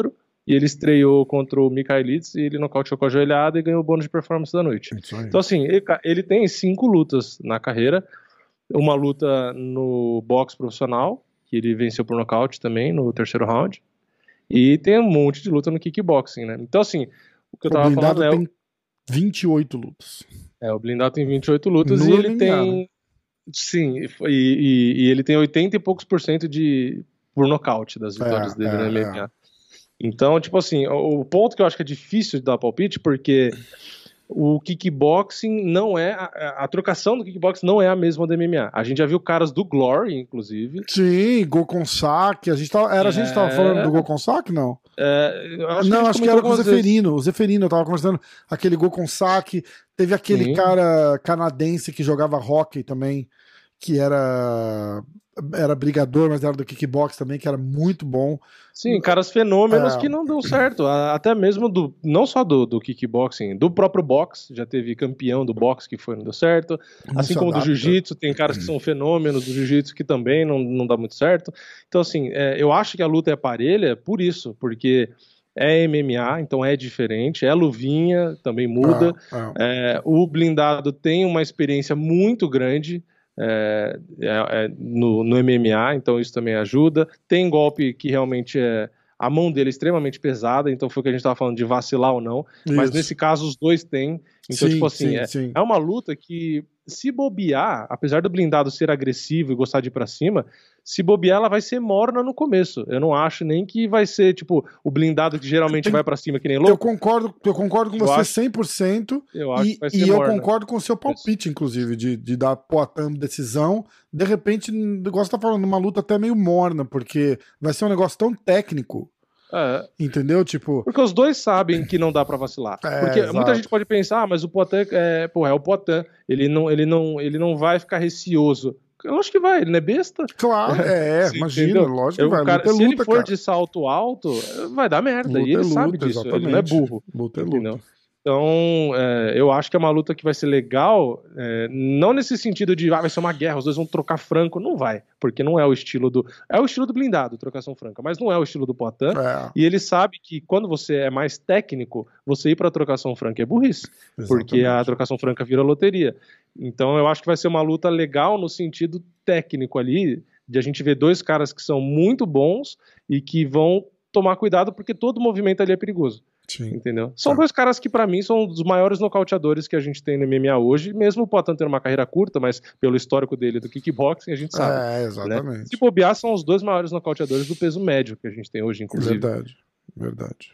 Speaker 3: e ele estreou contra o Michailidze e ele nocauteou com a joelhada e ganhou o bônus de performance da noite. Então assim, ele tem 5 lutas na carreira, uma luta no boxe profissional, que ele venceu por nocaute também no terceiro round, e tem um monte de luta no kickboxing, né? Então assim, o que eu tava falando
Speaker 2: tem 28 lutas.
Speaker 3: O blindado tem 28 lutas e ele tem... Sim, e ele tem 80 e poucos % por nocaute das vitórias dele no MMA. Então, tipo assim, o ponto que eu acho que é difícil de dar palpite, porque o kickboxing não é... A trocação do kickboxing não é a mesma do MMA. A gente já viu caras do Glory, inclusive.
Speaker 2: Sim, Gokonsaki. A gente tava falando do Gokonsaki, não? Acho que era com o Zeferino. O Zeferino, eu tava conversando. Aquele Gokonsaki. Teve aquele cara canadense que jogava hockey também, que era brigador, mas era do kickbox também, que era muito bom.
Speaker 3: Sim, caras fenômenos que não deu certo. Até mesmo não só do kickboxing, do próprio boxe, já teve campeão do boxe que não deu certo. Assim como do jiu-jitsu, tem caras que são fenômenos do jiu-jitsu que também não dá muito certo. Então, assim, eu acho que a luta é parelha por isso, porque é MMA, então é diferente, é luvinha, também muda. O blindado tem uma experiência muito grande no MMA, então isso também ajuda. Tem golpe que realmente a mão dele é extremamente pesada, então foi o que a gente estava falando de vacilar ou não, mas nesse caso os dois têm. Então, tipo assim, é uma luta que, se bobear, apesar do blindado ser agressivo e gostar de ir pra cima, se bobear, ela vai ser morna no começo. Eu não acho nem que vai ser, tipo, o blindado que geralmente vai pra cima que nem louco.
Speaker 2: Eu concordo com você 100%. Eu acho que vai ser morna. Eu concordo com o seu palpite, inclusive, de dar Poatan decisão. De repente, igual você tá falando, uma luta até meio morna, porque vai ser um negócio tão técnico. Entendeu? Tipo...
Speaker 3: Porque os dois sabem que não dá pra vacilar. Porque muita gente pode pensar, mas o Poatan é o Poatan. Ele não vai ficar receoso. Eu acho que vai, ele não é besta.
Speaker 2: Claro, imagina, lógico que vai.
Speaker 3: Cara, se ele for de salto alto, vai dar merda. E ele sabe disso, exatamente. Ele não é burro.
Speaker 2: Luta é luta.
Speaker 3: Então, eu acho que é uma luta que vai ser legal, não nesse sentido de vai ser uma guerra, os dois vão trocar franco, não vai, porque não é o estilo do... É o estilo do blindado, trocação franca, mas não é o estilo do Poatan, e ele sabe que quando você é mais técnico, você ir pra trocação franca é burrice, porque a trocação franca vira loteria. Então eu acho que vai ser uma luta legal no sentido técnico ali, de a gente ver dois caras que são muito bons e que vão tomar cuidado, porque todo movimento ali é perigoso.
Speaker 2: Sim.
Speaker 3: Entendeu? São dois caras que pra mim são dos maiores nocauteadores que a gente tem no MMA hoje, mesmo o Poatan tendo uma carreira curta, mas pelo histórico dele do kickboxing a gente sabe.
Speaker 2: Exatamente.
Speaker 3: Né? Se bobear, são os dois maiores nocauteadores do peso médio que a gente tem hoje, inclusive.
Speaker 2: Verdade.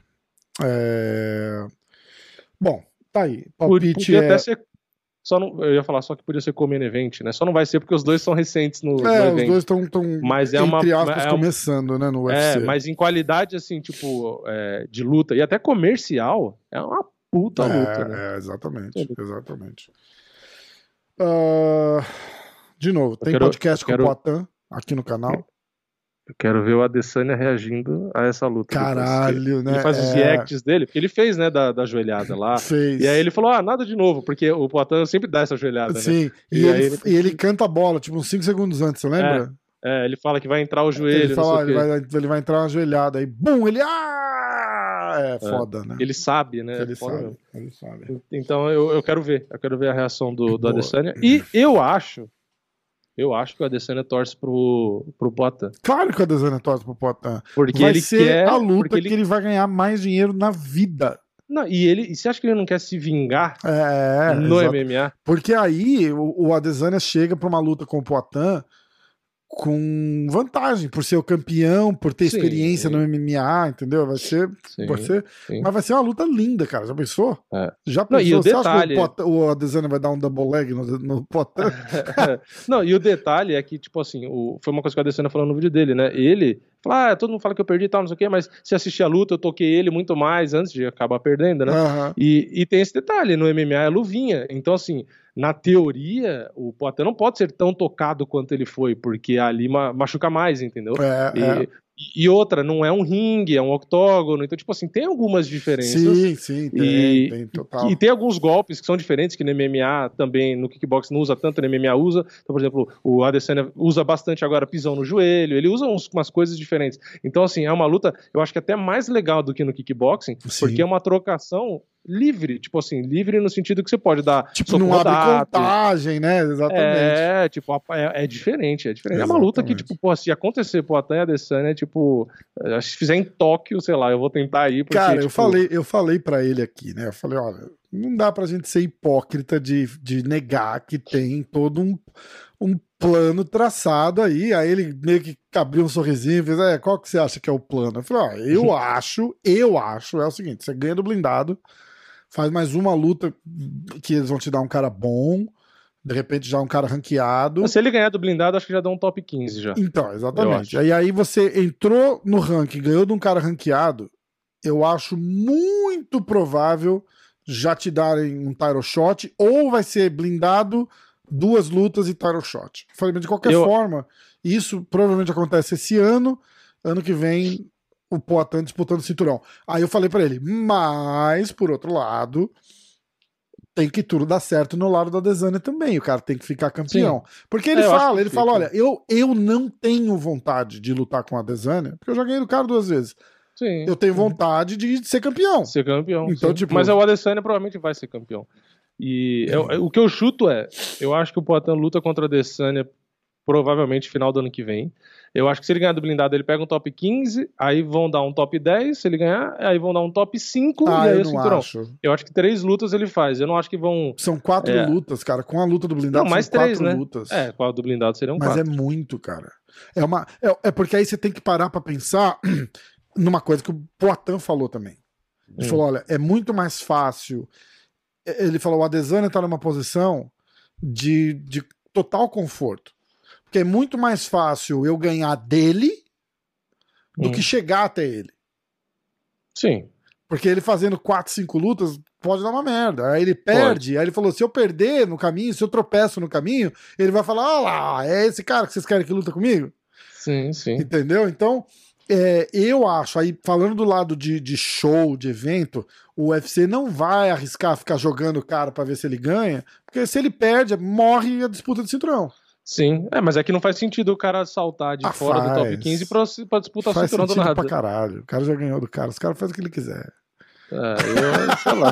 Speaker 2: Bom, tá aí. Palpite
Speaker 3: podia até ser... eu ia falar só que podia ser co-main event, né? Só não vai ser porque os dois são recentes no evento.
Speaker 2: Os dois estão entre aspas, começando, né, no UFC.
Speaker 3: Mas em qualidade, assim, tipo, de luta e até comercial, é uma puta luta, né?
Speaker 2: Exatamente. De novo, tem podcast com o Poatan aqui no canal.
Speaker 3: Eu quero ver o Adesanya reagindo a essa luta.
Speaker 2: Caralho, né?
Speaker 3: Ele faz os reacts dele, porque ele fez, né, da joelhada lá.
Speaker 2: Fez.
Speaker 3: E aí ele falou, nada de novo, porque o Poatan sempre dá essa joelhada, né?
Speaker 2: Sim, e ele canta a bola, tipo, uns 5 segundos antes, você lembra?
Speaker 3: Ele fala que vai entrar o joelho,
Speaker 2: ele fala, ele vai entrar uma joelhada, aí, bum, ele... foda, né?
Speaker 3: Ele sabe, né?
Speaker 2: Ele sabe.
Speaker 3: Então eu quero ver a reação do Adesanya. E eu acho que o Adesanya torce pro Poatan.
Speaker 2: Claro que o Adesanya torce pro Poatan.
Speaker 3: Porque
Speaker 2: vai
Speaker 3: ele
Speaker 2: ser
Speaker 3: quer
Speaker 2: a luta que ele vai ganhar mais dinheiro na vida.
Speaker 3: Não, e você acha que ele não quer se vingar no MMA?
Speaker 2: Porque aí o Adesanya chega pra uma luta com o Poatan com vantagem, por ser o campeão, por ter experiência no MMA, entendeu? Vai ser. Mas vai ser uma luta linda, cara. Já pensou? Já pensou?
Speaker 3: E o
Speaker 2: Você
Speaker 3: detalhe...
Speaker 2: acha que o Adesanya vai dar um double leg no Poatan?
Speaker 3: Não, e o detalhe é que, tipo assim, foi uma coisa que o Adesanya falou no vídeo dele, né? Ele fala, todo mundo fala que eu perdi e tal, não sei o quê, mas se assistir a luta, eu toquei ele muito mais antes de acabar perdendo, né? E tem esse detalhe, no MMA é luvinha. Então, assim, na teoria, o Poatan não pode ser tão tocado quanto ele foi, porque ali machuca mais, entendeu? E outra, não é um ringue, é um octógono. Então, tipo assim, tem algumas diferenças.
Speaker 2: Sim, tem total.
Speaker 3: E tem alguns golpes que são diferentes, que no MMA também, no kickbox não usa tanto, no MMA usa. Então, por exemplo, o Adesanya usa bastante agora pisão no joelho, ele usa umas coisas diferentes. Então, assim, é uma luta, eu acho que até mais legal do que no kickboxing, porque é uma trocação livre, tipo assim, livre no sentido que você pode dar...
Speaker 2: Tipo, não abre contagem, né? Exatamente.
Speaker 3: Tipo, é diferente. Exatamente. É uma luta que, tipo, pô, se acontecer Poatan e Adesanya, tipo, se fizer em Tóquio, sei lá, eu vou tentar ir, porque,
Speaker 2: cara,
Speaker 3: tipo...
Speaker 2: eu falei pra ele aqui, né? Eu falei, olha, não dá pra gente ser hipócrita de negar que tem todo um plano traçado aí ele meio que abriu um sorrisinho e fez, qual que você acha que é o plano? Eu falei, eu acho, é o seguinte, você ganha do blindado, faz mais uma luta que eles vão te dar um cara bom, de repente já um cara ranqueado.
Speaker 3: Se ele ganhar do blindado, acho que já dá um top 15 já.
Speaker 2: Então, exatamente. E aí você entrou no ranking, ganhou de um cara ranqueado, eu acho muito provável já te darem um title shot, ou vai ser blindado, 2 lutas e title shot. Falei, mas de qualquer forma, isso provavelmente acontece esse ano que vem o Poatan disputando o cinturão. Aí eu falei pra ele, mas, por outro lado, tem que tudo dar certo no lado da Adesanya também, o cara tem que ficar campeão. Sim. Porque ele fala, olha, eu não tenho vontade de lutar com a Adesanya, porque eu já ganhei do cara 2 vezes.
Speaker 3: Sim.
Speaker 2: Eu tenho vontade de ser campeão.
Speaker 3: Então, tipo... Mas o Adesanya provavelmente vai ser campeão. E o que eu chuto eu acho que o Poatan luta contra o Adesanya provavelmente final do ano que vem. Eu acho que se ele ganhar do blindado, ele pega um top 15, aí vão dar um top 10, se ele ganhar, aí vão dar um top 5 e aí o cinturão. Eu acho que 3 lutas ele faz. Eu não acho que vão...
Speaker 2: São 4 lutas, cara. Com a luta do blindado,
Speaker 3: não, mais
Speaker 2: são 4
Speaker 3: 3,
Speaker 2: lutas.
Speaker 3: Né? Com a do blindado seriam 4.
Speaker 2: Mas é muito, cara. É porque aí você tem que parar pra pensar numa coisa que o Poatan falou também. Ele falou, olha, é muito mais fácil... Ele falou, o Adesanya tá numa posição de total conforto. Porque é muito mais fácil eu ganhar dele do que chegar até ele.
Speaker 3: Sim.
Speaker 2: Porque ele fazendo 4, 5 lutas pode dar uma merda. Aí ele perde, aí ele falou, se eu perder no caminho, se eu tropeço no caminho, ele vai falar, lá, é esse cara que vocês querem que luta comigo?
Speaker 3: Sim.
Speaker 2: Entendeu? Então, eu acho, aí falando do lado de show, de evento, o UFC não vai arriscar ficar jogando o cara pra ver se ele ganha, porque se ele perde, morre a disputa de cinturão.
Speaker 3: Sim, mas é que não faz sentido o cara saltar de fora do top 15 pra disputar o cinturão do nada.
Speaker 2: Pra caralho. O cara já ganhou do cara. Os caras fazem o que ele quiser.
Speaker 3: Sei lá.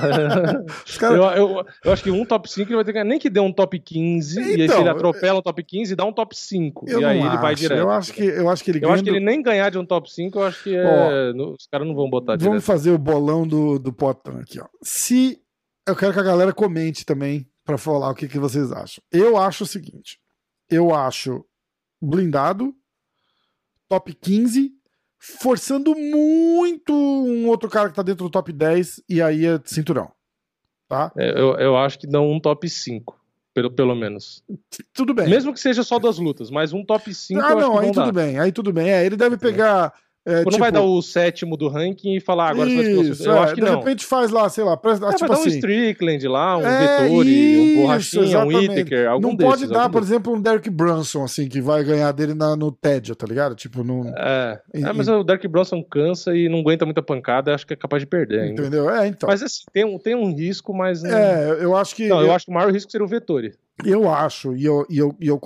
Speaker 3: Eu acho que um top 5 ele vai ter que ganhar. Nem que dê um top 15, então, e aí se ele atropela um top 15, dá um top 5. E aí ele vai direto.
Speaker 2: Eu acho que ele
Speaker 3: Eu acho que ele nem ganhar de um top 5, eu acho que os caras não vão botar direto.
Speaker 2: Vamos fazer o bolão do Poatan aqui, ó. Eu quero que a galera comente também pra falar o que vocês acham. Eu acho o seguinte. Eu acho blindado, top 15, forçando muito um outro cara que tá dentro do top 10 e aí é cinturão. Tá?
Speaker 3: Eu acho que dão um top 5, pelo menos.
Speaker 2: Tudo bem.
Speaker 3: Mesmo que seja só das lutas, mas um top 5 eu acho que
Speaker 2: aí tudo bem. Aí tudo bem. Ele deve pegar...
Speaker 3: não vai dar o 7º do ranking e falar agora
Speaker 2: isso,
Speaker 3: eu acho que não.
Speaker 2: De repente faz lá, sei lá, tipo
Speaker 3: vai dar
Speaker 2: assim,
Speaker 3: um Strickland lá, um Vettori, um Borrachinha, um Whittaker, algum
Speaker 2: não pode dar, por exemplo, um Derek Brunson, assim, que vai ganhar dele no tédio, tá ligado? Tipo,
Speaker 3: mas o Derek Brunson cansa e não aguenta muita pancada, acho que é capaz de perder ainda.
Speaker 2: Entendeu? Então.
Speaker 3: Mas assim, tem um risco, mas...
Speaker 2: eu acho que...
Speaker 3: Não, eu acho que o maior risco seria o Vettori.
Speaker 2: Eu acho, e eu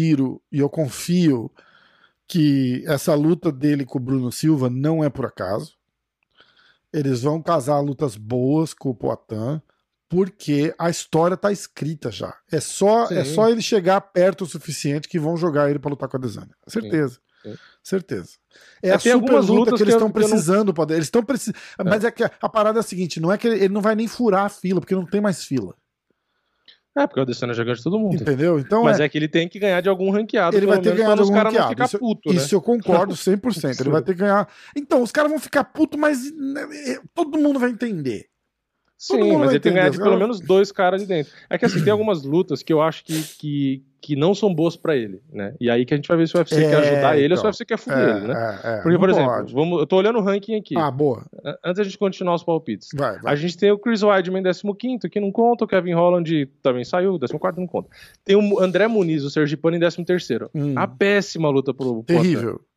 Speaker 2: confio que essa luta dele com o Bruno Silva não é por acaso. Eles vão casar lutas boas com o Poatan, porque a história tá escrita já. É só ele chegar perto o suficiente que vão jogar ele pra lutar com a Adesanya. Certeza. Sim. Certeza. É a super luta que eles estão precisando. Eles estão precisando. Mas é que a parada é a seguinte: não é que ele não vai nem furar a fila, porque não tem mais fila.
Speaker 3: Porque o Adesanya já ganha de todo mundo.
Speaker 2: Entendeu? Então,
Speaker 3: mas é que ele tem que ganhar de algum ranqueado.
Speaker 2: Ele vai ter que ganhar de algum ranqueado.
Speaker 3: Isso
Speaker 2: eu concordo 100%. Ele vai ter que ganhar. Então, os caras vão ficar putos, mas todo mundo vai entender.
Speaker 3: Sim, mas ele tem que ganhar de pelo menos 2 caras de dentro. É que assim, tem algumas lutas que eu acho que não são boas pra ele, né? E aí que a gente vai ver se o UFC quer ajudar ele ou se o UFC quer fuder ele, né? Porque, por exemplo, eu tô olhando o ranking aqui.
Speaker 2: Boa.
Speaker 3: Antes da gente continuar os palpites.
Speaker 2: Vai.
Speaker 3: A gente tem o Chris Weidman 15º, que não conta, o Kevin Holland também saiu, 14º não conta. Tem o André Muniz, o Sergipano em 13º. A péssima luta pro
Speaker 2: Terrível.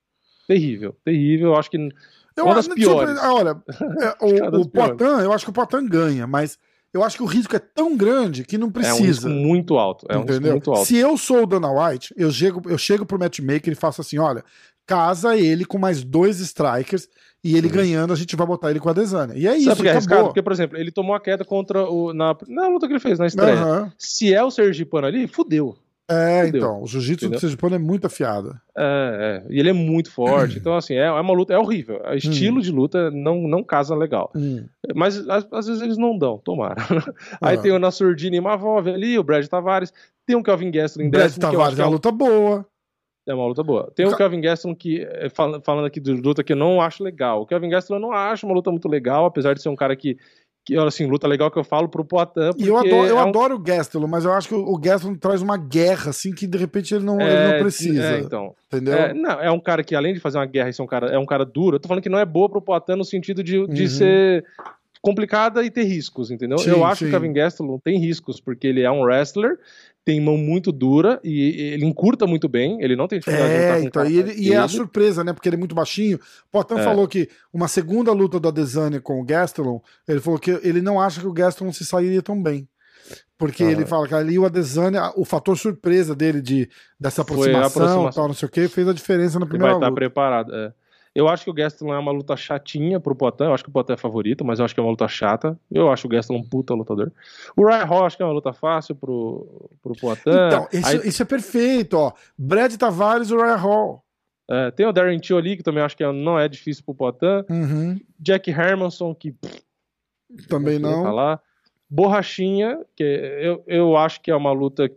Speaker 3: Terrível. Eu acho que uma das piores.
Speaker 2: Tipo, olha, o Poatan, eu acho que o Poatan ganha, mas eu acho que o risco é tão grande que não precisa.
Speaker 3: É um risco muito alto.
Speaker 2: Se eu sou o Dana White, eu chego pro matchmaker e faço assim, olha, casa ele com mais 2 strikers e ele ganhando, a gente vai botar ele com a Adesanya. E é isso,
Speaker 3: porque acabou. Porque, por exemplo, ele tomou a queda contra na luta que ele fez, na estreia. Se é o Sergipano ali, fudeu.
Speaker 2: Então, o jiu-jitsu do Sergipano é muito afiado.
Speaker 3: E ele é muito forte. Então, assim, é uma luta, é horrível. O estilo de luta não casa legal. Mas às vezes eles não dão, tomara. Aí tem o Nassourdine Imavov ali, o Brad Tavares. Tem o Kelvin Gastelum em décimo.
Speaker 2: Brad Tavares é uma luta boa.
Speaker 3: É uma luta boa. Tem o Kelvin Gastelum que, falando aqui de luta que eu não acho legal. O Kelvin Gastelum eu não acho uma luta muito legal, apesar de ser um cara que assim, luta legal que eu falo pro Poatan.
Speaker 2: E eu adoro o Gastelum, mas eu acho que o Gastelum traz uma guerra, assim, que de repente ele não precisa.
Speaker 3: Então.
Speaker 2: Entendeu?
Speaker 3: Não, é um cara que, além de fazer uma guerra, é um cara duro. Eu tô falando que não é boa pro Poatan no sentido de ser complicada e ter riscos, entendeu? Eu acho que o Kelvin Gastelum tem riscos, porque ele é um wrestler, tem mão muito dura e ele encurta muito bem, ele não tem dificuldade de lutar com
Speaker 2: então, e é a surpresa, né? Porque ele é muito baixinho. O Poatan falou que uma segunda luta do Adesanya com o Gastelum, ele falou que ele não acha que o Gastelum se sairia tão bem. Porque ele fala que ali o Adesanya, o fator surpresa dele dessa aproximação e tal, não sei o que, fez a diferença na primeira luta.
Speaker 3: Ele vai estar preparado, Eu acho que o Gastelum é uma luta chatinha pro Poatan. Eu acho que o Poatan é favorito, mas eu acho que é uma luta chata. Eu acho o Gastelum um puta lutador. O Ryan Hall acho que é uma luta fácil pro Poatan.
Speaker 2: Então, isso é perfeito, ó. Brad Tavares e o Ryan Hall.
Speaker 3: Tem o Darren Till ali, que também acho que não é difícil pro Poatan. Jack Hermanson, que
Speaker 2: também não.
Speaker 3: Falar. Borrachinha, que eu acho que é uma luta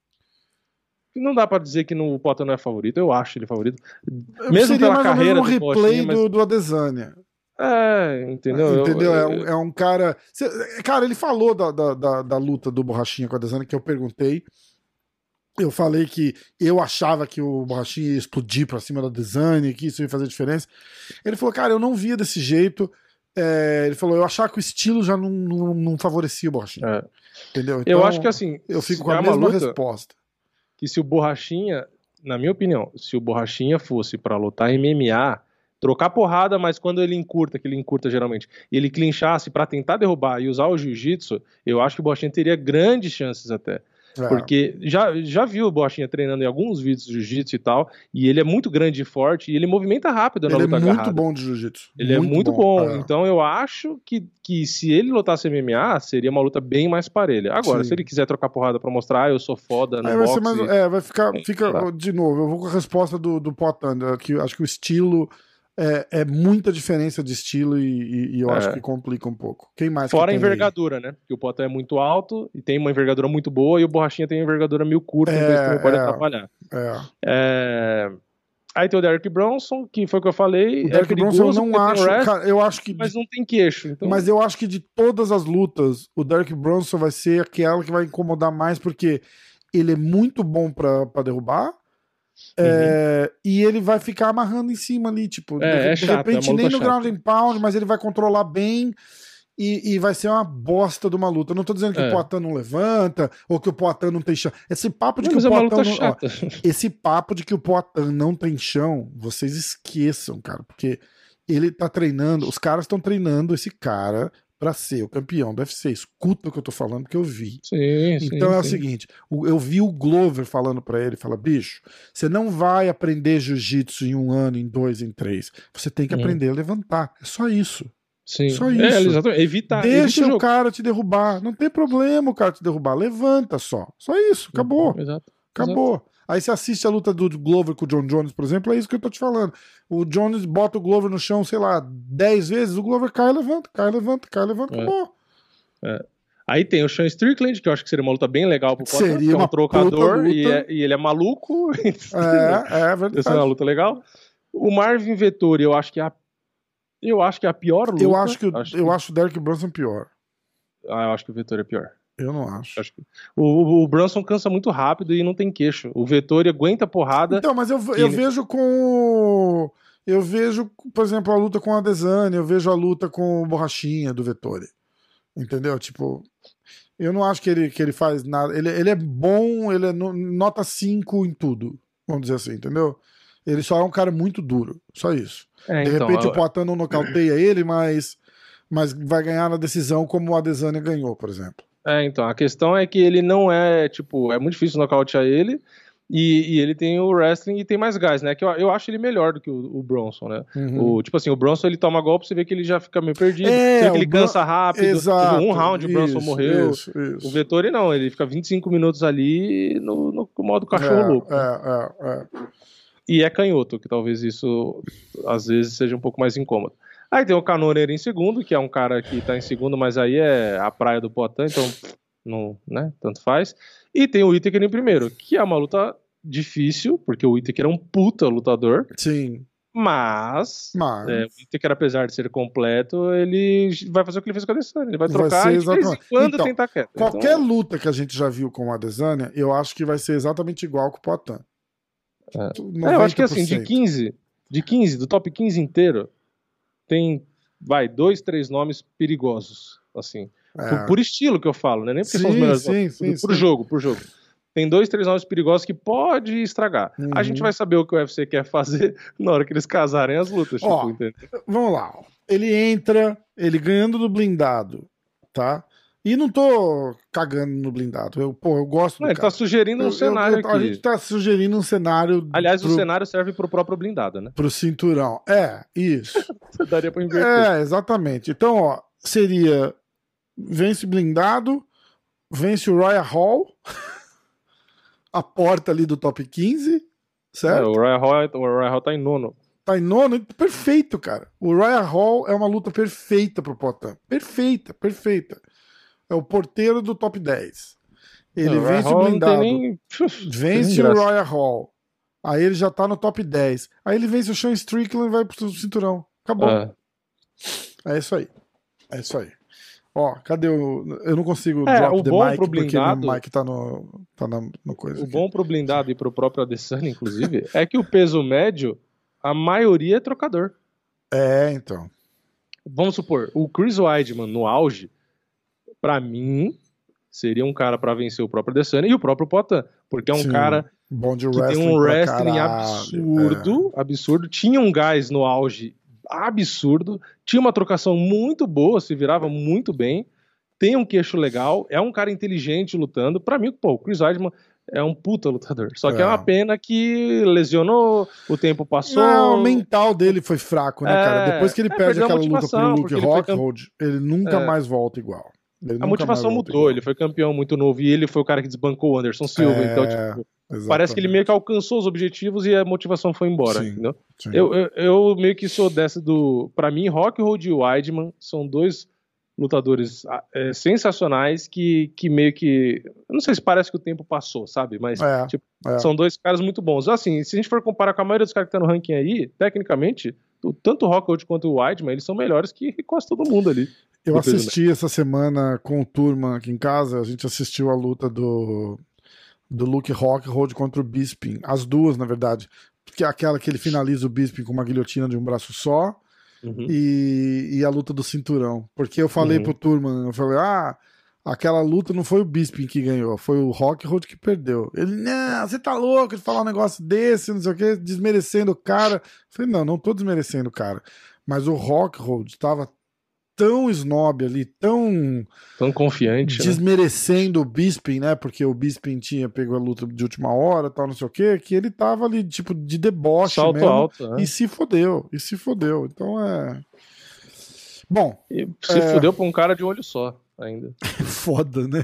Speaker 3: não dá pra dizer que o Poatan não é favorito. Eu acho ele favorito. Mesmo pela carreira
Speaker 2: do replay do Adesanya.
Speaker 3: Entendeu?
Speaker 2: É um cara... Cara, ele falou da luta do Borrachinha com o Adesanya, que eu perguntei. Eu falei que eu achava que o Borrachinha ia explodir pra cima do Adesanya, que isso ia fazer diferença. Ele falou, cara, eu não via desse jeito. Ele falou, eu achava que o estilo já não favorecia o Borrachinha. Entendeu? Então,
Speaker 3: eu acho que assim...
Speaker 2: Eu fico com a mesma resposta.
Speaker 3: Que se o Borrachinha, na minha opinião, se o Borrachinha fosse pra lutar MMA, trocar porrada, mas quando ele encurta, que ele encurta geralmente, e ele clinchasse pra tentar derrubar e usar o jiu-jitsu, eu acho que o Borrachinha teria grandes chances até. Porque já viu o Borrachinha treinando em alguns vídeos de jiu-jitsu e tal, e ele é muito grande e forte, e ele movimenta rápido na luta agarrada.
Speaker 2: Ele é muito bom de jiu-jitsu.
Speaker 3: Ele é muito bom. Então eu acho que se ele lutasse MMA, seria uma luta bem mais parelha. Agora, se ele quiser trocar porrada pra mostrar, eu sou foda no boxe...
Speaker 2: vai ficar de novo, eu vou com a resposta do Poatan, que acho que o estilo... É muita diferença de estilo e eu acho que complica um pouco. Quem mais?
Speaker 3: Fora a envergadura, né? Porque o Poatan é muito alto e tem uma envergadura muito boa e o Borrachinha tem uma envergadura meio curta, então isso também pode atrapalhar. Aí tem o Derek Bronson, que foi o que eu falei.
Speaker 2: O Derek Bronson eu não acho. Cara, eu acho que.
Speaker 3: Mas não tem queixo. Então...
Speaker 2: Mas eu acho que de todas as lutas, o Derek Bronson vai ser aquela que vai incomodar mais, porque ele é muito bom pra derrubar. E ele vai ficar amarrando em cima ali, tipo, de repente nem no ground and pound, mas ele vai controlar bem e vai ser uma bosta de uma luta. Eu não tô dizendo que o Poatan não levanta ou que o Poatan não tem chão. Esse papo de que o Poatan esse papo de que o Poatan não tem chão, vocês esqueçam, cara, porque ele tá treinando, os caras estão treinando esse cara pra ser o campeão do UFC. Escuta o que eu tô falando, que eu vi. Então é o seguinte, eu vi o Glover falando pra ele, fala, bicho, você não vai aprender jiu-jitsu em 1 ano, em 2, em 3. Você tem que aprender a levantar. É só isso. Só isso.
Speaker 3: Exatamente.
Speaker 2: Deixa o cara te derrubar. Não tem problema o cara te derrubar. Levanta só. Só isso. Acabou. Acabou. Aí você assiste a luta do Glover com o John Jones, por exemplo, é isso que eu tô te falando. O Jones bota o Glover no chão, sei lá, 10 vezes, o Glover cai, levanta, acabou.
Speaker 3: Aí tem o Sean Strickland, que eu acho que seria uma luta bem legal pro Poatan, que é um trocador e ele é maluco.
Speaker 2: É verdade.
Speaker 3: Essa é uma luta legal. O Marvin Vettori, eu acho que é a pior luta.
Speaker 2: Eu acho o Derek Bronson pior.
Speaker 3: Eu acho que o Vettori é pior.
Speaker 2: Eu não acho.
Speaker 3: O Brunson cansa muito rápido e não tem queixo. O Vettori aguenta porrada.
Speaker 2: Então, mas eu vejo com... Eu vejo, por exemplo, a luta com a Adesanya, eu vejo a luta com o Borrachinha do Vettori. Entendeu? Tipo, eu não acho que ele faz nada. Ele é bom, ele é nota 5 em tudo. Vamos dizer assim, entendeu? Ele só é um cara muito duro, só isso. De
Speaker 3: então,
Speaker 2: repente o Poatan não nocauteia ele, mas vai ganhar na decisão como o Adesanya ganhou, por exemplo.
Speaker 3: Então, a questão é que ele não é, tipo, é muito difícil nocautear ele, e ele tem o wrestling e tem mais gás, né? Que eu acho ele melhor do que o Bronson, né? Tipo assim, o Bronson ele toma golpe, você vê que ele já fica meio perdido, você vê que ele cansa rápido.
Speaker 2: Exato,
Speaker 3: um round o Bronson morreu.
Speaker 2: Isso.
Speaker 3: O Vettori não, ele fica 25 minutos ali no modo cachorro louco. E é canhoto, que talvez isso às vezes seja um pouco mais incômodo. Aí tem o Canoneiro em segundo, que é um cara que tá em segundo, mas aí é a praia do Poatan, então não, né, tanto faz. E tem o Whittaker em primeiro, que é uma luta difícil, porque o Whittaker é um puta lutador.
Speaker 2: Sim.
Speaker 3: Mas o Whittaker, apesar de ser completo, ele vai fazer o que ele fez com a Adesanya. Ele vai trocar e de vez em quando tentar quieto.
Speaker 2: Qualquer luta que a gente já viu com o Adesanya, eu acho que vai ser exatamente igual com o Poatan.
Speaker 3: Eu acho que assim, de 15, do top 15 inteiro, tem, 2, 3 nomes perigosos, assim. Por estilo que eu falo, né? Nem porque são os melhores. Por jogo. Tem 2, 3 nomes perigosos que pode estragar. A gente vai saber o que o UFC quer fazer na hora que eles casarem as lutas.
Speaker 2: Vamos lá. Ele entra, ele ganhando do blindado, tá? E não tô cagando no blindado. Eu gosto do
Speaker 3: cara. Ele tá sugerindo um cenário aqui.
Speaker 2: A gente tá sugerindo um cenário...
Speaker 3: Aliás, o cenário serve pro próprio blindado, né?
Speaker 2: Pro cinturão. Isso.
Speaker 3: Daria pra inverter.
Speaker 2: Exatamente. Então, seria... Vence blindado, vence o Royal Hall, a porta ali do top 15, certo?
Speaker 3: O Royal Hall tá em nono.
Speaker 2: Tá em nono? Perfeito, cara. O Royal Hall é uma luta perfeita pro Poatan. Perfeita. É o porteiro do top 10. Ele vence o blindado, vence o Royal Hall. Aí ele já tá no top 10. Aí ele vence o Sean Strickland e vai pro cinturão. Acabou. É isso aí. Cadê o... Eu não consigo drop the mic, porque o mic tá no coisa.
Speaker 3: O bom pro blindado e pro próprio Adesanya, inclusive, é que o peso médio, a maioria é trocador.
Speaker 2: Então.
Speaker 3: Vamos supor, o Chris Weidman no auge, pra mim, seria um cara pra vencer o próprio Adesanya e o próprio Poatan, porque é um cara
Speaker 2: bom de
Speaker 3: que tem um wrestling absurdo, tinha um gás no auge absurdo, tinha uma trocação muito boa, se virava muito bem, tem um queixo legal, é um cara inteligente lutando. Pra mim, o Chris Weidman é um puta lutador, só que é uma pena que lesionou, o tempo passou.
Speaker 2: Não, o mental dele foi fraco, né, cara? Depois que ele perde aquela luta pro Luke Rockhold, ele nunca mais volta igual.
Speaker 3: A motivação mudou, ele foi campeão muito novo e ele foi o cara que desbancou o Anderson Silva, então, tipo, parece que ele meio que alcançou os objetivos e a motivação foi embora, entendeu? Sim. Eu meio que sou dessa pra mim, Rockhold e Weidman são dois lutadores sensacionais que meio que, eu não sei se parece que o tempo passou, sabe? Mas são dois caras muito bons. Assim, se a gente for comparar com a maioria dos caras que estão no ranking aí, tecnicamente, tanto o Rockhold quanto o Weidman, eles são melhores que quase todo mundo ali.
Speaker 2: Eu assisti essa semana com o Turma aqui em casa, a gente assistiu a luta do Luke Rockhold contra o Bisping, as duas, na verdade, que é aquela que ele finaliza o Bisping com uma guilhotina de um braço só, e a luta do cinturão, porque eu falei pro Turma, eu falei, aquela luta não foi o Bisping que ganhou, foi o Rockhold que perdeu. Ele, não, você tá louco de falar um negócio desse, não sei o que, desmerecendo o cara. Eu falei, não tô desmerecendo o cara, mas o Rockhold tava tão snob ali, tão
Speaker 3: confiante,
Speaker 2: desmerecendo o Bisping, né? Porque o Bisping pegou a luta de última hora, tal, não sei o quê, que ele tava ali, tipo, de deboche
Speaker 3: salto
Speaker 2: mesmo,
Speaker 3: alto,
Speaker 2: e se fodeu. Então bom.
Speaker 3: E se fodeu pra um cara de olho só, ainda.
Speaker 2: Foda, né?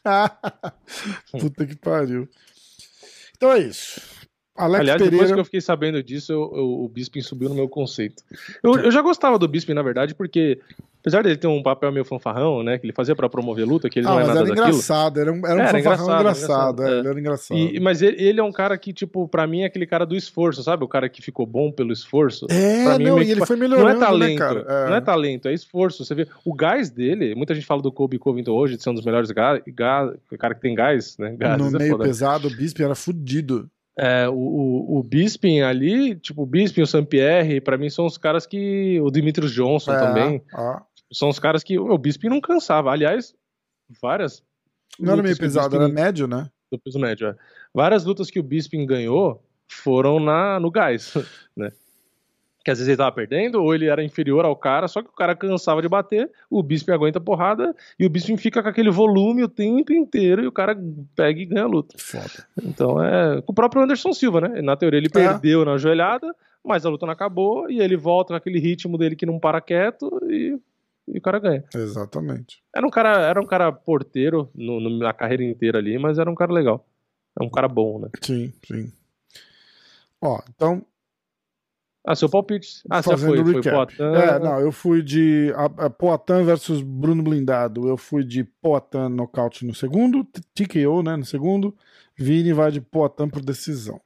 Speaker 2: Puta que pariu. Então é isso.
Speaker 3: Aliás, depois que eu fiquei sabendo disso, o Bisping subiu no meu conceito. Eu já gostava do Bisping, na verdade, porque apesar dele ter um papel meio fanfarrão, né, que ele fazia pra promover luta, que ele não é nada daquilo.
Speaker 2: Engraçado, era um fanfarrão engraçado. Ele era engraçado.
Speaker 3: Mas ele é um cara que, tipo, pra mim é aquele cara do esforço, sabe? O cara que ficou bom pelo esforço.
Speaker 2: Pra mim, e ele foi melhorando,
Speaker 3: não é talento,
Speaker 2: né, cara?
Speaker 3: Não é talento, é esforço. Você vê, o gás dele, muita gente fala do Colby Covington hoje, de ser um dos melhores gás, o cara que tem gás, né?
Speaker 2: No meio pesado, o Bisping era fudido.
Speaker 3: O Bisping ali, tipo, o Bisping, o Saint-Pierre, pra mim são os caras que... O Demetrius Johnson também. São os caras que... O Bisping não cansava. Aliás, várias...
Speaker 2: Não era meio pesado, era médio, né?
Speaker 3: Do peso médio, Várias lutas que o Bisping ganhou foram no gás, né? Que às vezes ele tava perdendo, ou ele era inferior ao cara, só que o cara cansava de bater, o Bisping aguenta a porrada, e o Bisping fica com aquele volume o tempo inteiro, e o cara pega e ganha a luta.
Speaker 2: Foda.
Speaker 3: Então com o próprio Anderson Silva, né? Na teoria ele perdeu na joelhada, mas a luta não acabou, e ele volta naquele ritmo dele que não para quieto, e o cara ganha.
Speaker 2: Exatamente.
Speaker 3: Era um cara porteiro na carreira inteira ali, mas era um cara legal. É um cara bom, né?
Speaker 2: Sim, sim. Ó, então...
Speaker 3: seu palpite. Você foi Poatan.
Speaker 2: Não, eu fui de Poatan versus Bruno Blindado. Eu fui de Poatan nocaute no segundo, TKO, né, no segundo. Vini vai de Poatan por decisão.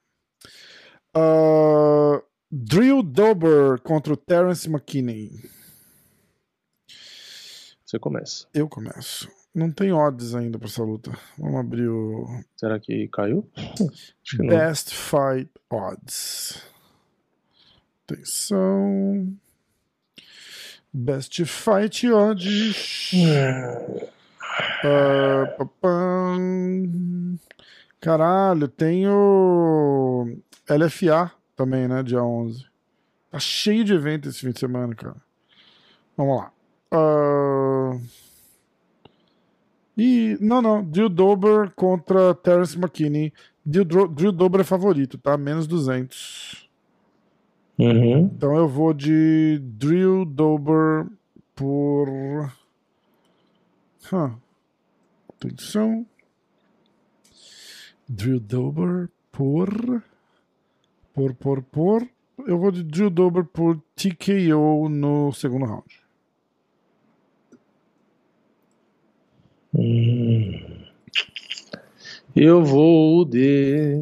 Speaker 2: Drew Dober contra o Terence McKinney.
Speaker 3: Você começa.
Speaker 2: Eu começo. Não tem odds ainda pra essa luta. Vamos abrir o...
Speaker 3: Será que caiu?
Speaker 2: Acho que Best Fight Odds. Atenção. Best Fight Odds. Caralho, tem o LFA também, né? Dia 11. Tá cheio de evento esse fim de semana, cara. Vamos lá. Não. Drew Dober contra Terence McKinney. Drew Dober é favorito, tá? Menos 200.
Speaker 3: Uhum.
Speaker 2: Então eu vou de Drew Dober por... Atenção. Drew Dober por... Eu vou de Drew Dober por TKO no segundo round.
Speaker 3: Eu vou de...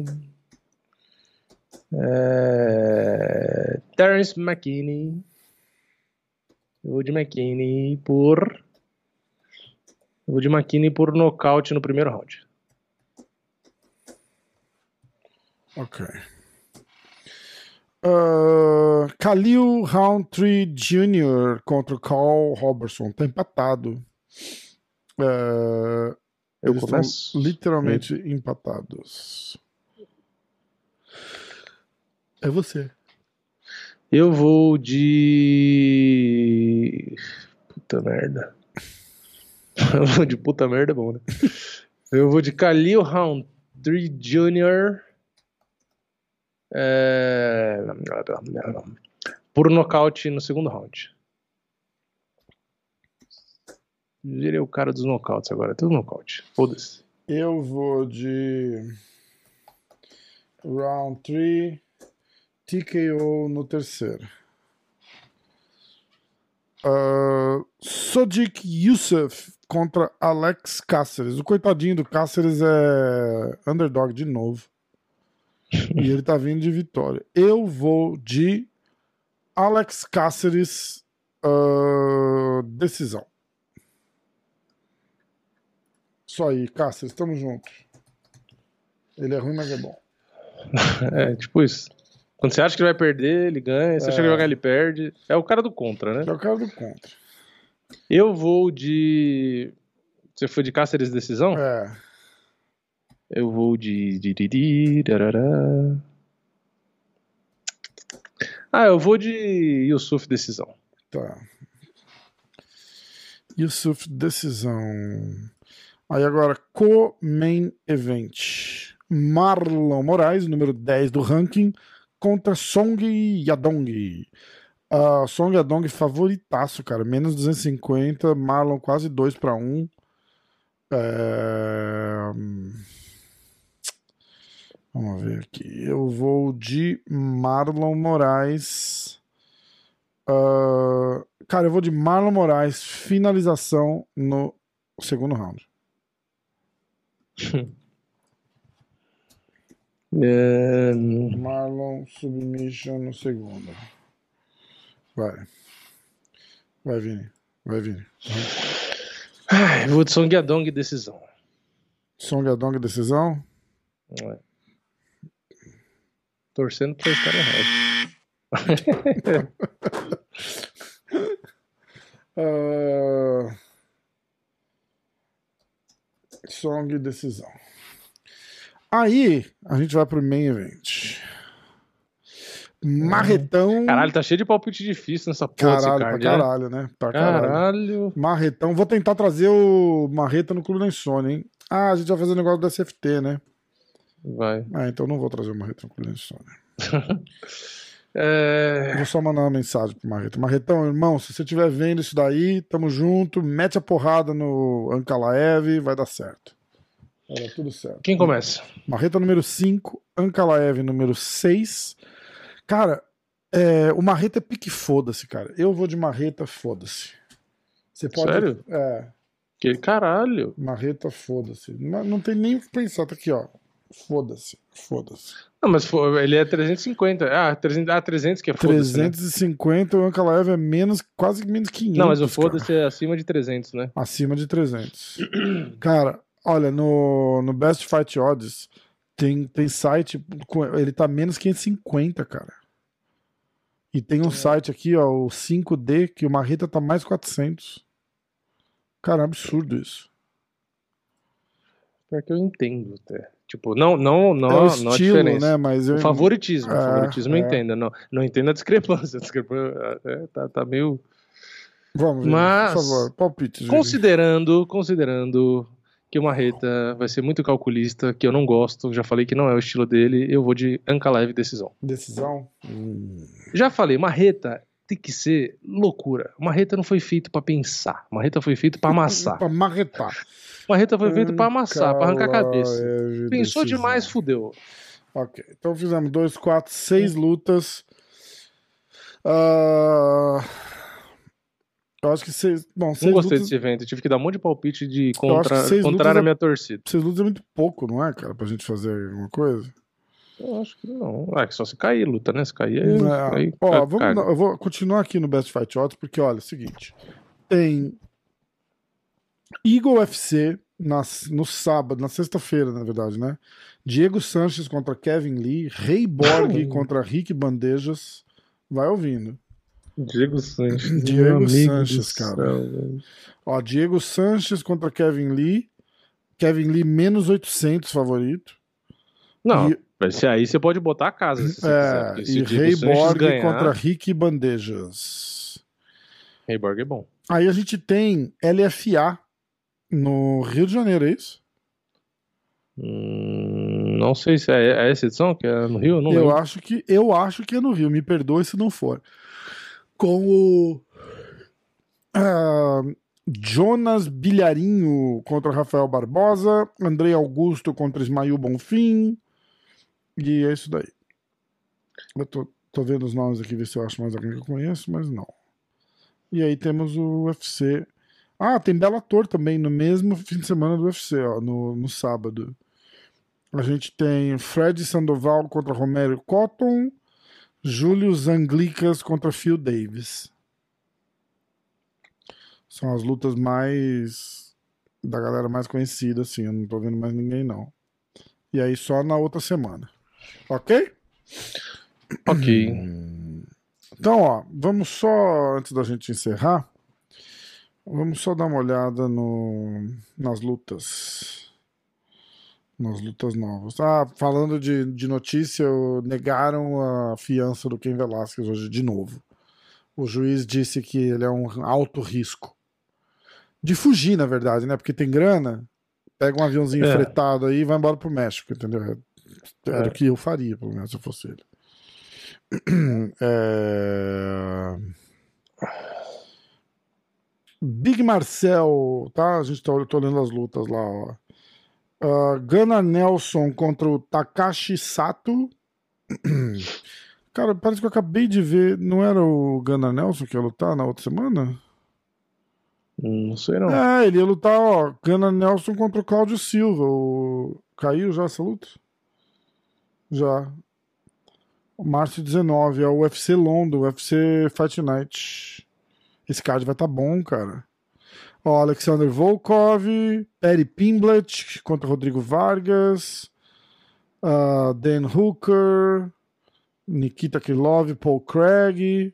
Speaker 3: Terence McKinney. Eu vou de McKinney por nocaute no primeiro round.
Speaker 2: Ok. Khalil Roundtree Jr. contra o Carl Robertson. Tá empatado. Eles estão literalmente empatados. É você.
Speaker 3: Eu vou de... Puta merda. Eu vou de puta merda, é bom, né? Eu vou de Khalil Roundtree Jr. Por nocaute no segundo round. Virei o cara dos nocautes agora. É tudo nocaute. Foda-se.
Speaker 2: Eu vou de Roundtree TKO no terceiro. Sodiq Yusuff contra Alex Cáceres. O coitadinho do Cáceres é underdog de novo. E ele tá vindo de vitória. Eu vou de Alex Cáceres decisão. Só aí, Cáceres, tamo junto. Ele é ruim, mas é bom.
Speaker 3: É, tipo isso. Quando você acha que ele vai perder, ele ganha. Você acha que ele vai ganhar, ele perde. É o cara do contra, né?
Speaker 2: É o cara do contra.
Speaker 3: Eu vou de... Você foi de Cáceres decisão? Eu vou de... eu vou de Yusuff decisão.
Speaker 2: Tá. Yusuff decisão. Aí agora, co-main event. Marlon Moraes, número 10 do ranking, contra Song Yadong. Song Yadong favoritaço, cara. Menos 250. Marlon quase 2-1. Vamos ver aqui. Eu vou de Marlon Moraes. Cara, eu vou de Marlon Moraes. Finalização no segundo round. Marlon submission no segundo. Vai, Vini.
Speaker 3: Eu vou de Song Yadong decisão.
Speaker 2: Song Yadong decisão?
Speaker 3: Torcendo pra estar errado.
Speaker 2: Song decisão. Aí a gente vai pro main event. Marretão.
Speaker 3: Caralho, tá cheio de palpite difícil nessa porra desse card,
Speaker 2: pra caralho, né? Pra
Speaker 3: caralho.
Speaker 2: Marretão. Vou tentar trazer o Marreta no Clube da Insônia, hein? Ah, a gente vai fazer o negócio da SFT, né?
Speaker 3: Vai.
Speaker 2: Então não vou trazer o Marreta no Clube da Insônia. Vou só mandar uma mensagem pro Marreta. Marretão, irmão, se você estiver vendo isso daí, tamo junto, mete a porrada no Ankalaev, vai dar certo. Vai dar tudo certo.
Speaker 3: Quem começa?
Speaker 2: Marreta número 5, Ankalaev número 6. Cara, o Marreta é pique foda-se, cara. Eu vou de Marreta, foda-se. Você pode...
Speaker 3: Sério? Que caralho.
Speaker 2: Marreta, foda-se. Não tem nem o que pensar, tá aqui, ó. Foda-se.
Speaker 3: Não, mas ele é 350. 300 que é foda-se.
Speaker 2: 350, né? O Ankalaev é quase menos 500.
Speaker 3: Não, mas o foda-se é acima de 300, né?
Speaker 2: Acima de 300. Cara, olha, no Best Fight Odds tem site, ele tá menos 550, cara. E tem um site aqui, ó, o 5D, que o Marreta tá mais 400. Cara, é absurdo isso.
Speaker 3: Pior que eu entendo até. Tipo, não
Speaker 2: o estilo,
Speaker 3: a diferença.
Speaker 2: Né? Mas
Speaker 3: o favoritismo. O favoritismo eu entendo. Não entendo a discrepância. Tá meio...
Speaker 2: Vamos ver,
Speaker 3: mas,
Speaker 2: por favor, palpite.
Speaker 3: Considerando que o Marreta vai ser muito calculista, que eu não gosto, já falei que não é o estilo dele, eu vou de Ankalaev decisão.
Speaker 2: Decisão?
Speaker 3: Já falei, Marreta tem que ser loucura. Marreta não foi feito pra pensar. Marreta foi feito pra amassar.
Speaker 2: Pra marretar.
Speaker 3: Marreta foi feito pra amassar, pra arrancar a cabeça. Pensou
Speaker 2: decisão.
Speaker 3: demais, fudeu.
Speaker 2: Ok, então fizemos 2, 4, 6 lutas. Eu acho que 6. Bom, 6
Speaker 3: não gostei
Speaker 2: lutas...
Speaker 3: desse evento. Eu tive que dar um monte de palpite de contrário à minha torcida.
Speaker 2: 6 lutas é muito pouco, não é, cara? Pra gente fazer alguma coisa?
Speaker 3: Eu acho que não. Que só se cair luta, né? Se cair aí.
Speaker 2: Eu vou continuar aqui no Best Fight Odds, porque olha, é o seguinte. Tem Eagle UFC no sábado, na sexta-feira, na verdade, né? Diego Sanches contra Kevin Lee, Rei Borg contra Rick Bandejas. Vai ouvindo.
Speaker 3: Diego Sanches.
Speaker 2: Diego Sanches, cara. Ó, Diego Sanches contra Kevin Lee. Kevin Lee menos 800 favorito.
Speaker 3: Não, esse aí você pode botar a casa. Se você quiser,
Speaker 2: e Rei Borg contra Rick Bandejas.
Speaker 3: Rei Borg é bom.
Speaker 2: Aí a gente tem LFA no Rio de Janeiro, é isso?
Speaker 3: Não sei se é essa edição que é no Rio. Não
Speaker 2: eu acho que é no Rio. Me perdoe se não for. Com o Jonas Bilharinho contra Rafael Barbosa, Andrei Augusto contra Ismael Bonfim, e é isso daí. Eu tô vendo os nomes aqui, ver se eu acho mais alguém que eu conheço, mas não. E aí temos o UFC. Tem Bellator também, no mesmo fim de semana do UFC, ó, no sábado. A gente tem Fred Sandoval contra Romero Cotton, Júlio Zanglicas contra Phil Davis. São as lutas mais da galera mais conhecida, assim. Eu não tô vendo mais ninguém, não. E aí só na outra semana. Ok?
Speaker 3: Ok.
Speaker 2: Então, ó, vamos só, antes da gente encerrar, vamos só dar uma olhada nas lutas. Nas lutas novas. Falando de notícia, negaram a fiança do Cain Velasquez hoje de novo. O juiz disse que ele é um alto risco. De fugir, na verdade, né? Porque tem grana, pega um aviãozinho fretado aí e vai embora pro México, entendeu? Era o que eu faria, pelo menos, se eu fosse ele. Big Marcel, tá? A gente tô olhando as lutas lá, ó. Gunnar Nelson contra o Takashi Sato. Cara, parece que eu acabei de ver. Não era o Gunnar Nelson que ia lutar na outra semana?
Speaker 3: Não sei não.
Speaker 2: Ele ia lutar, ó. Gunnar Nelson contra o Cláudio Silva. Caiu já essa luta? Já. Março 19. É o UFC London, UFC Fight Night. Esse card vai tá bom, cara. Ó, Alexander Volkov, Eddie Pimblet contra Rodrigo Vargas, Dan Hooker, Nikita Krylov, Paul Craig.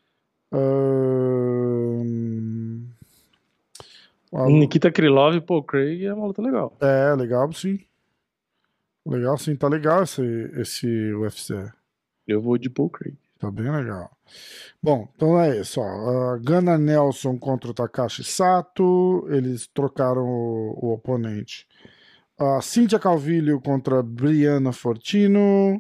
Speaker 3: Nikita Krylov e Paul Craig é uma luta legal.
Speaker 2: Legal sim. Legal sim, tá legal esse UFC.
Speaker 3: Eu vou de Paul Craig.
Speaker 2: Tá bem legal. Bom, então é isso, ó. Gunnar Nelson contra o Takashi Sato. Eles trocaram o oponente. Cynthia Calvillo contra Brianna Fortino.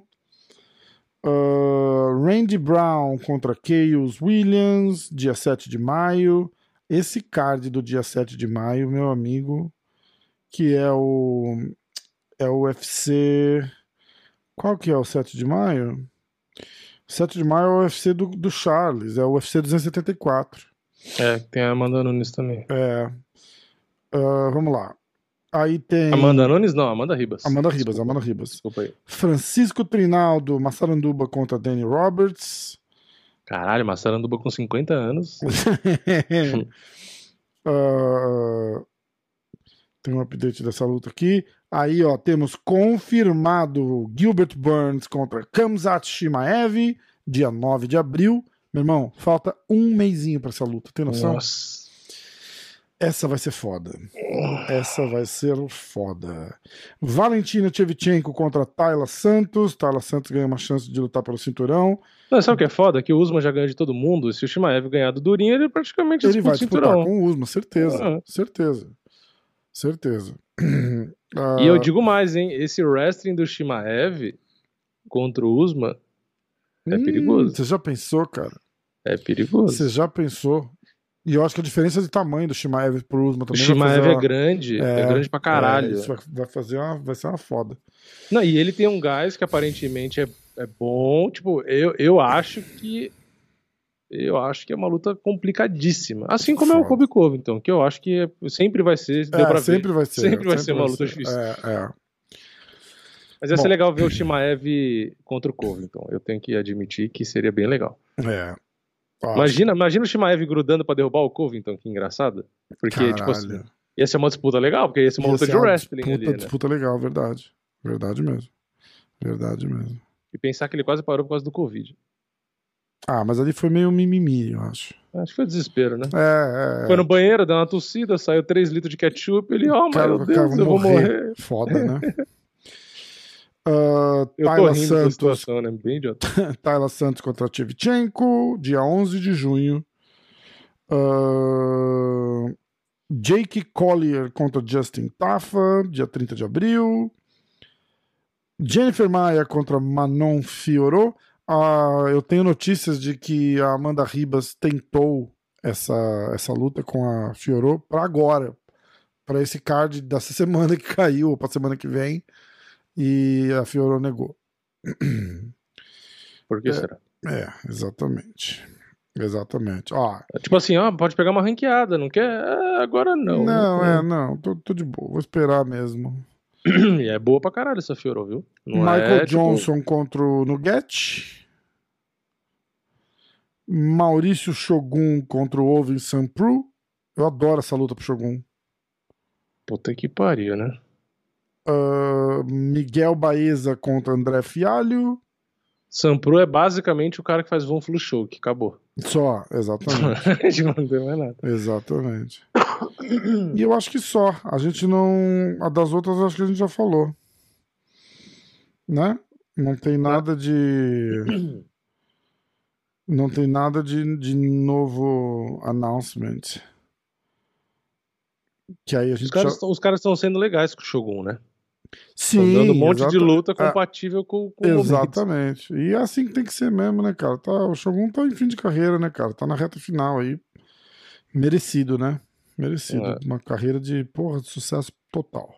Speaker 2: Randy Brown contra Chaos Williams, dia 7 de maio. Esse card do dia 7 de maio, meu amigo, que é o UFC. Qual que é o 7 de maio? 7 de maio é o UFC do Charles, é o UFC 274.
Speaker 3: Tem a Amanda Nunes também.
Speaker 2: Vamos lá. Aí tem...
Speaker 3: Amanda Nunes? Não, Amanda Ribas.
Speaker 2: Amanda Ribas.
Speaker 3: Desculpa aí.
Speaker 2: Francisco Trinaldo, Massaranduba contra Danny Roberts.
Speaker 3: Caralho, Massaranduba com 50 anos.
Speaker 2: Tem um update dessa luta aqui. Aí, ó, temos confirmado Gilbert Burns contra Khamzat Chimaev, dia 9 de abril. Meu irmão, falta um mesinho pra essa luta, tem noção?
Speaker 3: Nossa.
Speaker 2: Essa vai ser foda. Valentina Shevchenko contra Tayla Santos. Tayla Santos ganha uma chance de lutar pelo cinturão.
Speaker 3: Não, sabe o que é foda? Que o Usman já ganha de todo mundo. Se o Chimaev ganhar do Durinho, ele praticamente
Speaker 2: Ele vai disputar
Speaker 3: cinturão.
Speaker 2: com o Usman, certeza.
Speaker 3: E eu digo mais, hein? Esse wrestling do Chimaev contra o Usman é perigoso.
Speaker 2: Você já pensou, cara?
Speaker 3: É perigoso.
Speaker 2: Você já pensou? E eu acho que a diferença de tamanho do Chimaev pro Usman também.
Speaker 3: O Chimaev é grande pra caralho.
Speaker 2: Isso vai ser uma foda.
Speaker 3: Não, e ele tem um gás que aparentemente é bom. Tipo, eu acho que é uma luta complicadíssima. Assim como é o Colby Covington, que eu acho que sempre vai ser.
Speaker 2: Sempre vai ser
Speaker 3: uma luta difícil. Mas ia
Speaker 2: Bom,
Speaker 3: ser legal ver o Chimaev contra o Covington. Eu tenho que admitir que seria bem legal. Imagina o Chimaev grudando pra derrubar o Covington, que engraçado. Porque,
Speaker 2: caralho.
Speaker 3: tipo assim, ia ser uma disputa legal, porque ia ser uma luta de wrestling ali, né?
Speaker 2: Disputa legal, verdade. Verdade mesmo.
Speaker 3: E pensar que ele quase parou por causa do Covid.
Speaker 2: Mas ali foi meio mimimi, eu acho.
Speaker 3: Acho que foi desespero, né? Foi no banheiro, deu uma tossida, saiu 3 litros de ketchup, ele, meu Deus, eu vou morrer.
Speaker 2: Foda, né?
Speaker 3: Eu tô rindo da situação, né? Bem idiota.
Speaker 2: Tayla Santos contra Shevchenko, dia 11 de junho. Jake Collier contra Justin Tafa, dia 30 de abril. Jennifer Maia contra Manon Fiorot. Eu tenho notícias de que a Amanda Ribas tentou essa luta com a Fiorot para agora, para esse card dessa semana que caiu, ou para semana que vem. E a Fiorot negou.
Speaker 3: Por que será?
Speaker 2: Exatamente.
Speaker 3: Tipo assim, pode pegar uma ranqueada, não quer? Agora não.
Speaker 2: Não, tô de boa, vou esperar mesmo.
Speaker 3: E é boa pra caralho essa Fiorot, viu? Não
Speaker 2: Michael Johnson contra o Nugget. Maurício Shogun contra o Ovin Sampru. Eu adoro essa luta pro Shogun.
Speaker 3: Puta que pariu, né?
Speaker 2: Miguel Baeza contra André Fialho.
Speaker 3: Sampru é basicamente o cara que faz Von Flu Show, que acabou.
Speaker 2: Só, exatamente.
Speaker 3: Não deu mais nada.
Speaker 2: Exatamente. E eu acho que só. A gente não. A das outras acho que a gente já falou. Né? Não tem nada de. Não tem nada de novo announcement. Que aí a gente
Speaker 3: os caras estão sendo legais com o Shogun, né?
Speaker 2: Sim.
Speaker 3: Estão dando um monte de luta compatível com o
Speaker 2: exatamente. E é assim que tem que ser mesmo, né, cara? O Shogun tá em fim de carreira, né, cara? Tá na reta final aí. Merecido, né? Merecido. Uma carreira de sucesso total.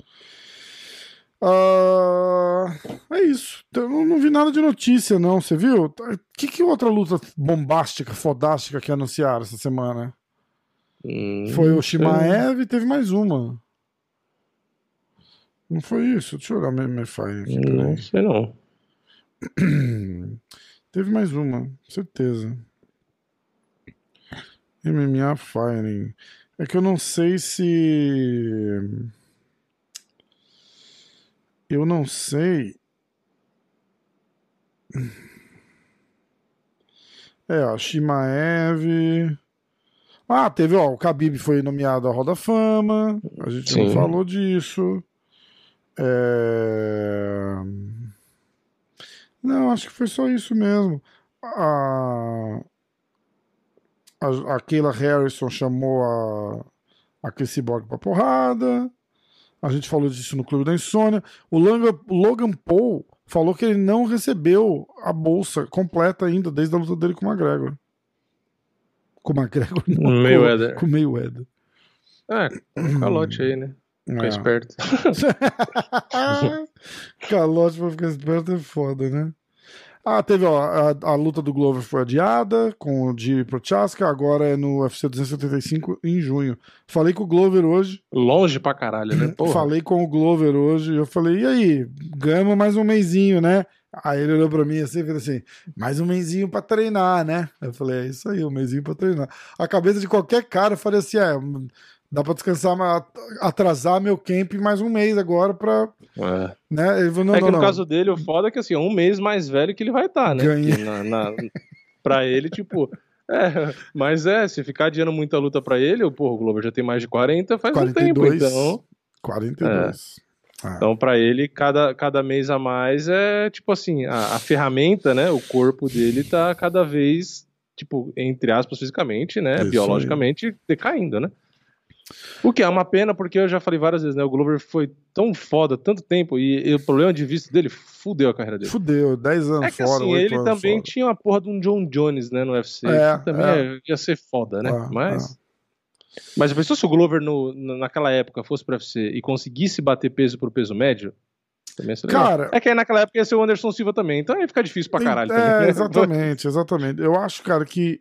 Speaker 2: É isso. Eu não vi nada de notícia, não. Você viu? Que outra luta bombástica, fodástica que anunciaram essa semana? Foi o Chimaev e teve mais uma. Não foi isso? Deixa eu olhar meu file aqui.
Speaker 3: Não sei não.
Speaker 2: Teve mais uma, certeza. MMA Fighting. É que eu não sei se... Eu não sei... Chimaev... teve, o Khabib foi nomeado à Hall da Fama. A gente não falou disso. Não, acho que foi só isso mesmo. A Kayla Harrison chamou a Chrissy Borg pra porrada. A gente falou disso no Clube da Insônia. O Logan Paul falou que ele não recebeu a bolsa completa ainda, desde a luta dele com o McGregor. Com o McGregor? Não,
Speaker 3: Mayweather.
Speaker 2: Com o Mayweather.
Speaker 3: Um calote aí, né? Fica esperto.
Speaker 2: Calote pra ficar esperto é foda, né? Teve, a luta do Glover foi adiada com o Jiri Prochazka, agora é no UFC 275 em junho. Falei com o Glover hoje.
Speaker 3: Longe pra caralho, né? Porra.
Speaker 2: Falei com o Glover hoje, eu falei, e aí, ganhamos mais um mesinho, né? Aí ele olhou pra mim assim e falou assim, mais um mesinho pra treinar, né? Eu falei, é isso aí, um mesinho pra treinar. A cabeça de qualquer cara, eu falei assim, dá pra descansar, atrasar meu camp mais um mês agora pra... Né? Ele falou,
Speaker 3: no caso dele, o foda é que assim, é um mês mais velho que ele vai estar, né? Pra ele, tipo... mas se ficar adiando muita luta pra ele, o Glover já tem mais de 40, faz 42, um tempo, então...
Speaker 2: 42.
Speaker 3: Então, pra ele, cada mês a mais é, tipo assim, a ferramenta, né? O corpo dele tá cada vez, tipo, entre aspas, fisicamente, né? Isso biologicamente, decaindo, né? O que é uma pena, porque eu já falei várias vezes, né? O Glover foi tão foda, tanto tempo, e o problema de vício dele fudeu a carreira dele.
Speaker 2: Fudeu, 10 anos
Speaker 3: fora, assim, 8 ele anos também fora. Tinha uma porra de um John Jones, né, no UFC, que também ia ser foda, né? Mas pensou se o Glover naquela época fosse pro UFC e conseguisse bater peso pro peso médio? Também ia ser legal. Cara, é que aí naquela época ia ser o Anderson Silva também, então ia ficar difícil pra caralho também.
Speaker 2: Exatamente. Eu acho, cara, que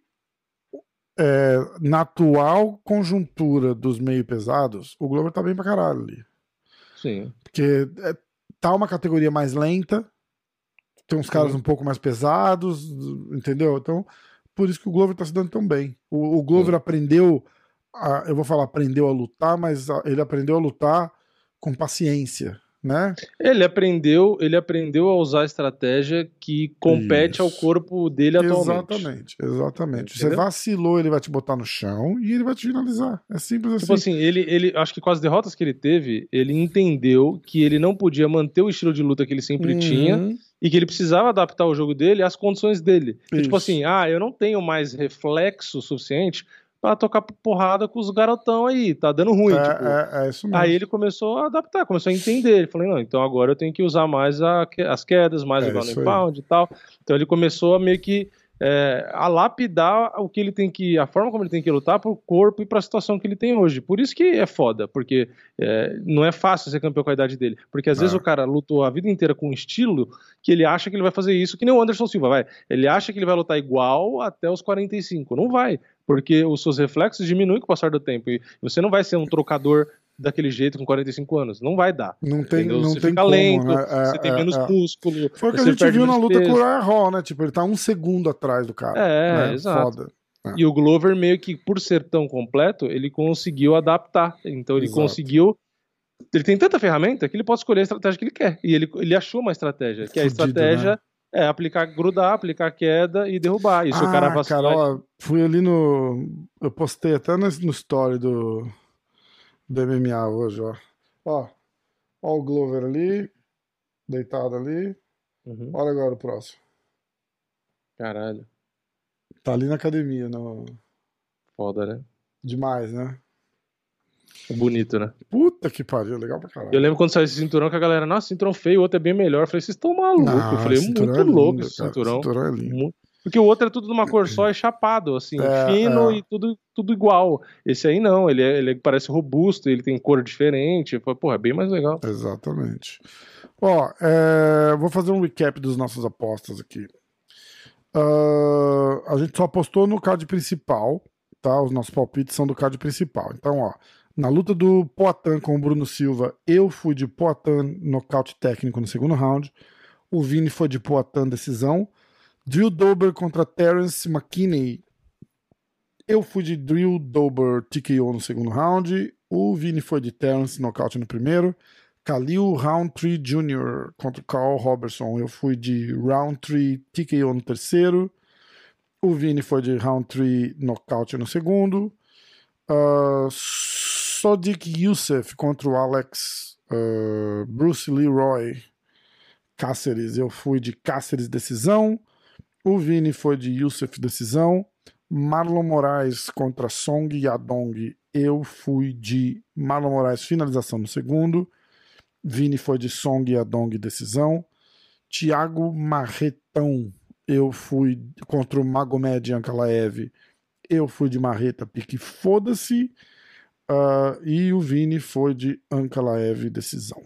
Speaker 2: na atual conjuntura dos meio pesados, o Glover tá bem pra caralho ali.
Speaker 3: Sim.
Speaker 2: Porque tá uma categoria mais lenta, tem uns caras um pouco mais pesados, entendeu? Então, por isso que o Glover tá se dando tão bem. O Glover aprendeu, eu vou falar aprendeu a lutar, mas ele aprendeu a lutar com paciência. Né?
Speaker 3: Ele aprendeu a usar a estratégia que compete ao corpo dele atualmente.
Speaker 2: Exatamente. Entendeu? Você vacilou, ele vai te botar no chão e ele vai te finalizar. É simples assim.
Speaker 3: Tipo assim, ele acho que com as derrotas que ele teve, ele entendeu que ele não podia manter o estilo de luta que ele sempre tinha e que ele precisava adaptar o jogo dele às condições dele. E, tipo assim, eu não tenho mais reflexo suficiente pra tocar porrada com os garotão aí, tá dando ruim, tipo.
Speaker 2: Isso mesmo.
Speaker 3: Aí ele começou a adaptar, começou a entender, ele falou, não, então agora eu tenho que usar mais as quedas, mais o ground and pound e tal. Então ele começou a meio que a lapidar o que ele tem que, a forma como ele tem que lutar pro corpo e pra situação que ele tem hoje. Por isso que é foda, porque não é fácil ser campeão com a idade dele, porque às vezes o cara lutou a vida inteira com um estilo que ele acha que ele vai fazer isso, que nem o Anderson Silva, ele acha que ele vai lutar igual até os 45, não vai, porque os seus reflexos diminuem com o passar do tempo, e você não vai ser um trocador daquele jeito com 45 anos, não vai dar.
Speaker 2: Não tem
Speaker 3: você
Speaker 2: fica
Speaker 3: como,
Speaker 2: lento,
Speaker 3: né? Você tem menos músculo.
Speaker 2: Foi o que a gente viu na luta com o Ryan Hall, né? Tipo, ele tá 1 segundo atrás do cara. Né?
Speaker 3: Exato.
Speaker 2: Foda.
Speaker 3: E o Glover meio que, por ser tão completo, ele conseguiu adaptar. Então ele conseguiu... Ele tem tanta ferramenta que ele pode escolher a estratégia que ele quer. E ele achou uma estratégia, que a estratégia né? Grudar, aplicar queda e derrubar. Isso o cara
Speaker 2: vacilar. Fui ali eu postei até no story do MMA hoje, ó o Glover ali, deitado ali. Olha agora o próximo.
Speaker 3: Caralho.
Speaker 2: Tá ali na academia.
Speaker 3: Foda, né?
Speaker 2: Demais, né?
Speaker 3: Bonito, né?
Speaker 2: Puta que pariu, legal pra caralho.
Speaker 3: Eu lembro quando saiu esse cinturão que a galera, nossa, cinturão feio, o outro é bem melhor. Eu falei, vocês estão malucos. Eu falei, muito louco esse cinturão.
Speaker 2: Cinturão é lindo.
Speaker 3: Porque o outro é tudo numa cor só e chapado, assim, fino e tudo igual. Esse aí não, ele parece robusto, ele tem cor diferente. Porra, é bem mais legal.
Speaker 2: Exatamente. Vou fazer um recap dos nossos apostas aqui. A gente só apostou no card principal, tá? Os nossos palpites são do card principal. Então, na luta do Poatan com o Bruno Silva, eu fui de Poatan nocaute técnico no segundo round. O Vini foi de Poatan decisão. Drew Dober contra Terence McKinney. Eu fui de Drew Dober TKO no segundo round. O Vini foi de Terence nocaute no primeiro. Khalil Roundtree Jr. contra Carl Robertson. Eu fui de Roundtree TKO no terceiro. O Vini foi de Roundtree nocaute no segundo. Sodiq Youssef contra o Alex Bruce Leroy Cáceres, eu fui de Cáceres decisão. O Vini foi de Youssef decisão. Marlon Moraes contra Song Yadong, eu fui de Marlon Moraes finalização no segundo. Vini foi de Song Yadong decisão. Thiago Marretão, eu fui contra o Magomed Ankalaev, eu fui de Marreta, pique foda-se. E o Vini foi de Ankalaev decisão.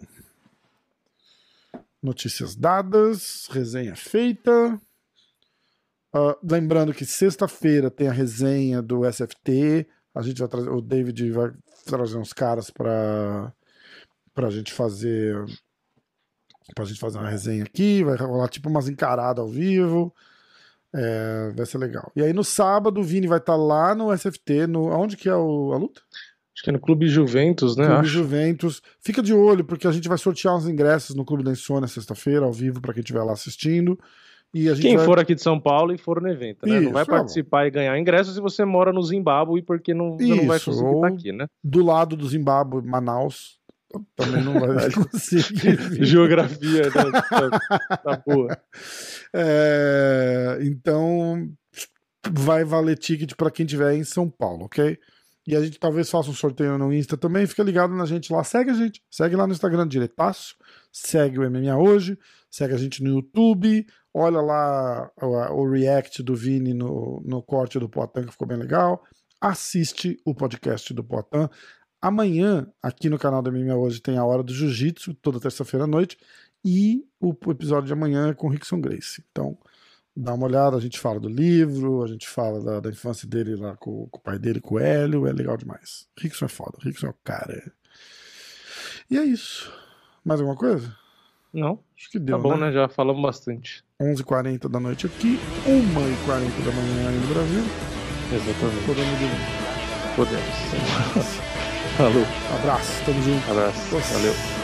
Speaker 2: Notícias dadas, resenha feita. Lembrando que sexta-feira tem a resenha do SFT. A gente vai trazer, o David vai trazer uns caras pra gente fazer uma resenha aqui. Vai rolar tipo umas encaradas ao vivo. Vai ser legal. E aí no sábado o Vini vai estar lá no SFT. Aonde que é a luta?
Speaker 3: Acho que é no Clube Juventus, né?
Speaker 2: Clube Juventus. Fica de olho, porque a gente vai sortear uns ingressos no Clube da Insônia sexta-feira, ao vivo, pra quem estiver lá assistindo. E a gente
Speaker 3: Quem for aqui de São Paulo e for no evento, né? Isso, não vai participar e ganhar ingressos se você mora no Zimbábue, porque não vai conseguir estar aqui, né?
Speaker 2: Do lado do Zimbábue, Manaus, também não vai conseguir.
Speaker 3: Geografia, né? Tá boa.
Speaker 2: Então, vai valer ticket para quem estiver em São Paulo, ok? E a gente talvez faça um sorteio no Insta também. Fica ligado na gente lá. Segue a gente. Segue lá no Instagram Direitaço. Segue o MMA Hoje. Segue a gente no YouTube. Olha lá o react do Vini no corte do Poatan, que ficou bem legal. Assiste o podcast do Poatan. Amanhã, aqui no canal do MMA Hoje, tem a Hora do Jiu-Jitsu, toda terça-feira à noite. E o episódio de amanhã é com o Rickson Gracie. Então, dá uma olhada, a gente fala do livro, a gente fala da infância dele lá com o pai dele, com o Hélio, é legal demais. Rickson é foda, Rickson é o cara. E é isso. Mais alguma coisa?
Speaker 3: Não.
Speaker 2: Acho que deu,
Speaker 3: tá bom, né? Já falamos bastante.
Speaker 2: 11h40 da noite aqui, 1h40 da manhã aí no Brasil.
Speaker 3: Exatamente.
Speaker 2: Podemos dormir.
Speaker 3: Podemos. Falou.
Speaker 2: Abraço, tamo junto.
Speaker 3: Abraço. Valeu.